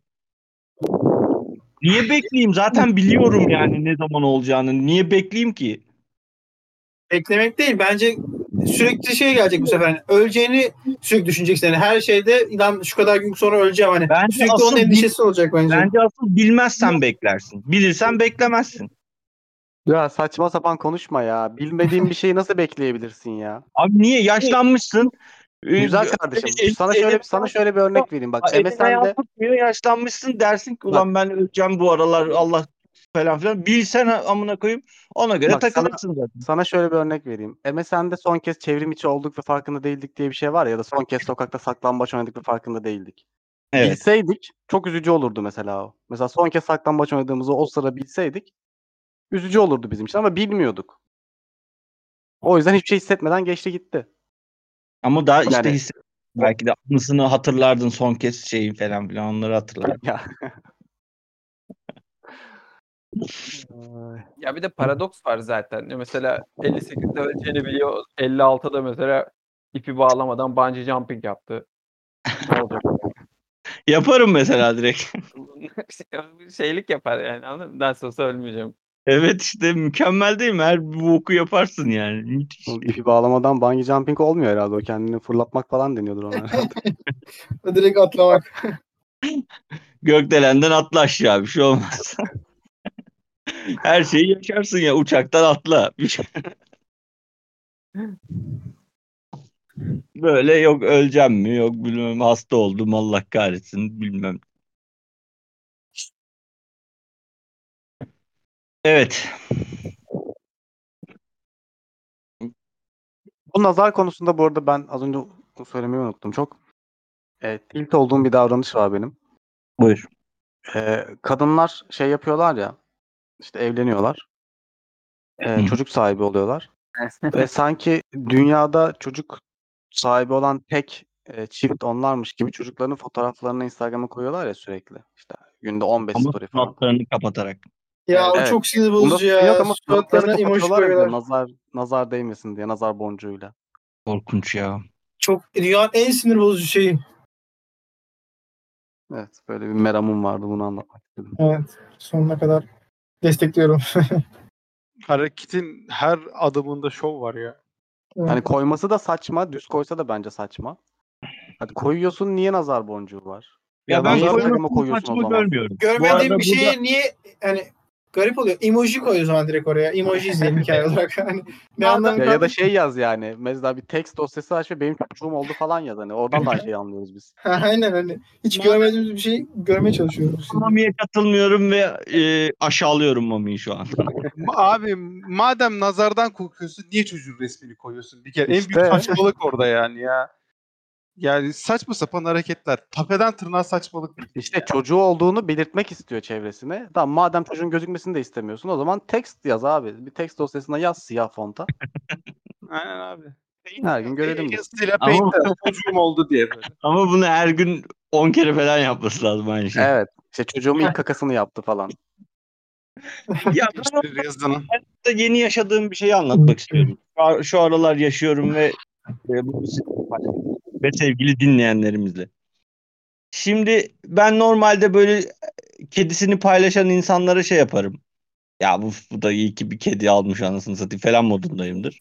Niye bekleyeyim? Zaten biliyorum yani ne zaman olacağını. Niye bekleyeyim ki? Beklemek değil. Bence sürekli şey gelecek bu sefer. Yani öleceğini sürekli düşüneceksin. Yani her şeyde inan şu kadar gün sonra öleceğim. Hani Bence sürekli asıl onun endişesi olacak bence. Bence asıl bilmezsen beklersin. Bilirsen beklemezsin. Ya saçma sapan konuşma ya. Bilmediğin bir şeyi nasıl bekleyebilirsin ya? Abi niye? Yaşlanmışsın. Güzel kardeşim. Sana şöyle bir örnek vereyim bak. Elin ayağın MSN'de tutmuyor, yaşlanmışsın dersin ki ulan ben öleceğim bu aralar Allah falan filan. Bilsen amına koyayım ona göre Bak, takılırsın zaten. sana şöyle bir örnek vereyim. MSN'de son kez çevrim içi olduk ve farkında değildik diye bir şey var ya da son kez sokakta saklambaç oynadık ve farkında değildik. Evet. Bilseydik çok üzücü olurdu mesela o. Mesela son kez saklambaç oynadığımızı o sıra bilseydik üzücü olurdu bizim için ama bilmiyorduk. O yüzden hiçbir şey hissetmeden geçti gitti. Ama daha işte Yani- belki de anısını hatırlardın son kez şeyin falan filan onları hatırlardın. Ya. Ya bir de paradoks var zaten. Mesela 58'de öleceğini biliyor. 56'da mesela ipi bağlamadan bungee jumping yaptı. Ne olacak? Yaparım mesela direkt. Şeylik yapar yani. Anladın mı? Nasıl olsa ölmeyeceğim. Evet işte mükemmel değil mi? Her bu oku yaparsın yani. Müthiş. İpi bağlamadan bungee jumping olmuyor herhalde. O kendini fırlatmak falan deniyordur ona. Direkt atlamak. Gökdelenden atla aşağı bir şey olmaz. Her şeyi yaşarsın ya uçaktan atla. Böyle yok öleceğim mi yok bilmem hasta oldum Allah kahretsin bilmem. Evet. Bu nazar konusunda bu arada ben az önce söylemeyi unuttum. Çok tilt olduğum bir davranış var benim. Buyur. Kadınlar şey yapıyorlar ya işte evleniyorlar. Hı. Çocuk sahibi oluyorlar. Ve sanki dünyada çocuk sahibi olan tek çift onlarmış gibi çocukların fotoğraflarını Instagram'a koyuyorlar ya sürekli. İşte günde 15 Ama story falan. suratlarını kapatarak. Ya o Evet. çok sinir Bunda bozucu sorun yok ya. ama suratlarını Suratlarına emoji kapatıyorlar ya bir de koyuyorlar. nazar değmesin diye nazar boncuğuyla. Korkunç ya. Çok dünyanın en sinir bozucu şeyi. Evet, böyle bir meramım vardı, bunu anlatmak istedim. Evet. Sonuna kadar destekliyorum. Hareketin her adımında şov var ya. Hani koyması da saçma, düz koysa da bence saçma. Hadi koyuyorsun, niye nazar boncuğu var? Ya Ya ben Niye nazar Instagram'a koymasını koyuyorsun o saçma zaman? görmüyorum. Bu Görmediğim arada bir burada şeye niye hani garip oluyor. Emoji koy o zaman direkt oraya. Emoji izleyelim hikaye olarak. Hani ne anlamı Ya da kaldı? şey yaz yani. Mesela bir text dosyası aç ve benim çocuğum oldu falan yaz. Hani oradan da aynı şeyi anlıyoruz biz. Aynen hani. Hiç görmediğimiz bir şey görmeye çalışıyoruz. Şimdi. Mami'ye katılmıyorum ve aşağılıyorum Mami'yi şu an. Abi madem nazardan korkuyorsun niye çocuğun resmini koyuyorsun? Bir kere en büyük İşte. saçmalık orada yani ya. Yani saçma sapan hareketler. Tepeden tırnağa saçmalık bildiğin İşte ya. çocuğu olduğunu belirtmek istiyor çevresine. Tamam, madem çocuğun gözükmesini de istemiyorsun o zaman text yaz abi. Bir text dosyasına yaz siyah fonta. Aynen abi. Her gün görelim biz. Yazısıyla Ama, Paint'te çocuğum oldu diye böyle. ama bunu her gün 10 kere falan yapması lazım aynı şey. Evet. İşte çocuğum ilk kakasını yaptı falan. Ya ben İşte yazının. da yeni yaşadığım bir şeyi anlatmak istiyorum. Şu aralar yaşıyorum ve bunu ve sevgili dinleyenlerimizle. Şimdi ben normalde böyle kedisini paylaşan insanlara şey yaparım. Ya bu da iyi ki bir kedi almış anasını satayım falan modundayımdır.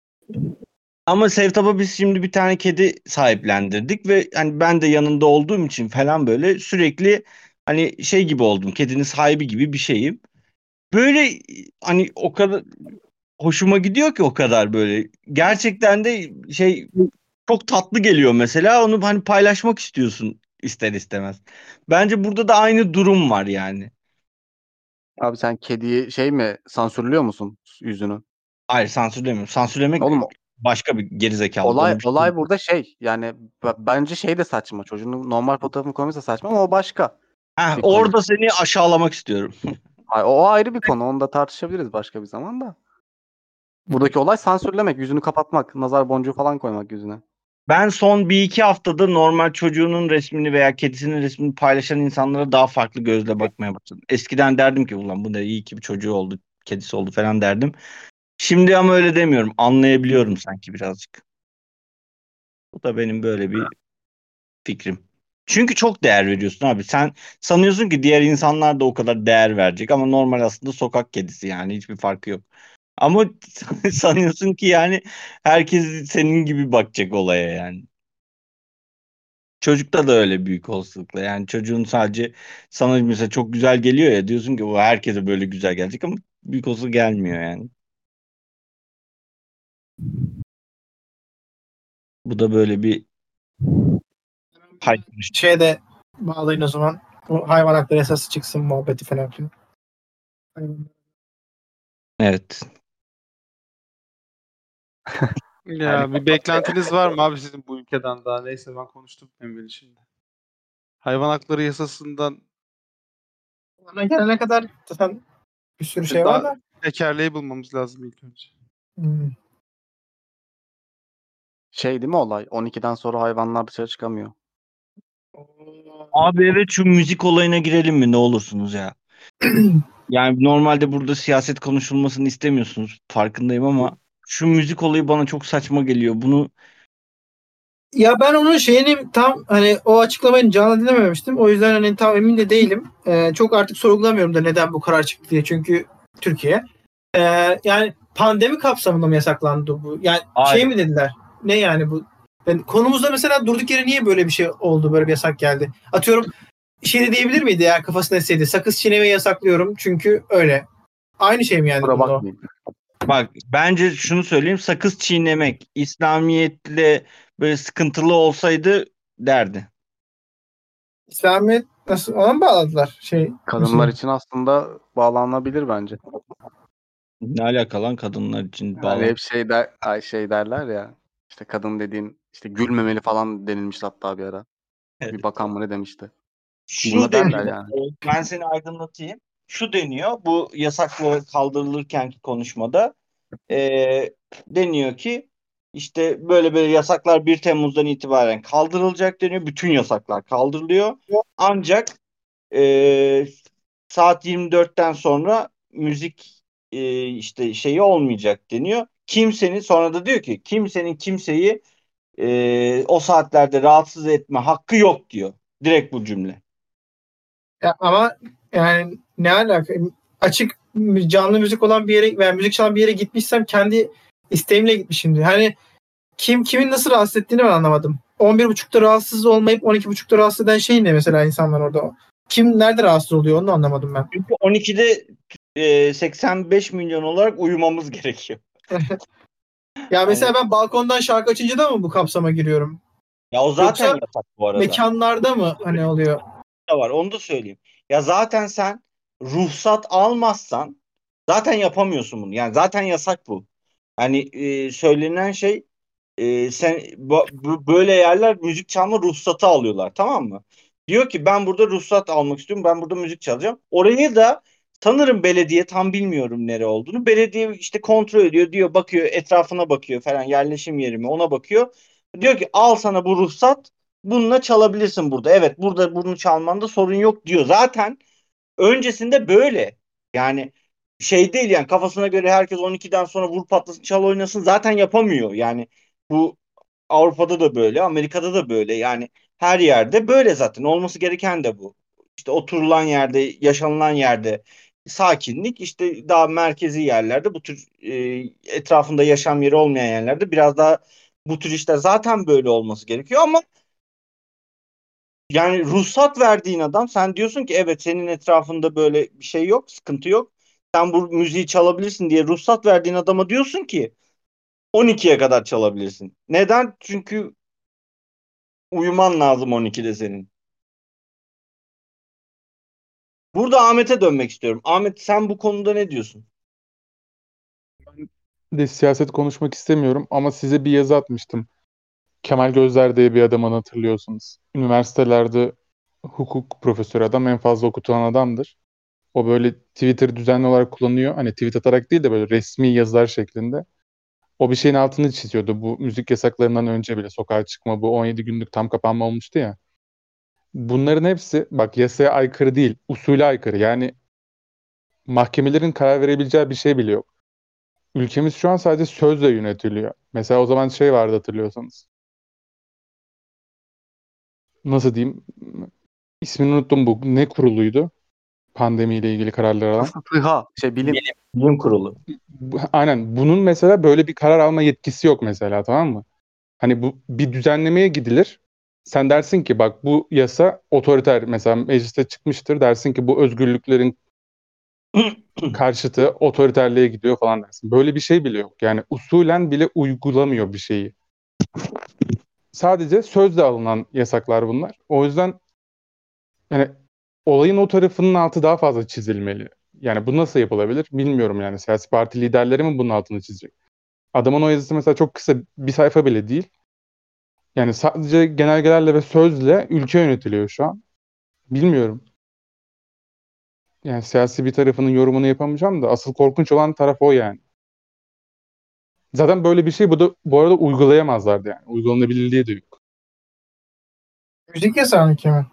Ama Sevtap'a biz şimdi bir tane kedi sahiplendirdik ve hani ben de yanında olduğum için falan böyle sürekli hani şey gibi oldum. Kedinin sahibi gibi bir şeyim. Böyle hani o kadar hoşuma gidiyor ki o kadar böyle. Gerçekten de şey çok tatlı geliyor mesela. Onu hani paylaşmak istiyorsun ister istemez. Bence burada da aynı durum var yani. Abi sen kediyi şey mi sansürlüyor musun yüzünü? Hayır sansürlemiyorum. Sansürlemek Oğlum başka bir gerizekalılık. Onu bir şey olay burada şey yani bence şey de saçma. Çocuğun normal fotoğrafını koyması da saçma ama o başka Heh, bir konu. orada seni aşağılamak istiyorum. O ayrı bir konu. Onu da tartışabiliriz başka bir zaman da. Buradaki olay sansürlemek, yüzünü kapatmak, nazar boncuğu falan koymak yüzüne. Ben son bir iki haftada normal çocuğunun resmini veya kedisinin resmini paylaşan insanlara daha farklı gözle bakmaya başladım. Eskiden derdim ki ulan bu ne iyi ki bir çocuğu oldu, kedisi oldu falan derdim. Şimdi ama öyle demiyorum. Anlayabiliyorum sanki birazcık. Bu da benim böyle bir fikrim. Çünkü çok değer veriyorsun abi. Sen sanıyorsun ki diğer insanlar da o kadar değer verecek ama normal aslında sokak kedisi yani hiçbir farkı yok. Ama sanıyorsun ki yani herkes senin gibi bakacak olaya yani. Çocukta da öyle büyük olasılıkla. Yani çocuğun sadece sana mesela çok güzel geliyor ya diyorsun ki o herkese böyle güzel gelecek ama büyük olasılık gelmiyor yani. Bu da böyle bir haykırış. Şeye de bağlayın o zaman. Bu hayvan hakları esası çıksın muhabbeti falan filan. Evet. Ya bir beklentiniz var mı abi sizin bu ülkeden daha? Neyse ben konuştum Emre'yle şimdi. Hayvan hakları yasasından Ona gelene kadar zaten bir sürü şey var daha da. tekerleği bulmamız lazım ilk önce. Şey değil mi olay? 12'den sonra hayvanlar dışarı çıkamıyor. Abi evet şu müzik olayına girelim mi ne olursunuz ya. Yani normalde burada siyaset konuşulmasını istemiyorsunuz. Farkındayım ama şu müzik olayı bana çok saçma geliyor. Bunu Ya ben onun şeyini tam hani o açıklamayı canlı dinlememiştim. O yüzden hani tam emin de değilim. Çok artık sorgulamıyorum da neden bu karar çıktı diye. Çünkü Türkiye. Yani pandemi kapsamında mı yasaklandı bu? Yani Hayır. şey mi dediler? Ne yani bu? Yani konumuzda mesela durduk yere niye böyle bir şey oldu? Böyle bir yasak geldi. Atıyorum şey de diyebilir miydi eğer kafasında etseydi? Sakız çiğnemeyi yasaklıyorum çünkü öyle. Aynı şey mi yani Kusura bunda o? bakmayın. bak bence şunu söyleyeyim sakız çiğnemek İslamiyetle böyle sıkıntılı olsaydı derdi. İslamiyet nasıl ona mı bağladılar? Şey, Kadınlar mesela. için aslında bağlanabilir bence. Ne alaka lan kadınlar için Yani bağlan. hep şey derler ya. İşte kadın dediğin işte gülmemeli falan denilmiş hatta bir ara. Bir bakan mı ne demişti? Buna Şu derler deniyor. yani. Ben seni aydınlatayım. Şu deniyor bu yasaklı kaldırılırkenki konuşmada. deniyor ki işte böyle böyle yasaklar 1 Temmuz'dan itibaren kaldırılacak deniyor. Bütün yasaklar kaldırılıyor. Ancak e, saat 24'ten sonra müzik işte şeyi olmayacak deniyor. Kimsenin sonra da diyor ki kimsenin kimseyi o saatlerde rahatsız etme hakkı yok diyor. Direkt bu cümle. Ya ama yani ne alaka? Açık canlı müzik olan bir yere veya müzik çalan bir yere gitmişsem kendi isteğimle gitmişimdir. Hani kimin nasıl rahatsız ettiğini ben anlamadım. 11.30'da rahatsız olmayıp 12.30'da rahatsız eden şey ne mesela insanlar orada? Kim nerede rahatsız oluyor onu da anlamadım ben. Çünkü 12'de 85 milyon olarak uyumamız gerekiyor. Ya mesela Hani ben balkondan şarkı açınca da mı bu kapsama giriyorum? ya o zaten Yoksa yasak bu arada. mekanlarda mı hani oluyor? Da var onu da söyleyeyim. Ya zaten sen ruhsat almazsan zaten yapamıyorsun bunu. Yani zaten yasak bu. Hani söylenen şey sen böyle yerler müzik çalma ruhsatı alıyorlar, tamam mı? Diyor ki ben burada ruhsat almak istiyorum. Ben burada müzik çalacağım. Orayı da sanırım belediye, tam bilmiyorum nere olduğunu. Belediye işte kontrol ediyor, diyor, bakıyor, etrafına bakıyor falan, yerleşim yeri mi ona bakıyor. Diyor ki al sana bu ruhsat. Bununla çalabilirsin burada. Evet, burada bunu çalmanda sorun yok diyor. Zaten öncesinde böyle. Yani şey değil yani, kafasına göre herkes 12'den sonra vur patlasın çal oynasın zaten yapamıyor. Yani bu Avrupa'da da böyle, Amerika'da da böyle. Yani her yerde böyle zaten. Olması gereken de bu. İşte oturulan yerde, yaşanılan yerde sakinlik, işte daha merkezi yerlerde bu tür etrafında yaşam yeri olmayan yerlerde biraz daha bu tür işler zaten böyle olması gerekiyor ama yani ruhsat verdiğin adam, sen diyorsun ki evet senin etrafında böyle bir şey yok, sıkıntı yok. Sen bu müziği çalabilirsin diye ruhsat verdiğin adama diyorsun ki 12'ye kadar çalabilirsin. Neden? Çünkü uyuman lazım 12'de senin. Burada Ahmet'e dönmek istiyorum. Ahmet, sen bu konuda ne diyorsun? De siyaset konuşmak istemiyorum ama size bir yazı atmıştım. Kemal Gözler diye bir adamı hatırlıyorsunuz. Üniversitelerde hukuk profesörü adam, en fazla okutulan adamdır. O böyle Twitter düzenli olarak kullanıyor. Hani tweet atarak değil de böyle resmi yazılar şeklinde. O bir şeyin altını çiziyordu. Bu müzik yasaklarından önce bile sokağa çıkma, bu 17 günlük tam kapanma olmuştu ya. Bunların hepsi bak yasaya aykırı değil, usule aykırı. Yani mahkemelerin karar verebileceği bir şey bile yok. Ülkemiz şu an sadece sözle yönetiliyor. Mesela o zaman şey vardı hatırlıyorsanız. Nasıl diyeyim? İsmini unuttum bu. Ne kuruluydu? Pandemiyle ilgili kararlar alan. SİHA, bilim. Bilim kurulu. Aynen. Bunun mesela böyle bir karar alma yetkisi yok mesela, tamam mı? Hani bu bir düzenlemeye gidilir. Sen dersin ki bak bu yasa otoriter, mesela mecliste çıkmıştır, dersin ki bu özgürlüklerin karşıtı otoriterliğe gidiyor falan dersin. Böyle bir şey bile yok. Yani usulen bile uygulamıyor bir şeyi. Sadece sözle alınan yasaklar bunlar. O yüzden yani olayın o tarafının altı daha fazla çizilmeli. Yani bu nasıl yapılabilir bilmiyorum yani. Siyasi parti liderleri mi bunun altını çizecek? Adamın o yazısı mesela çok kısa, bir sayfa bile değil. Yani sadece genelgelerle ve sözle ülke yönetiliyor şu an. Bilmiyorum. Yani siyasi bir tarafının yorumunu yapamayacağım da asıl korkunç olan taraf o yani. Zaten böyle bir şey bu arada uygulayamazlardı yani. Uygulanabilirliği de yok. Müzik yasağı kimin?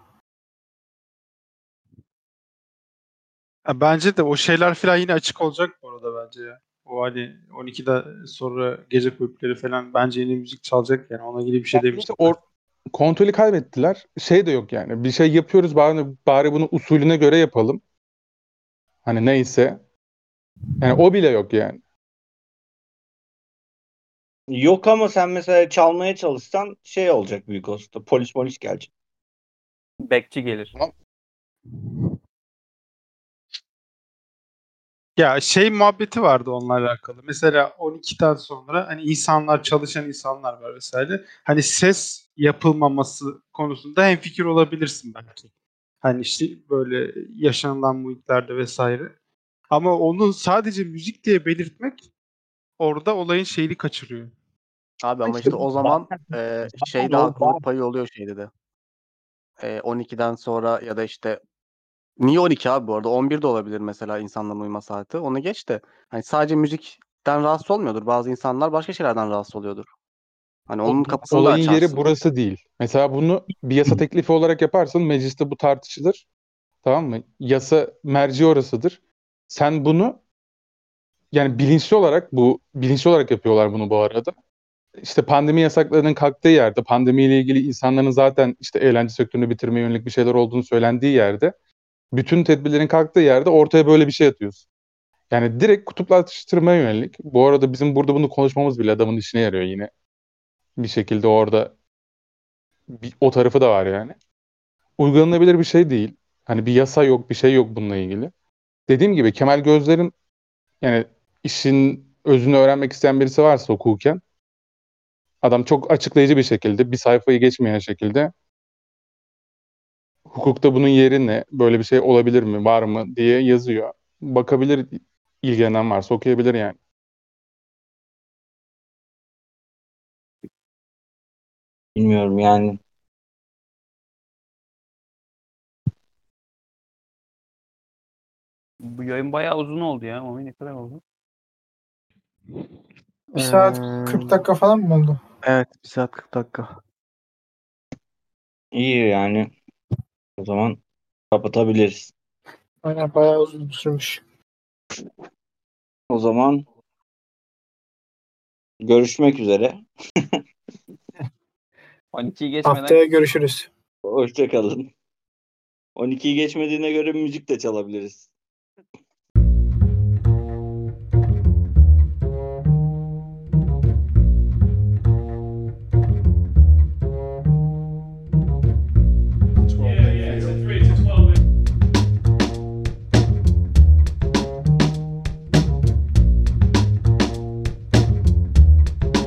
Ya bence de o şeyler falan yine açık olacak bu arada bence ya. O hani 12'de sonra gece kulüpleri falan bence yine müzik çalacak yani ona ilgili bir şey Yani işte demiştim. kontrolü kaybettiler. Şey de yok yani. Bir şey yapıyoruz, bari bunu usulüne göre yapalım. Hani neyse. Yani o bile yok yani. Yok ama sen mesela çalmaya çalışsan şey olacak büyük olasılıkla. Polis gelecek. Bekçi gelir. Ya şey muhabbeti vardı onunla alakalı. Mesela 12'den sonra hani insanlar, çalışan insanlar var vesaire. Hani ses yapılmaması konusunda hemfikir olabilirsin belki. Hani işte böyle yaşanılan muhitlerde vesaire. Ama onu sadece müzik diye belirtmek orada olayın şeyini kaçırıyor. Abi ama işte o zaman şey de o haklılık payı oluyor şeyde de. 12'den sonra ya da işte niye 12 abi bu arada? 11 de olabilir mesela insanların uyuma saati. Onu geç de hani sadece müzikten müzikten rahatsız olmuyordur. Bazı insanlar başka şeylerden rahatsız oluyordur. Hani onun kapısını da Olayın yeri açarsın. burası değil. Mesela bunu bir yasa teklifi olarak yaparsın. Mecliste bu tartışılır. Tamam mı? Yasa merci orasıdır. Sen bunu yani bilinçli olarak yapıyorlar bunu bu arada. İşte pandemi yasaklarının kalktığı yerde, pandemiyle ilgili insanların zaten işte eğlence sektörünü bitirmeye yönelik bir şeyler olduğunu söylendiği yerde, bütün tedbirlerin kalktığı yerde ortaya böyle bir şey atıyorsun. Yani direkt kutuplaştırmaya yönelik. Bu arada bizim burada bunu konuşmamız bile adamın işine yarıyor yine. Bir şekilde orada o tarafı da var yani. Uygulanabilir bir şey değil. Hani bir yasa yok, bir şey yok bununla ilgili. Dediğim gibi Kemal Gözler'in yani işin özünü öğrenmek isteyen birisi varsa hukuken adam çok açıklayıcı bir şekilde bir sayfayı geçmeyen şekilde hukukta bunun yeri ne, böyle bir şey olabilir mi, var mı diye yazıyor. Bakabilir, ilgilenen varsa okuyabilir yani. Bilmiyorum yani. Bu yayın bayağı uzun oldu ya. O ne kadar oldu? 1 saat 40 dakika falan mı oldu? Evet, 1 saat 40 dakika. İyi yani. O zaman kapatabiliriz. Aynen bayağı uzun sürmüş. O zaman görüşmek üzere. 12'yi geçmeden Haftaya görüşürüz. Hoşça kalın. 12'yi geçmediğine göre müzik de çalabiliriz.